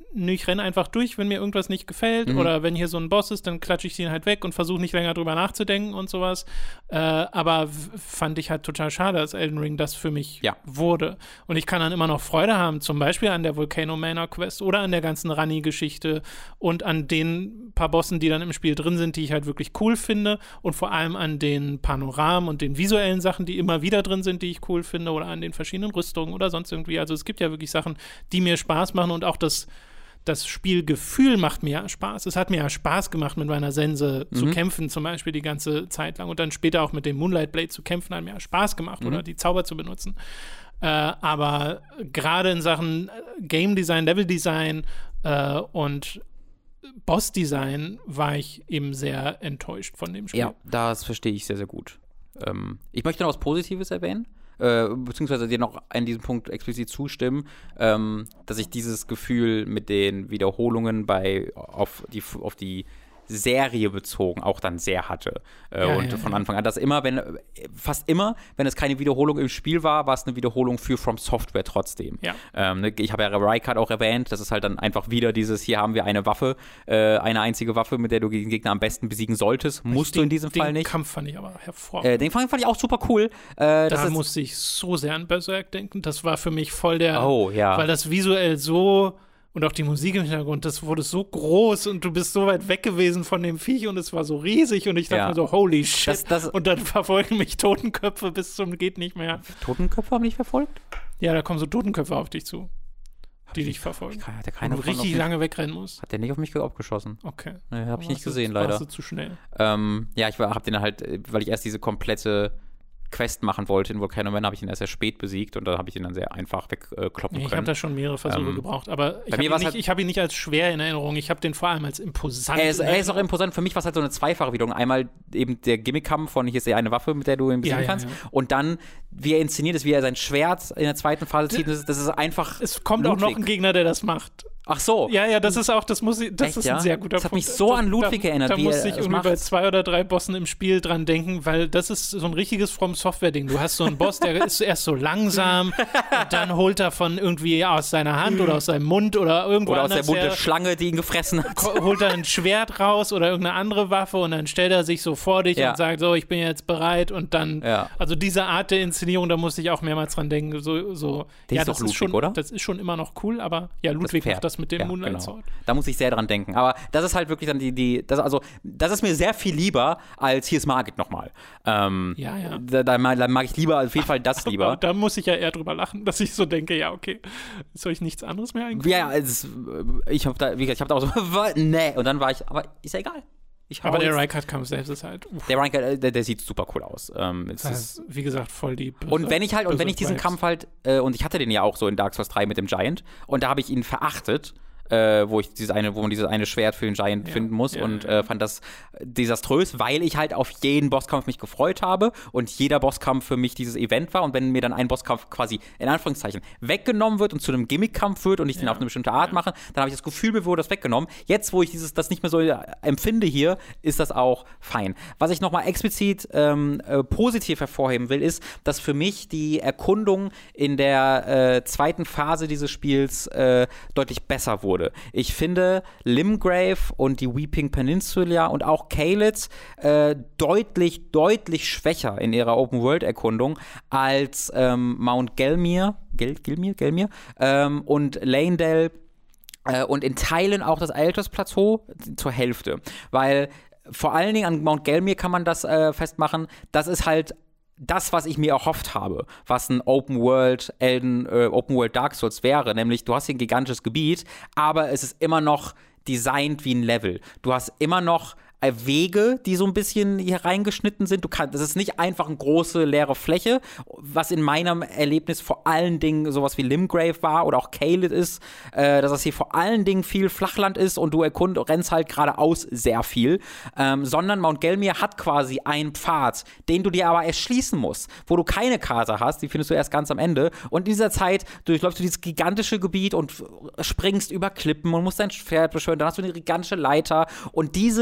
nö, ich renne einfach durch, wenn mir irgendwas nicht gefällt mhm. oder wenn hier so ein Boss ist, dann klatsche ich den halt weg und versuche nicht länger drüber nachzudenken und sowas. Äh, aber w- fand ich halt total schade, dass Elden Ring das für mich ja. wurde. Und ich kann dann immer noch Freude haben, zum Beispiel an der Volcano Manor Quest oder an der ganzen Rani-Geschichte und an den paar Bossen, die dann im Spiel drin sind, die ich halt wirklich cool finde und vor allem an den Panoramen und den visuellen Sachen, die immer wieder drin sind, die ich cool finde oder an den verschiedenen Rüstungen oder sonst irgendwie. Also es gibt ja wirklich Sachen, die mir Spaß machen und auch das Das Spielgefühl macht mir ja Spaß. Es hat mir ja Spaß gemacht, mit meiner Sense mhm. zu kämpfen, zum Beispiel die ganze Zeit lang. Und dann später auch mit dem Moonlight Blade zu kämpfen, hat mir ja Spaß gemacht mhm. oder die Zauber zu benutzen. Äh, aber gerade in Sachen Game Design, Level Design äh, und Boss Design war ich eben sehr enttäuscht von dem Spiel. Ja, das verstehe ich sehr, sehr gut. Ähm, ich möchte noch was Positives erwähnen. Äh, beziehungsweise dir noch an diesem Punkt explizit zustimmen, ähm, dass ich dieses Gefühl mit den Wiederholungen bei auf die, auf die Serie bezogen auch dann sehr hatte. Äh, ja, und ja, von Anfang an, dass immer, wenn, fast immer, wenn es keine Wiederholung im Spiel war, war es eine Wiederholung für From Software trotzdem. Ja. Ähm, ne, ich habe ja Rykard auch erwähnt, das ist halt dann einfach wieder dieses, hier haben wir eine Waffe, äh, eine einzige Waffe, mit der du den Gegner am besten besiegen solltest, musst den, du in diesem Fall nicht. Den Kampf fand ich aber hervorragend. Äh, den fand ich auch super cool. Äh, da musste ich so sehr an Berserk denken, das war für mich voll der, oh, ja. weil das visuell so und auch die Musik im Hintergrund, das wurde so groß und du bist so weit weg gewesen von dem Viech und es war so riesig und ich dachte ja. mir so, holy shit. Das, das und dann verfolgen mich Totenköpfe bis zum geht nicht mehr. Totenköpfe haben mich verfolgt? Ja, da kommen so Totenköpfe auf dich zu, die dich verfolgen. Hat der keine und du richtig lange wegrennen musst. Hat der nicht auf mich abgeschossen? Okay. Nee, hab ich nicht gesehen, leider. Warst du zu schnell. Ähm, ja, ich war, hab den halt, weil ich erst diese komplette Quest machen wollte in Volcano Manor, habe ich ihn erst sehr spät besiegt und da habe ich ihn dann sehr einfach wegkloppen äh, können. Ich habe da schon mehrere Versuche ähm, gebraucht, aber ich habe ihn, halt hab ihn nicht als schwer in Erinnerung, ich habe den vor allem als imposant. Er ist, er ist auch imposant, für mich war es halt so eine zweifache Wiederholung. Einmal eben der Gimmick-Kampf von, hier ist ja eine Waffe, mit der du ihn besiegen ja, ja, kannst ja. und dann, wie er inszeniert ist, wie er sein Schwert in der zweiten Phase zieht, das ist, das ist einfach Es kommt Ludwig. auch noch ein Gegner, der das macht. Ach so. Ja, ja, das ist auch, das muss ich, das Echt, ist ja? ein sehr guter das Punkt. Das hat mich so an Ludwig da, erinnert, da wie musste er ich irgendwie bei zwei oder drei Bossen im Spiel dran denken, weil das ist so ein richtiges From-Software-Ding. Du hast so einen Boss, der ist erst so langsam und dann holt er von irgendwie aus seiner Hand oder aus seinem Mund oder irgendwo Oder aus anders der Mund der her, Schlange, die ihn gefressen hat. holt er ein Schwert raus oder irgendeine andere Waffe und dann stellt er sich so vor dich ja. und sagt so, ich bin jetzt bereit und dann, ja. also diese Art der Inszenierung, da musste ich auch mehrmals dran denken. So, so. Der ja, ist das doch Ludwig, ist schon, oder? Das ist schon immer noch cool, aber ja, Ludwig das macht das mit dem ja, Moonlight genau. Sword. Da muss ich sehr dran denken. Aber das ist halt wirklich dann die, die das, also, das ist mir sehr viel lieber als hier ist Margit nochmal. Ähm, ja, ja. Da, da, da mag ich lieber, auf jeden Fall das lieber. Aber da muss ich ja eher drüber lachen, dass ich so denke, ja, okay, soll ich nichts anderes mehr eigentlich? Ja, es, ich hab da, wie gesagt, ich hab da auch so, nee, und dann war ich, aber ist ja egal. Ich aber der Rykard-Kampf selbst ist halt. Uff. Der Rykard, der, der sieht super cool aus. Ähm, es das ist, ist, wie gesagt, voll die. Böse, und wenn ich halt, und wenn ich diesen Vibes. Kampf halt, äh, und ich hatte den ja auch so in Dark Souls drei mit dem Giant, und da habe ich ihn verachtet. Äh, wo ich dieses eine, wo man dieses eine Schwert für den Giant ja, finden muss ja, und äh, fand das desaströs, weil ich halt auf jeden Bosskampf mich gefreut habe und jeder Bosskampf für mich dieses Event war und wenn mir dann ein Bosskampf quasi in Anführungszeichen weggenommen wird und zu einem Gimmickkampf wird und ich ja, den auf eine bestimmte Art ja. mache, dann habe ich das Gefühl, mir wurde das weggenommen. Jetzt, wo ich dieses das nicht mehr so empfinde hier, ist das auch fein. Was ich nochmal explizit ähm, äh, positiv hervorheben will, ist, dass für mich die Erkundung in der äh, zweiten Phase dieses Spiels äh, deutlich besser wurde. Ich finde Limgrave und die Weeping Peninsula und auch Caelid äh, deutlich, deutlich schwächer in ihrer Open-World-Erkundung als ähm, Mount Gelmir, Gel, Gelmir, Gelmir ähm, und Leyndell äh, und in Teilen auch das Altus-Plateau zur Hälfte. Weil vor allen Dingen an Mount Gelmir kann man das äh, festmachen, das ist halt das, was ich mir erhofft habe, was ein Open World, Elden, äh, Open World Dark Souls wäre, nämlich du hast hier ein gigantisches Gebiet, aber es ist immer noch designt wie ein Level. Du hast immer noch Wege, die so ein bisschen hier reingeschnitten sind. Du kannst, das ist nicht einfach eine große leere Fläche, was in meinem Erlebnis vor allen Dingen sowas wie Limgrave war oder auch Caelid ist, äh, dass das hier vor allen Dingen viel Flachland ist und du erkund, rennst halt geradeaus sehr viel, ähm, sondern Mount Gelmir hat quasi einen Pfad, den du dir aber erschließen musst, wo du keine Karte hast, die findest du erst ganz am Ende und in dieser Zeit durchläufst du dieses gigantische Gebiet und springst über Klippen und musst dein Pferd beschwören, dann hast du eine gigantische Leiter und dieses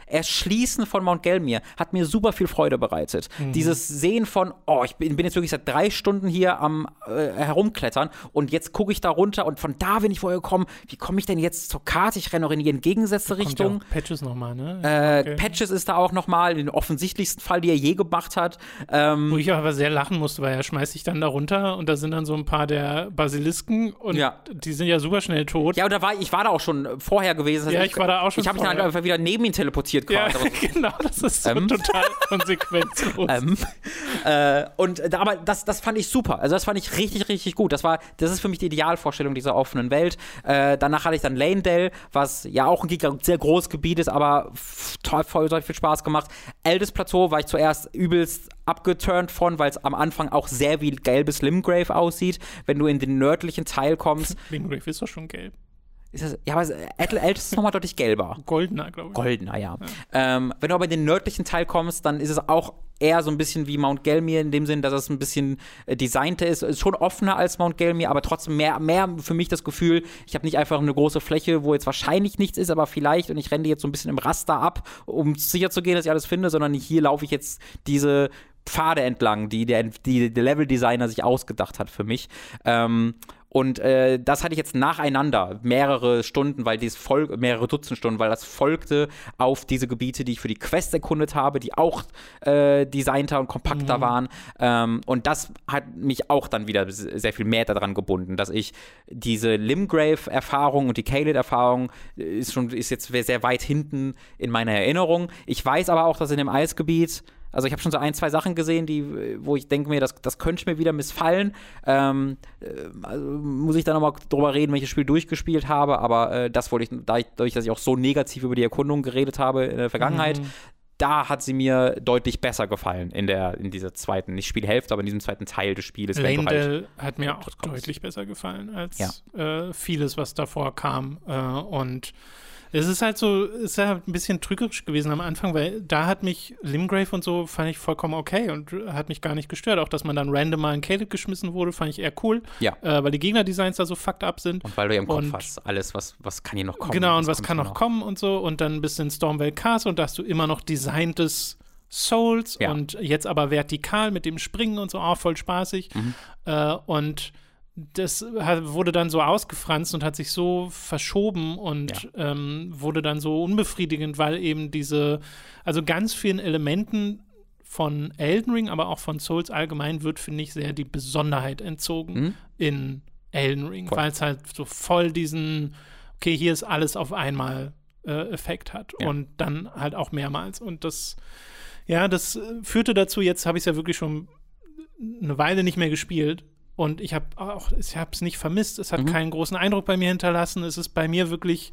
Erschließen von Mount Gelmir hat mir super viel Freude bereitet. Mhm. Dieses Sehen von, oh, ich bin, bin jetzt wirklich seit drei Stunden hier am äh, herumklettern und jetzt gucke ich da runter und von da bin ich vorher gekommen, wie komme ich denn jetzt zur Karte? Ich renne auch in die entgegengesetzte Kommt Richtung. Ja auch Patches nochmal, ne? Äh, okay. Patches ist da auch nochmal, den offensichtlichsten Fall, die er je gemacht hat. Ähm, Wo ich aber sehr lachen musste, weil er schmeißt sich dann da runter und da sind dann so ein paar der Basilisken und ja. die sind ja super schnell tot. Ja, und da war, ich war da auch schon vorher gewesen. Also ja, ich, ich war da auch schon Ich habe mich dann einfach wieder neben ihn teleportiert quasi. Ja, genau, das ist so ähm. total konsequenzlos. ähm. äh, und äh, aber das, das fand ich super. Also das fand ich richtig, richtig gut. Das war, das ist für mich die Idealvorstellung dieser offenen Welt. Äh, danach hatte ich dann Lanedale, was ja auch ein Giga- sehr großes Gebiet ist, aber toll, voll, voll viel Spaß gemacht. Eldes Plateau war ich zuerst übelst abgeturnt von, weil es am Anfang auch sehr wie gelbes Limgrave aussieht. Wenn du in den nördlichen Teil kommst. Limgrave ist doch schon gelb. Ist das, ja, aber Eldes ist nochmal deutlich gelber. Goldener, glaube ich. Goldener, ja. ja. Ähm, wenn du aber in den nördlichen Teil kommst, dann ist es auch eher so ein bisschen wie Mount Gelmir in dem Sinn, dass es ein bisschen äh, designter ist. Ist schon offener als Mount Gelmir, aber trotzdem mehr, mehr für mich das Gefühl, ich habe nicht einfach eine große Fläche, wo jetzt wahrscheinlich nichts ist, aber vielleicht und ich renne jetzt so ein bisschen im Raster ab, um sicher zu gehen, dass ich alles finde, sondern hier laufe ich jetzt diese Pfade entlang, die der, die der Level-Designer sich ausgedacht hat für mich. Ähm, Und äh, das hatte ich jetzt nacheinander, mehrere Stunden, weil dies fol- mehrere Dutzend Stunden, weil das folgte auf diese Gebiete, die ich für die Quest erkundet habe, die auch äh, designter und kompakter mhm. waren. Ähm, und das hat mich auch dann wieder sehr viel mehr daran gebunden, dass ich diese Limgrave-Erfahrung und die Caelid-Erfahrung ist schon ist jetzt sehr weit hinten in meiner Erinnerung. Ich weiß aber auch, dass in dem Eisgebiet Also ich habe schon so ein, zwei Sachen gesehen, die, wo ich denke mir, das, das könnte mir wieder missfallen. Ähm, also muss ich dann nochmal drüber reden, wenn ich das Spiel durchgespielt habe. Aber äh, das wollte ich, dadurch, dass ich auch so negativ über die Erkundung geredet habe in der Vergangenheit, mhm. da hat sie mir deutlich besser gefallen in der in dieser zweiten, nicht Spielhälfte, aber in diesem zweiten Teil des Spieles. Lanedale halt hat mir auch deutlich besser gefallen als ja. äh, vieles, was davor kam. Äh, und es ist halt so, es ist ja ein bisschen trügerisch gewesen am Anfang, weil da hat mich Limgrave und so, fand ich vollkommen okay und hat mich gar nicht gestört. Auch, dass man dann random mal in Caelid geschmissen wurde, fand ich eher cool. Ja. Äh, weil die Gegnerdesigns da so fucked up sind. Und weil du ja im Kopf und, hast, alles, was, was kann hier noch kommen. Genau, und was kann noch kommen und so. Und dann bist du in Stormveil Castle und da hast du immer noch designtes Souls ja. und jetzt aber vertikal mit dem Springen und so, auch voll spaßig. Mhm. Äh, und das wurde dann so ausgefranst und hat sich so verschoben und ja. ähm, wurde dann so unbefriedigend, weil eben diese, also ganz vielen Elementen von Elden Ring, aber auch von Souls allgemein wird, finde ich, sehr die Besonderheit entzogen mhm. in Elden Ring, weil es halt so voll diesen, okay, hier ist alles auf einmal äh, Effekt hat ja. und dann halt auch mehrmals. Und das, ja, das führte dazu, jetzt habe ich es ja wirklich schon eine Weile nicht mehr gespielt. Und ich habe auch, ich habe es nicht vermisst, es hat mhm. keinen großen Eindruck bei mir hinterlassen. Es ist bei mir wirklich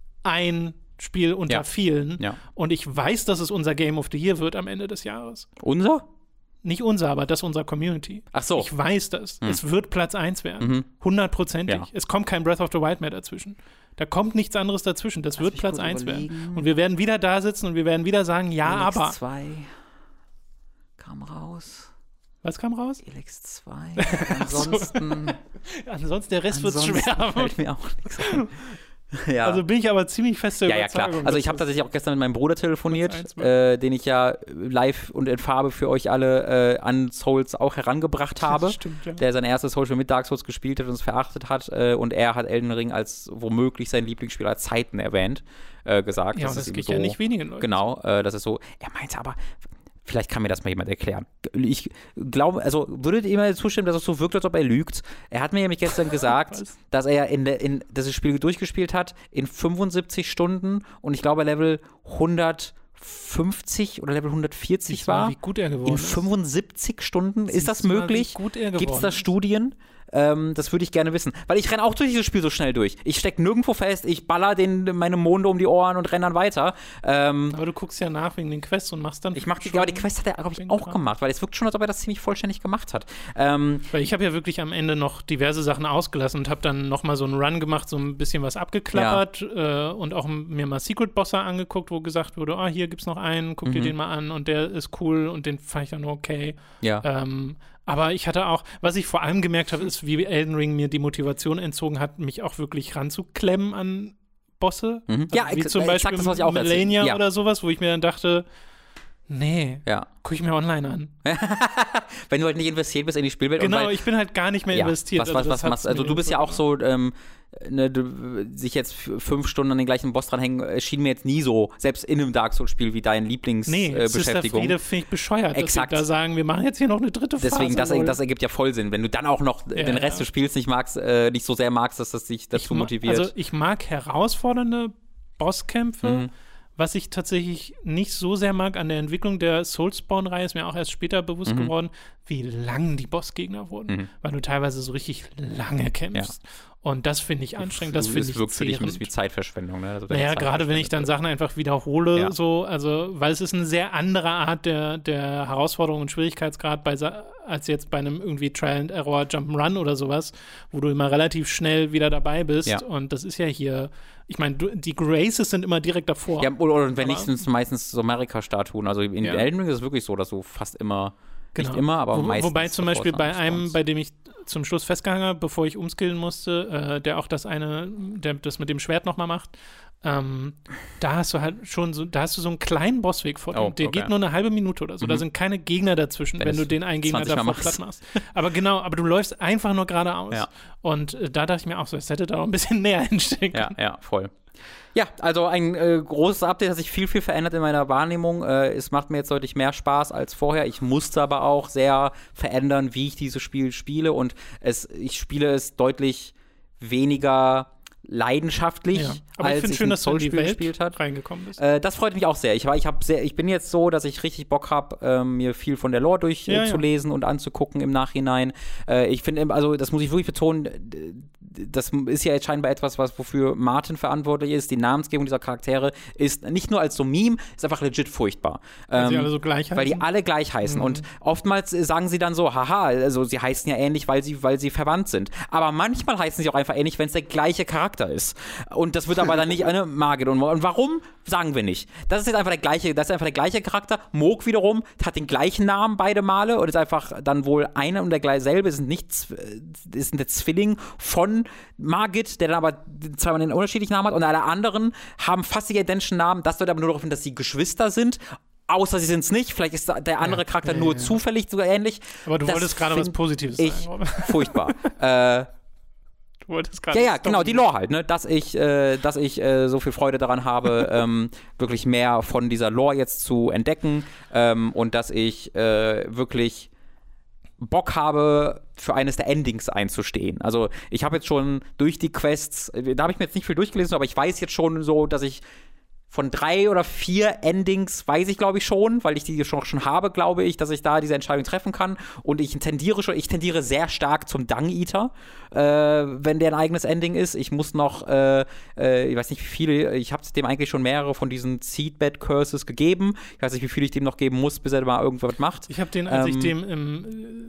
ein Spiel unter ja. vielen. Ja. Und ich weiß, dass es unser Game of the Year wird am Ende des Jahres. Unser? Nicht unser, aber das unserer Community. Ach so. Ich weiß das. Hm. Es wird Platz eins werden. Mhm. Hundertprozentig. Ja. Es kommt kein Breath of the Wild mehr dazwischen. Da kommt nichts anderes dazwischen. Das Lass wird Platz eins werden. Und wir werden wieder da sitzen und wir werden wieder sagen, ja, Elex aber. zwei kam raus. Was kam raus? Elex zwei. Ansonsten. So. Ansonsten, der Rest wird schwer. Fällt mir auch nichts ein. Ja. Also bin ich aber ziemlich fest der ja, Überzeugung. Ja, klar. Also ich habe tatsächlich auch gestern mit meinem Bruder telefoniert, äh, den ich ja live und in Farbe für euch alle äh, an Souls auch herangebracht habe. Das stimmt, ja. Der sein erstes Souls mit Dark Souls gespielt hat und es verachtet hat. Äh, und er hat Elden Ring als womöglich sein Lieblingsspiel aller Zeiten erwähnt, äh, gesagt. Ja, das und das ist geht so, ja nicht wenigen Leuten. Genau, äh, das ist so. Er meinte aber, vielleicht kann mir das mal jemand erklären. Ich glaube, also würdet ihr mir zustimmen, dass es so wirkt, als ob er lügt? Er hat mir nämlich gestern gesagt, dass er in, der, in das Spiel durchgespielt hat in fünfundsiebzig Stunden und ich glaube Level hundertfünfzig oder Level hundertvierzig Siehst war. Mal, wie gut er geworden in fünfundsiebzig Stunden? Siehst ist das möglich? Gibt es da Studien? Ähm, das würde ich gerne wissen. Weil ich renne auch durch dieses Spiel so schnell durch. Ich stecke nirgendwo fest, ich baller den, meine Monde um die Ohren und renne dann weiter. Ähm, aber du guckst ja nach wegen den Quests und machst dann. Ich mach die, ja, die Quest hat er, glaube ich, auch dran. gemacht, weil es wirkt schon, als ob er das ziemlich vollständig gemacht hat. Ähm, weil ich habe ja wirklich am Ende noch diverse Sachen ausgelassen und habe dann nochmal so einen Run gemacht, so ein bisschen was abgeklappert ja. äh, und auch mir mal Secret-Bosser angeguckt, wo gesagt wurde, ah, oh, hier gibt's noch einen, guck mhm. dir den mal an und der ist cool und den fand ich dann okay. Ja. Ähm, Aber ich hatte auch, was ich vor allem gemerkt habe, ist, wie Elden Ring mir die Motivation entzogen hat, mich auch wirklich ranzuklemmen an Bosse. Mhm. Also Ja, wie ex- zum Beispiel exakt das, was ich auch Melania ja. oder sowas, wo ich mir dann dachte, nee, Ja. gucke ich mir online an. Wenn du halt nicht investiert bist in die Spielwelt. Genau, und weil, ich bin halt gar nicht mehr ja, investiert. Was, was, also was machst Also du bist ja auch so, ähm, ne, du, sich jetzt f- fünf Stunden an den gleichen Boss dranhängen, äh, schien mir jetzt nie so, selbst in einem Dark Souls-Spiel wie dein Lieblingsbeschäftigung. Nee, äh, Sister Friede finde ich bescheuert, Exakt. dass sie da sagen, wir machen jetzt hier noch eine dritte Phase. Deswegen, das, das ergibt ja voll Sinn. Wenn du dann auch noch Ja, den Rest ja. des Spiels nicht magst, äh, nicht so sehr magst, dass das dich dazu ich ma- motiviert. Also ich mag herausfordernde Bosskämpfe. Mhm. Was ich tatsächlich nicht so sehr mag an der Entwicklung der Soulspawn-Reihe, ist mir auch erst später bewusst Mhm. geworden, wie lang die Bossgegner wurden. Mhm. Weil du teilweise so richtig lange kämpfst. Und das finde ich anstrengend, das finde ich wirkt für dich ein zehrend. bisschen wie Zeitverschwendung. Ne? Also deine Naja, Zeit gerade wenn ich dann Sachen einfach wiederhole, Ja. so, also, weil es ist eine sehr andere Art der, der Herausforderung und Schwierigkeitsgrad bei, Sa- als jetzt bei einem irgendwie Trial and Error Jump'n'Run oder sowas, wo du immer relativ schnell wieder dabei bist. Ja. Und das ist ja hier, ich meine, du- die Graces sind immer direkt davor. Ja, oder, oder wenn Aber- nicht, sind es meistens so Amerika-Statuen. Also in Ja. Elden Ring ist es wirklich so, dass du fast immer, Genau. nicht immer, aber Wo, meistens. Wobei zum sofort Beispiel bei am einem, Response. bei dem ich zum Schluss festgehangen habe, bevor ich umskillen musste, äh, der auch das eine, der das mit dem Schwert nochmal macht, ähm, da hast du halt schon so, da hast du so einen kleinen Bossweg vor dir. Oh, Der okay. geht nur eine halbe Minute oder so. Da Mhm. sind keine Gegner dazwischen, Wenn wenn es du den einen Gegner zwanzig Mal davor machst. platt machst. Aber genau, aber du läufst einfach nur geradeaus. Ja. Und äh, da dachte ich mir auch so, es hätte da auch ein bisschen mehr hinstecken Ja, können. ja, voll. Ja, also ein äh, großes Update, hat sich viel, viel verändert in meiner Wahrnehmung. Äh, es macht mir jetzt deutlich mehr Spaß als vorher. Ich musste aber auch sehr verändern, wie ich dieses Spiel spiele. Und es, ich spiele es deutlich weniger leidenschaftlich, Ja. Aber ich als finde ich schön, ein dass du in die Soul-Spiel Welt gespielt hat. reingekommen bist. Äh, das freut mich auch sehr. Ich, war, ich, hab sehr. ich bin jetzt so, dass ich richtig Bock habe, ähm, mir viel von der Lore durchzulesen Ja, ja. und anzugucken im Nachhinein. Äh, ich finde, also das muss ich wirklich betonen, d- das ist ja jetzt scheinbar etwas, was wofür Martin verantwortlich ist. Die Namensgebung dieser Charaktere ist nicht nur als so Meme, ist einfach legit furchtbar. Weil sie Ähm, alle so gleich weil die heißen. alle gleich heißen. Mhm. Und oftmals äh, sagen sie dann so, haha, also sie heißen ja ähnlich, weil sie, weil sie verwandt sind. Aber manchmal heißen sie auch einfach ähnlich, wenn es der gleiche Charakter ist. Und das wird aber dann nicht eine Margit. Und, und warum? Sagen wir nicht. Das ist jetzt einfach der gleiche, das ist einfach der gleiche Charakter. Moog wiederum hat den gleichen Namen beide Male und ist einfach dann wohl eine und der gleiche selbe, sind nicht, z- ist der Zwilling von Margit, der dann aber zweimal einen unterschiedlichen Namen hat, und alle anderen haben fast die identischen Namen. Das wird aber nur darauf hin, dass sie Geschwister sind. Außer sie sind es nicht. Vielleicht ist der andere Ja, Charakter ja, nur ja. zufällig sogar ähnlich. Aber du Das wolltest gerade was find Positives ich sagen, Robin. furchtbar. äh, Du wolltest gerade ja, ja, stoppen. genau, die Lore halt, ne? Dass ich, äh, dass ich äh, so viel Freude daran habe, ähm, wirklich mehr von dieser Lore jetzt zu entdecken, ähm, und dass ich äh, wirklich Bock habe, für eines der Endings einzustehen. Also ich habe jetzt schon durch die Quests, äh, da habe ich mir jetzt nicht viel durchgelesen, aber ich weiß jetzt schon so, dass ich von drei oder vier Endings weiß ich, glaube ich, schon, weil ich die schon, schon habe, glaube ich, dass ich da diese Entscheidung treffen kann. Und ich tendiere schon, ich tendiere sehr stark zum Dung Eater, äh, wenn der ein eigenes Ending ist. Ich muss noch, äh, äh, ich weiß nicht, wie viele, ich habe dem eigentlich schon mehrere von diesen Seedbed Curses gegeben. Ich weiß nicht, wie viel ich dem noch geben muss, bis er mal irgendwas macht. Ich habe den, als Ähm, ich dem im,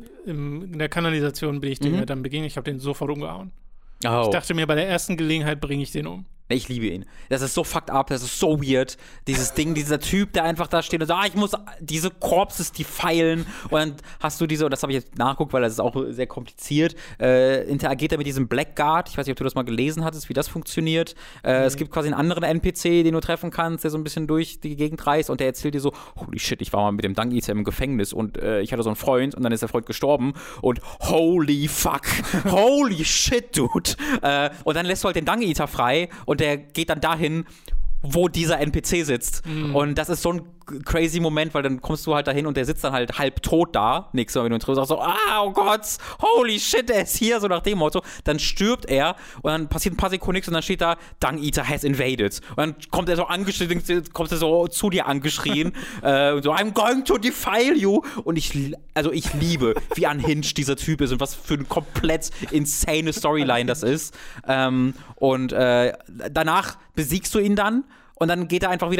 im, in der Kanalisation bin ich dem Mhm. ja dann begegnet, ich habe den sofort umgehauen. Oh. Ich dachte mir, bei der ersten Gelegenheit bringe ich den um. Ich liebe ihn. Das ist so fucked up, das ist so weird. Dieses Ding, dieser Typ, der einfach da steht und sagt, ah, ich muss diese Corpses, die feilen. Und dann hast du diese, und das habe ich jetzt nachgeguckt, weil das ist auch sehr kompliziert, äh, interagiert er mit diesem Blackguard. Ich weiß nicht, ob du das mal gelesen hattest, wie das funktioniert. Äh, Mhm. Es gibt quasi einen anderen N P C, den du treffen kannst, der so ein bisschen durch die Gegend reist, und der erzählt dir so, holy shit, ich war mal mit dem Dung Eater im Gefängnis und äh, ich hatte so einen Freund und dann ist der Freund gestorben und holy fuck, holy shit, dude. Äh, und dann lässt du halt den Dung Eater frei und der geht dann dahin, wo dieser N P C sitzt. Mhm. Und das ist so ein crazy Moment, weil dann kommst du halt dahin und der sitzt dann halt halb tot da. Nächstes Mal, wenn du ihn triffst, sagst so, ah, oh Gott, holy shit, der ist hier, so nach dem Motto. Dann stirbt er und dann passiert ein paar Sekunden nichts und dann steht da, Dung Eater has invaded. Und dann kommt er so angeschrien, kommt er so zu dir angeschrien äh, und so, I'm going to defile you. Und ich, also ich liebe, wie unhinged dieser Typ ist und was für eine komplett insane Storyline das ist. Ähm, und äh, danach besiegst du ihn dann und dann geht er einfach wieder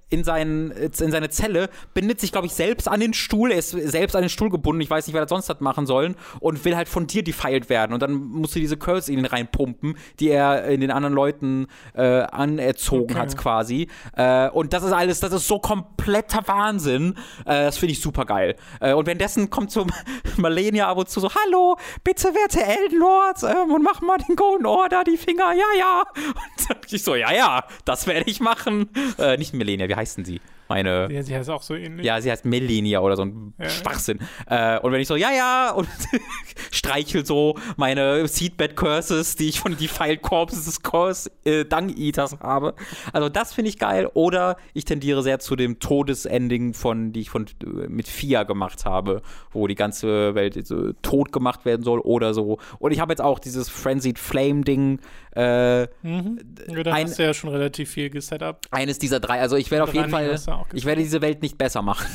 in, seinen, in seine Zelle, bindet sich, glaube ich, selbst an den Stuhl, er ist selbst an den Stuhl gebunden, ich weiß nicht, wer das sonst hat machen sollen, und will halt von dir defiled werden. Und dann musst du diese Curse in ihn reinpumpen, die er in den anderen Leuten äh, anerzogen okay. hat, quasi. Äh, und das ist alles, das ist so kompletter Wahnsinn. Äh, das finde ich super geil. Äh, und währenddessen kommt so Malenia ab und zu so, hallo, bitte, werte Elden Lords, ähm, und mach mal den Golden Order, die Finger, ja, ja. Und dann ich so, ja, ja, das werde ich machen. Äh, nicht Malenia, wie heißt denn sie? Meine. Ja, sie heißt auch so ähnlich. Ja, sie heißt Melania oder so ein ja, Schwachsinn. Ja. Äh, und wenn ich so, ja, ja, und streichel so meine Seedbed Curses, die ich von Defiled Corpses des Curse äh, Dung Eaters habe. Also das finde ich geil. Oder ich tendiere sehr zu dem Todesending von, die ich von äh, mit Fia gemacht habe, wo die ganze Welt so tot gemacht werden soll oder so. Und ich habe jetzt auch dieses Frenzied Flame Ding. Äh, mhm. Ja, da hast du ja schon relativ viel gesetupt. Eines dieser drei. Also ich werde auf jeden Fall, ich werde diese Welt nicht besser machen.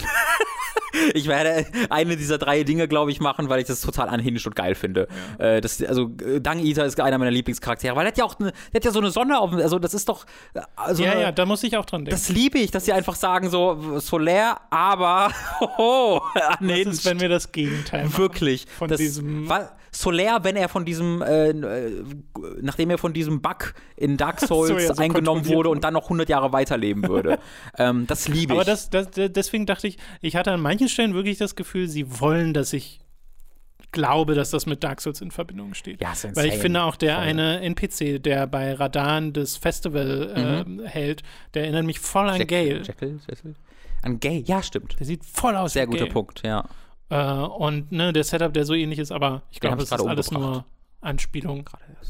Ich werde eine dieser drei Dinge, glaube ich, machen, weil ich das total unhinged und geil finde. Ja. Äh, das, also Dung Eater ist einer meiner Lieblingscharaktere, weil der hat ja auch eine, der hat ja so eine Sonne auf, also das ist doch also ja, eine, ja, da muss ich auch dran denken. Das liebe ich, dass sie einfach sagen so Solaire, aber oh, unhinged. Das ist, wenn wir das Gegenteil machen. Wirklich. Von das, diesem Solaire, wenn er von diesem äh, nachdem er von diesem Bug in Dark Souls so, ja, so eingenommen wurde und dann noch hundert Jahre weiterleben würde. ähm, das liebe ich. Aber das, das, deswegen dachte ich, ich hatte an manchen Stellen wirklich das Gefühl, sie wollen, dass ich glaube, dass das mit Dark Souls in Verbindung steht. Ja, ist Weil ich finde auch der voll. eine N P C, der bei Radan das Festival mhm. äh, hält, der erinnert mich voll an Jack, Gale. Jackal, Jackal? An Gale, ja, stimmt. Der sieht voll aus Sehr wie guter Gale. Punkt, ja. Äh, und ne, der Setup, der so ähnlich ist, aber ich glaube, das ist alles umgebracht. nur Anspielung.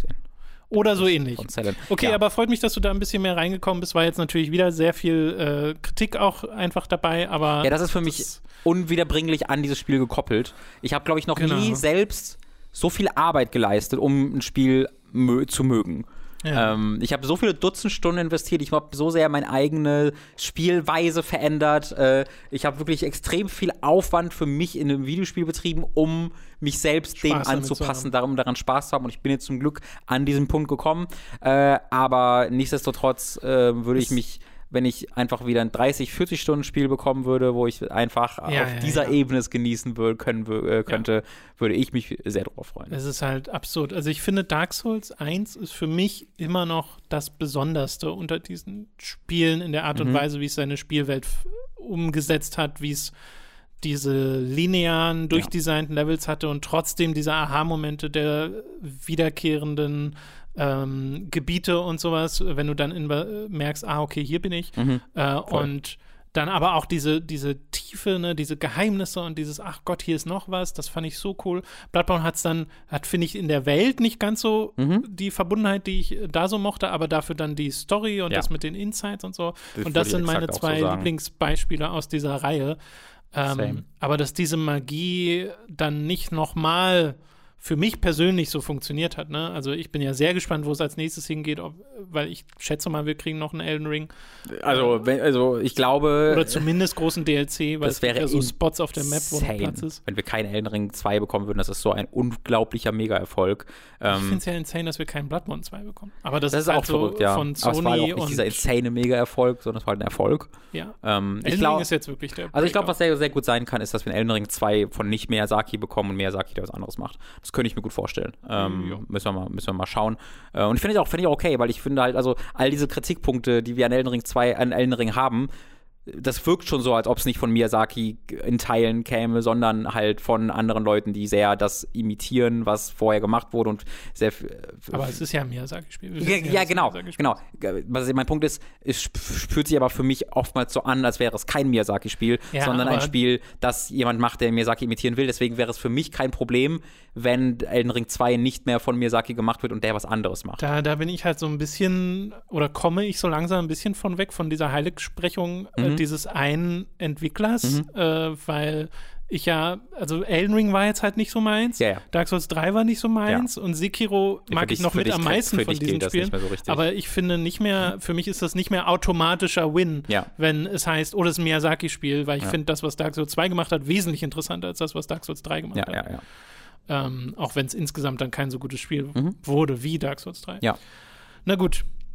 Oder so ähnlich. Okay, ja. aber freut mich, dass du da ein bisschen mehr reingekommen bist. War jetzt natürlich wieder sehr viel äh, Kritik auch einfach dabei, aber ja, das ist für mich unwiederbringlich an dieses Spiel gekoppelt. Ich habe, glaube ich, noch genau. nie selbst so viel Arbeit geleistet, um ein Spiel mö- zu mögen. Ja. Ähm, ich habe so viele Dutzend Stunden investiert, ich habe so sehr meine eigene Spielweise verändert. Äh, ich habe wirklich extrem viel Aufwand für mich in einem Videospiel betrieben, um mich selbst Spaß dem anzupassen, darum daran Spaß zu haben. Und ich bin jetzt zum Glück an diesen Punkt gekommen. Äh, aber nichtsdestotrotz äh, würde ich mich, wenn ich einfach wieder ein dreißig, vierzig Stunden Spiel bekommen würde, wo ich einfach ja, auf ja, dieser ja. Ebene es genießen würde, können, äh, könnte, ja. würde ich mich sehr darauf freuen. Es ist halt absurd. Also ich finde, Dark Souls eins ist für mich immer noch das Besonderste unter diesen Spielen in der Art und mhm. Weise, wie es seine Spielwelt f- umgesetzt hat, wie es diese linearen, durchdesignten ja. Levels hatte und trotzdem diese Aha-Momente der wiederkehrenden Ähm, Gebiete und sowas, wenn du dann in, äh, merkst, ah, okay, hier bin ich. Mhm, äh, und dann aber auch diese, diese Tiefe, ne, diese Geheimnisse und dieses, ach Gott, hier ist noch was, das fand ich so cool. Bloodborne hat's dann, hat, finde ich, in der Welt nicht ganz so mhm. die Verbundenheit, die ich da so mochte, aber dafür dann die Story und ja. das mit den Insights und so. Das und das sind meine so zwei Lieblingsbeispiele aus dieser Reihe. Ähm, aber dass diese Magie dann nicht nochmal für mich persönlich so funktioniert hat, ne? Also ich bin ja sehr gespannt, wo es als nächstes hingeht, ob, weil ich schätze mal, wir kriegen noch einen Elden Ring. Also, wenn, also ich glaube oder zumindest großen D L C, weil das es wäre ja so Spots auf der Map, wo noch Platz ist. Wenn wir keinen Elden Ring zwei bekommen würden, das ist so ein unglaublicher Mega-Erfolg. Ich ähm, finde es ja insane, dass wir keinen Bloodborne zwei bekommen. Aber das, das ist, ist halt auch so verrückt, ja. von Sony. Aber es war auch nicht und dieser insane Mega-Erfolg, sondern es war halt ein Erfolg. Ja. Ähm, Elden glaub, Ring ist jetzt wirklich der Also ich glaube, was sehr, sehr gut sein kann, ist, dass wir in Elden Ring zwei von nicht Miyazaki bekommen und Miyazaki, der was anderes macht. Das könnte ich mir gut vorstellen. Ähm, müssen, wir mal, müssen wir mal schauen. Äh, und ich finde es auch, find ich auch okay, weil ich finde halt, also all diese Kritikpunkte, die wir an Elden Ring zwei, an Elden Ring haben, das wirkt schon so, als ob es nicht von Miyazaki in Teilen käme, sondern halt von anderen Leuten, die sehr das imitieren, was vorher gemacht wurde und sehr f- Aber es ist ja ein Miyazaki-Spiel. Ja, ja, ja genau, genau. Was mein Punkt ist, es fühlt sich aber für mich oftmals so an, als wäre es kein Miyazaki-Spiel, ja, sondern ein Spiel, das jemand macht, der Miyazaki imitieren will. Deswegen wäre es für mich kein Problem, wenn Elden Ring zwei nicht mehr von Miyazaki gemacht wird und der was anderes macht. Da, da bin ich halt so ein bisschen, oder komme ich so langsam ein bisschen von weg, von dieser Heiligsprechung mhm. äh, dieses einen Entwicklers, mhm. äh, weil ich ja, also Elden Ring war jetzt halt nicht so meins, ja, ja. Dark Souls drei war nicht so meins ja. und Sekiro mag dich, ich noch mit dich, am meisten von diesen Spielen, so aber ich finde nicht mehr, für mich ist das nicht mehr automatischer Win, ja. wenn es heißt, oh, das ist ein Miyazaki-Spiel, weil ich ja. finde das, was Dark Souls zwei gemacht hat, wesentlich interessanter als das, was Dark Souls drei gemacht ja, hat. Ja, ja. Ähm, auch wenn es insgesamt dann kein so gutes Spiel mhm. wurde wie Dark Souls drei. Ja. Na gut.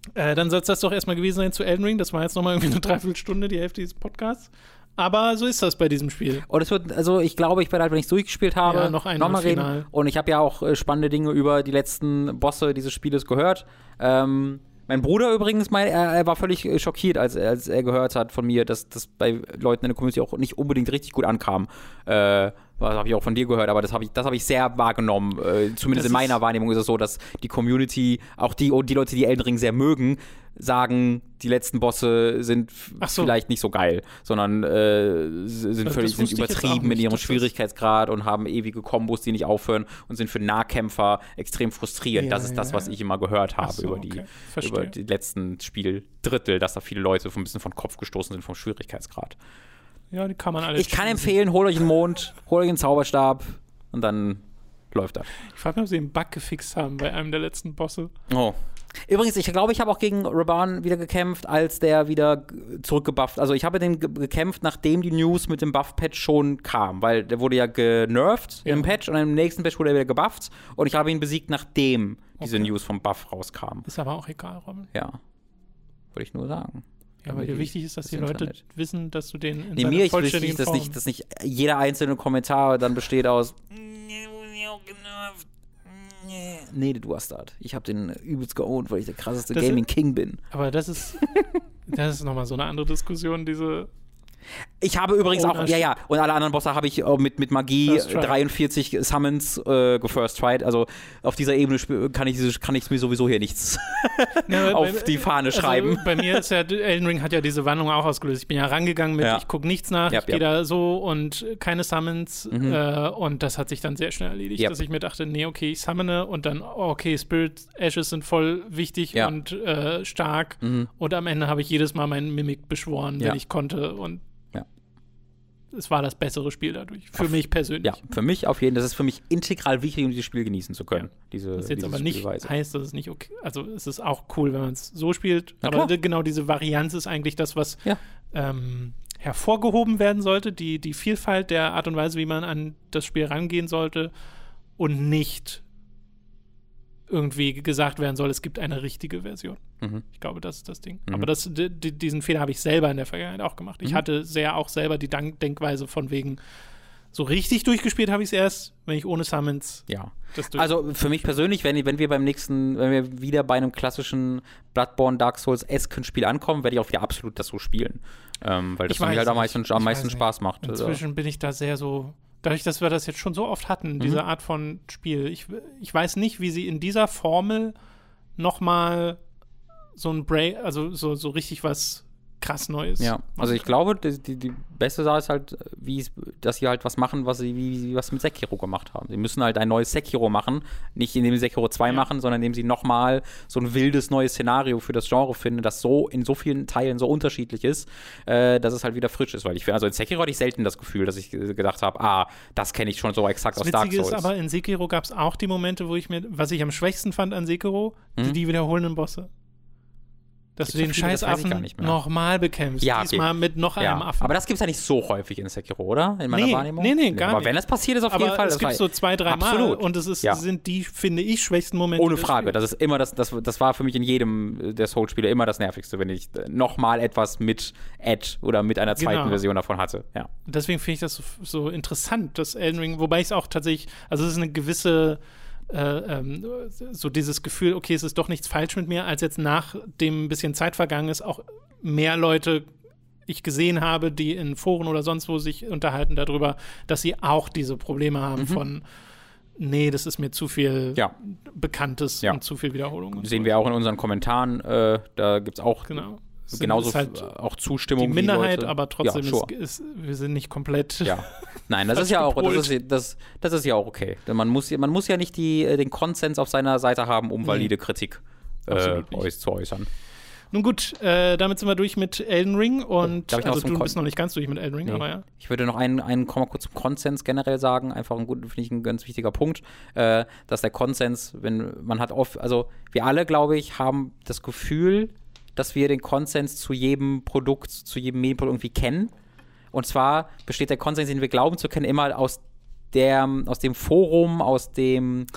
Äh, dann soll es das doch erstmal gewesen sein zu Elden Ring. Das war jetzt nochmal irgendwie eine Dreiviertelstunde, die Hälfte dieses Podcasts. Aber so ist das bei diesem Spiel. Und es wird, also ich glaube, ich werde halt, wenn ich es durchgespielt habe, ja, noch einmal nochmal reden. Und ich habe ja auch äh, spannende Dinge über die letzten Bosse dieses Spieles gehört. Ähm, mein Bruder übrigens, mein, er, er war völlig schockiert, als, als er gehört hat von mir, dass das bei Leuten in der Community auch nicht unbedingt richtig gut ankam. Äh, das habe ich auch von dir gehört, aber das habe ich, das hab ich sehr wahrgenommen. Äh, zumindest das in meiner Wahrnehmung ist es so, dass die Community, auch die, die Leute, die Elden Ring sehr mögen, sagen, die letzten Bosse sind so. vielleicht nicht so geil, sondern äh, sind das, völlig das sind übertrieben in ihrem Schwierigkeitsgrad und haben ewige Kombos, die nicht aufhören und sind für Nahkämpfer extrem frustrierend. Ja, das ist ja, das, was ja. ich immer gehört habe so, über, die, okay. über die letzten Spieldrittel, dass da viele Leute so ein bisschen von Kopf gestoßen sind vom Schwierigkeitsgrad. Ja, die kann man alles Ich kann empfehlen, holt euch einen Mond, holt euch einen Zauberstab und dann läuft das. Ich frage mich, ob sie einen Bug gefixt haben bei einem der letzten Bosse. Oh. Übrigens, ich glaube, ich habe auch gegen Raban wieder gekämpft, als der wieder zurückgebufft. Also ich habe den ge- gekämpft, nachdem die News mit dem Buff-Patch schon kam, weil der wurde ja genervt ja. im Patch und im nächsten Patch wurde er wieder gebufft und ich habe ihn besiegt, nachdem diese okay. News vom Buff rauskam. Ist aber auch egal, Robin. Ja, würde ich nur sagen. Ja, aber dir wichtig ist, dass das die Leute Internet. wissen, dass du den in nee, seiner mir vollständigen ist wichtig, dass Form... nicht, dass nicht jeder einzelne Kommentar dann besteht aus nee, du Bastard. Ich habe den übelst geowned, weil ich der krasseste das Gaming King bin. Aber das ist das ist nochmal so eine andere Diskussion, diese Ich habe übrigens oh, auch, ja, ja, und alle anderen Bosse habe ich auch mit, mit Magie dreiundvierzig Summons äh, gefirst tried. Also auf dieser Ebene kann ich, kann ich mir sowieso hier nichts ja, auf bei, die Fahne also schreiben. Bei mir ist ja, Elden Ring hat ja diese Wandlung auch ausgelöst. Ich bin ja rangegangen mit, ja. ich gucke nichts nach, yep, ich gehe yep. da so und keine Summons. Mhm. Äh, und das hat sich dann sehr schnell erledigt, yep. dass ich mir dachte, nee, okay, ich summone und dann, okay, Spirit Ashes sind voll wichtig ja. und äh, stark. Mhm. Und am Ende habe ich jedes Mal meinen Mimic beschworen, wenn ja. ich konnte und es war das bessere Spiel dadurch. Für auf, mich persönlich. Ja, für mich auf jeden Fall. Das ist für mich integral wichtig, um dieses Spiel genießen zu können. Ja. Diese, das jetzt aber nicht heißt, dass es nicht okay also es ist auch cool, wenn man es so spielt. Na, aber klar. genau diese Varianz ist eigentlich das, was ja. ähm, hervorgehoben werden sollte. Die, die Vielfalt der Art und Weise, wie man an das Spiel rangehen sollte und nicht irgendwie gesagt werden soll, es gibt eine richtige Version. Mhm. Ich glaube, das ist das Ding. Mhm. Aber das, d- d- diesen Fehler habe ich selber in der Vergangenheit auch gemacht. Ich mhm. hatte sehr auch selber die Dank- Denkweise von wegen, so richtig durchgespielt habe ich es erst, wenn ich ohne Summons ja. das durch- Also für mich persönlich, wenn, wenn wir beim nächsten, wenn wir wieder bei einem klassischen Bloodborne, Dark Souls-esken Spiel ankommen, werde ich auch wieder absolut das so spielen. Ähm, weil das für mich halt am meisten, am meisten Spaß macht. Inzwischen bin ich da sehr so Dadurch, dass wir das jetzt schon so oft hatten, mhm. diese Art von Spiel. Ich, ich weiß nicht, wie sie in dieser Formel nochmal so ein Break, also so, so richtig was krass Neues. Ja, also ich glaube, die, die, die beste Sache ist halt, wie, dass sie halt was machen, was sie, wie sie was mit Sekiro gemacht haben. Sie müssen halt ein neues Sekiro machen, nicht indem sie Sekiro zwei ja. machen, sondern indem sie nochmal so ein wildes neues Szenario für das Genre finden, das so in so vielen Teilen so unterschiedlich ist, äh, dass es halt wieder frisch ist. Weil ich finde, also in Sekiro hatte ich selten das Gefühl, dass ich gedacht habe, ah, das kenne ich schon so exakt das aus Dark Souls. Das Witzige ist aber, in Sekiro gab es auch die Momente, wo ich mir, was ich am schwächsten fand an Sekiro, mhm. die, die wiederholenden Bosse. Dass du den Scheißaffen nochmal bekämpfst. Ja, okay. Diesmal mit noch ja. einem Affen. Aber das gibt es ja nicht so häufig in Sekiro, oder? In meiner nee, Wahrnehmung? Nee, nee, gar aber nicht. wenn es passiert, ist auf aber jeden Fall. Es gibt so zwei, drei Mal und es ist, ja. sind die, finde ich, schwächsten Momente. Ohne Frage. Das ist immer das, das, das war für mich in jedem der Soul-Spiele immer das Nervigste, wenn ich nochmal etwas mit Edge oder mit einer zweiten genau. Version davon hatte. Ja. Deswegen finde ich das so, so interessant, das Elden Ring, wobei ich es auch tatsächlich, also es ist eine gewisse Äh, ähm, so dieses Gefühl, okay, es ist doch nichts falsch mit mir, als jetzt nachdem ein bisschen Zeit vergangen ist, auch mehr Leute ich gesehen habe, die in Foren oder sonst wo sich unterhalten darüber, dass sie auch diese Probleme haben mhm. von nee, das ist mir zu viel ja. Bekanntes ja. und zu viel Wiederholung. Sehen so. wir auch in unseren Kommentaren, äh, da gibt es auch genau. genauso halt auch Zustimmung. Die Minderheit, wie aber trotzdem ja, sure. ist, ist, wir sind nicht komplett. Ja. Nein, das ist ja auch, das ist, das, das ist ja auch okay. Man muss, man muss ja nicht die, den Konsens auf seiner Seite haben, um valide nee. Kritik äh, zu äußern. Nun gut, äh, damit sind wir durch mit Elden Ring und oh, also du Kon- bist noch nicht ganz durch mit Elden Ring, nee. aber ja. Ich würde noch einen, einen komm mal kurz zum Konsens generell sagen, einfach ein gut, finde ich ein ganz wichtiger Punkt, äh, dass der Konsens, wenn man hat oft, also wir alle, glaube ich, haben das Gefühl, dass wir den Konsens zu jedem Produkt, zu jedem Medienprodukt irgendwie kennen. Und zwar besteht der Konsens, den wir glauben zu kennen, immer aus, der, aus dem Forum, aus dem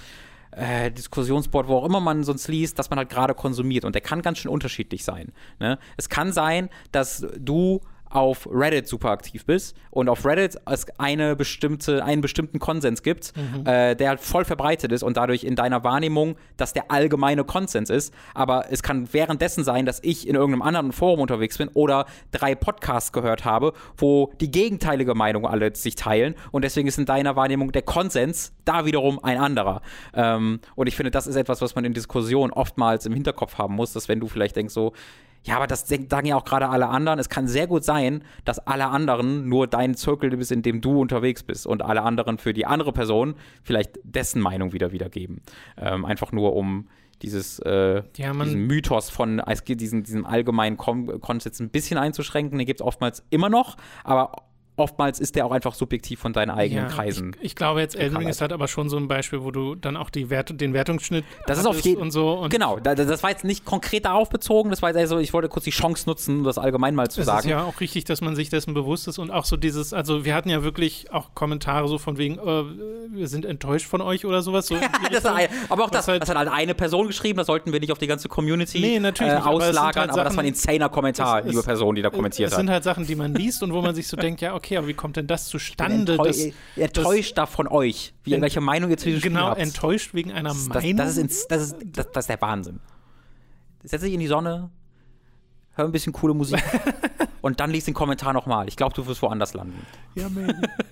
äh, Diskussionsboard, wo auch immer man sonst liest, dass man halt gerade konsumiert. Und der kann ganz schön unterschiedlich sein. Ne? Es kann sein, dass du auf Reddit super aktiv bist und auf Reddit es eine bestimmte, einen bestimmten Konsens gibt, mhm. äh, der halt voll verbreitet ist und dadurch in deiner Wahrnehmung, dass der allgemeine Konsens ist. Aber es kann währenddessen sein, dass ich in irgendeinem anderen Forum unterwegs bin oder drei Podcasts gehört habe, wo die gegenteilige Meinung alle sich teilen und deswegen ist in deiner Wahrnehmung der Konsens da wiederum ein anderer. Ähm, und ich finde, das ist etwas, was man in Diskussionen oftmals im Hinterkopf haben muss, dass wenn du vielleicht denkst so, ja, aber das sagen ja auch gerade alle anderen. Es kann sehr gut sein, dass alle anderen nur dein Circle ist, in dem du unterwegs bist und alle anderen für die andere Person vielleicht dessen Meinung wieder wiedergeben. Ähm, einfach nur, um dieses äh, ja, diesen Mythos von es geht diesen, diesem allgemeinen Kon- Konsens ein bisschen einzuschränken. Den gibt es oftmals immer noch, aber oftmals ist der auch einfach subjektiv von deinen eigenen ja, Kreisen. Ich, ich glaube jetzt, Elden Ring ist halt aber schon so ein Beispiel, wo du dann auch die Wert, den Wertungsschnitt das ist auf jeden und so. Und genau, das war jetzt nicht konkret darauf bezogen, das war jetzt also, ich wollte kurz die Chance nutzen, um das allgemein mal zu es sagen. Es ist ja auch richtig, dass man sich dessen bewusst ist und auch so dieses, also wir hatten ja wirklich auch Kommentare so von wegen, äh, wir sind enttäuscht von euch oder sowas. So das ein, aber auch das, halt, das hat halt eine Person geschrieben, das sollten wir nicht auf die ganze Community nee, natürlich äh, nicht, auslagern, aber, halt aber Sachen, das war ein insaner Kommentar, es, liebe Person, die da kommentiert es hat. Es sind halt Sachen, die man liest und wo man sich so denkt, ja okay, aber wie kommt denn das zustande? Enttäu- dass, enttäuscht da von euch, wie, ent- welche Meinung ihr zu diesem Spiel genau, habt. Genau, enttäuscht wegen einer das, Meinung? Das, das, ist ins, das, ist, das, das ist der Wahnsinn. Setz dich in die Sonne, hör ein bisschen coole Musik und dann lies den Kommentar nochmal. Ich glaube, du wirst woanders landen. Ja, maybe.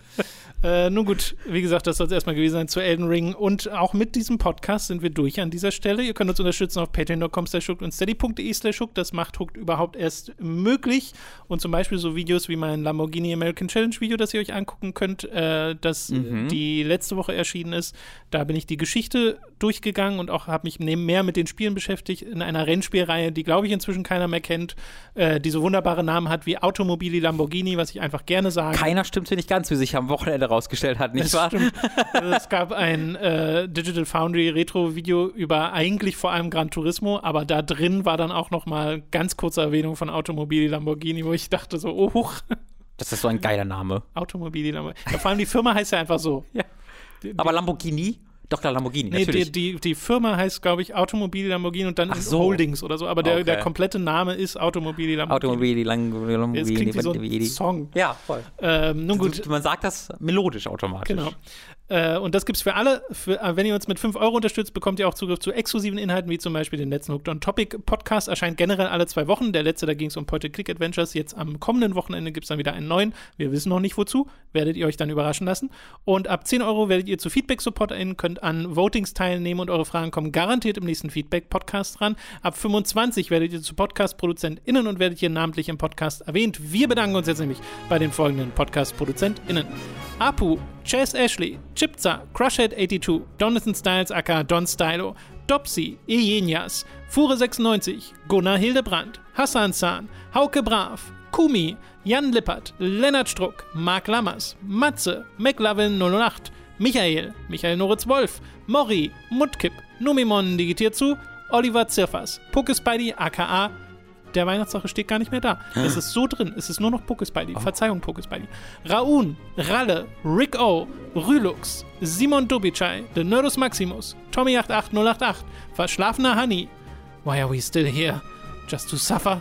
Äh, nun gut, wie gesagt, das soll es erstmal gewesen sein zu Elden Ring. Und auch mit diesem Podcast sind wir durch an dieser Stelle. Ihr könnt uns unterstützen auf patreon dot com slash hooked und steady dot de slash hooked. Das macht Hooked überhaupt erst möglich. Und zum Beispiel so Videos wie mein Lamborghini American Challenge Video, das ihr euch angucken könnt, äh, das mhm. die letzte Woche erschienen ist. Da bin ich die Geschichte durchgegangen und auch habe mich mehr mit den Spielen beschäftigt in einer Rennspielreihe, die, glaube ich, inzwischen keiner mehr kennt, äh, die so wunderbare Namen hat wie Automobili Lamborghini, was ich einfach gerne sage. Keiner stimmt hier nicht ganz, wie sich am Wochenende rausgestellt hat, nicht wahr? Also es gab ein äh, Digital Foundry Retro-Video über eigentlich vor allem Gran Turismo, aber da drin war dann auch noch mal ganz kurze Erwähnung von Automobili Lamborghini, wo ich dachte so, oh, huch. Das ist so ein geiler Name. Automobili Lamborghini. Ja, vor allem die Firma heißt ja einfach so. Ja. Aber Lamborghini? Doch, klar, Lamborghini, nee, natürlich. Die, die, die Firma heißt, glaube ich, Automobili Lamborghini und dann Ach so. Holdings oder so, aber der, okay. der komplette Name ist Automobili Lamborghini. Automobili Lamborghini. Es klingt wie so ein Song. Ja, voll. Ähm, nun gut. Man sagt das melodisch automatisch. Genau. Äh, und das gibt's für alle. Für, äh, wenn ihr uns mit fünf Euro unterstützt, bekommt ihr auch Zugriff zu exklusiven Inhalten, wie zum Beispiel den letzten Hooked on Topic Podcast. Erscheint generell alle zwei Wochen. Der letzte, da ging es um Point-and-Click-Adventures. Jetzt am kommenden Wochenende gibt's dann wieder einen neuen. Wir wissen noch nicht wozu. Werdet ihr euch dann überraschen lassen. Und ab zehn Euro werdet ihr zu Feedback-SupporterInnen, könnt an Votings teilnehmen und eure Fragen kommen garantiert im nächsten Feedback-Podcast dran. Ab fünfundzwanzig werdet ihr zu Podcast-ProduzentInnen und werdet hier namentlich im Podcast erwähnt. Wir bedanken uns jetzt nämlich bei den folgenden Podcast-ProduzentInnen: Apu, Chase Ashley, Chipza, Crushhead zweiundachtzig, Donathan Styles aka Don Stylo, Dopsy, Ejenias, Fure sechsundneunzig, Gunnar Hildebrand, Hassan Zahn, Hauke Brav, Kumi, Jan Lippert, Lennart Struck, Marc Lammers, Matze, McLovin null null acht, Michael, Michael Noritz-Wolf, Mori, Mutkipp, Numimon digitiert zu, Oliver Zirfers, Pokespidey aka der Weihnachtssache steht gar nicht mehr da. Es ist so drin. Es ist nur noch Pokespidey. Oh. Verzeihung, Pokespidey. Raun, Ralle, Rick O, Rülux, Simon Dubicai, The Nerdus Maximus, Tommy acht acht null acht acht, Verschlafener Honey, Why Are We Still Here? Just to Suffer,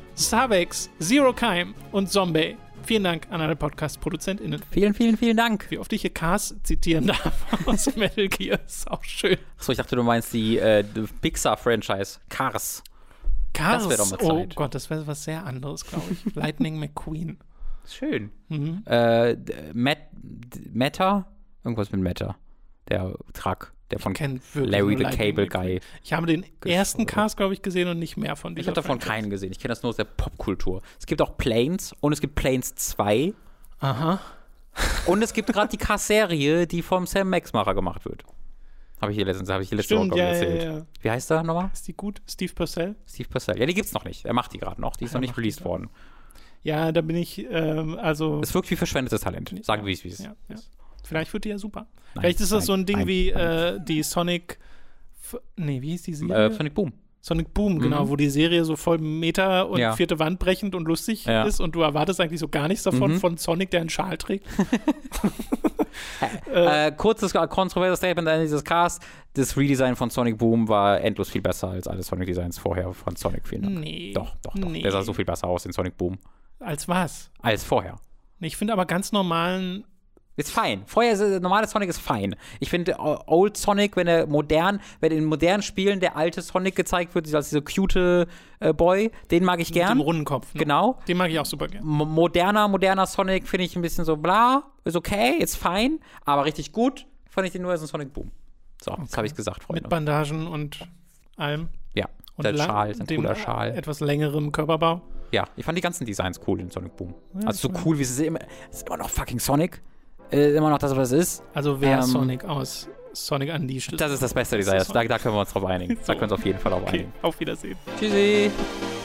Savex, Zero Keim und Zombie. Vielen Dank an alle Podcast-ProduzentInnen. Vielen, vielen, vielen Dank. Wie oft ich hier Cars zitieren darf aus Metal Gear. Ist auch schön. Achso, ich dachte, du meinst die, äh, die Pixar-Franchise. Cars. Cars. Das wäre doch mal Zeit. Oh Gott, das wäre was sehr anderes, glaube ich. Lightning McQueen. Schön. Mhm. Äh, Met, Meta? Irgendwas mit Meta. Der Truck, der von Larry the Cable Guy. Ich habe den ersten Cars, glaube ich, gesehen und nicht mehr von dieser. Ich habe davon keinen gesehen. Ich kenne das nur aus der Popkultur. Es gibt auch Planes und es gibt Planes zwei. Aha. Und es gibt gerade die Cars-Serie, die vom Sam Max-Macher gemacht wird. Habe ich hier letztens, habe ich hier letzte Woche ja, erzählt. Ja, ja. Wie heißt der nochmal? Ist die gut? Steve Purcell? Steve Purcell. Ja, die gibt's noch nicht. Er macht die gerade noch. Die ist Ach, noch nicht released worden. Ja, da bin ich, ähm, also. Es wirkt wie verschwendetes Talent. Sagen wir es, wie es ist. Ja, ja. Vielleicht wird die ja super. Nein, Vielleicht ist das nein, so ein Ding nein, wie nein. äh, die Sonic. F- nee, wie hieß die Serie? Äh, Sonic Boom. Sonic Boom, genau, mhm. wo die Serie so voll Meter und ja. vierte Wand brechend und lustig ja. ist und du erwartest eigentlich so gar nichts davon, mhm. von Sonic, der einen Schal trägt. äh, äh, kurzes, kontroverses Statement an dieses Cast. Das Redesign von Sonic Boom war endlos viel besser als alle Sonic-Designs vorher von Sonic. Vielen Dank. Nee. Doch, doch, doch. Nee. Der sah so viel besser aus in Sonic Boom. Als was? Als vorher. Ich finde aber ganz normalen... Ist fein. Vorher ist normale Sonic ist fein. Ich finde Old Sonic, wenn er modern, wenn in modernen Spielen der alte Sonic gezeigt wird, als dieser cute äh, Boy, den mag ich gern. Mit dem runden Kopf. Ne? Genau. Den mag ich auch super gern. M- moderner, moderner Sonic finde ich ein bisschen so bla, ist okay, ist fein, aber richtig gut fand ich den nur als ein Sonic Boom. So, okay. Das habe ich gesagt, Freunde. Mit Bandagen und allem. Ja, und der Schal ist ein cooler Schal. Etwas längerem Körperbau. Ja, ich fand die ganzen Designs cool in Sonic Boom. Ja, also so cool, wie es ist immer, es ist immer noch fucking Sonic. Äh, immer noch das, was es ist. Also wer ähm, Sonic aus Sonic Unleashed. Das ist das beste Design. Da, da können wir uns drauf einigen. So. Da können wir uns auf jeden Fall drauf okay. einigen. Auf Wiedersehen. Tschüssi.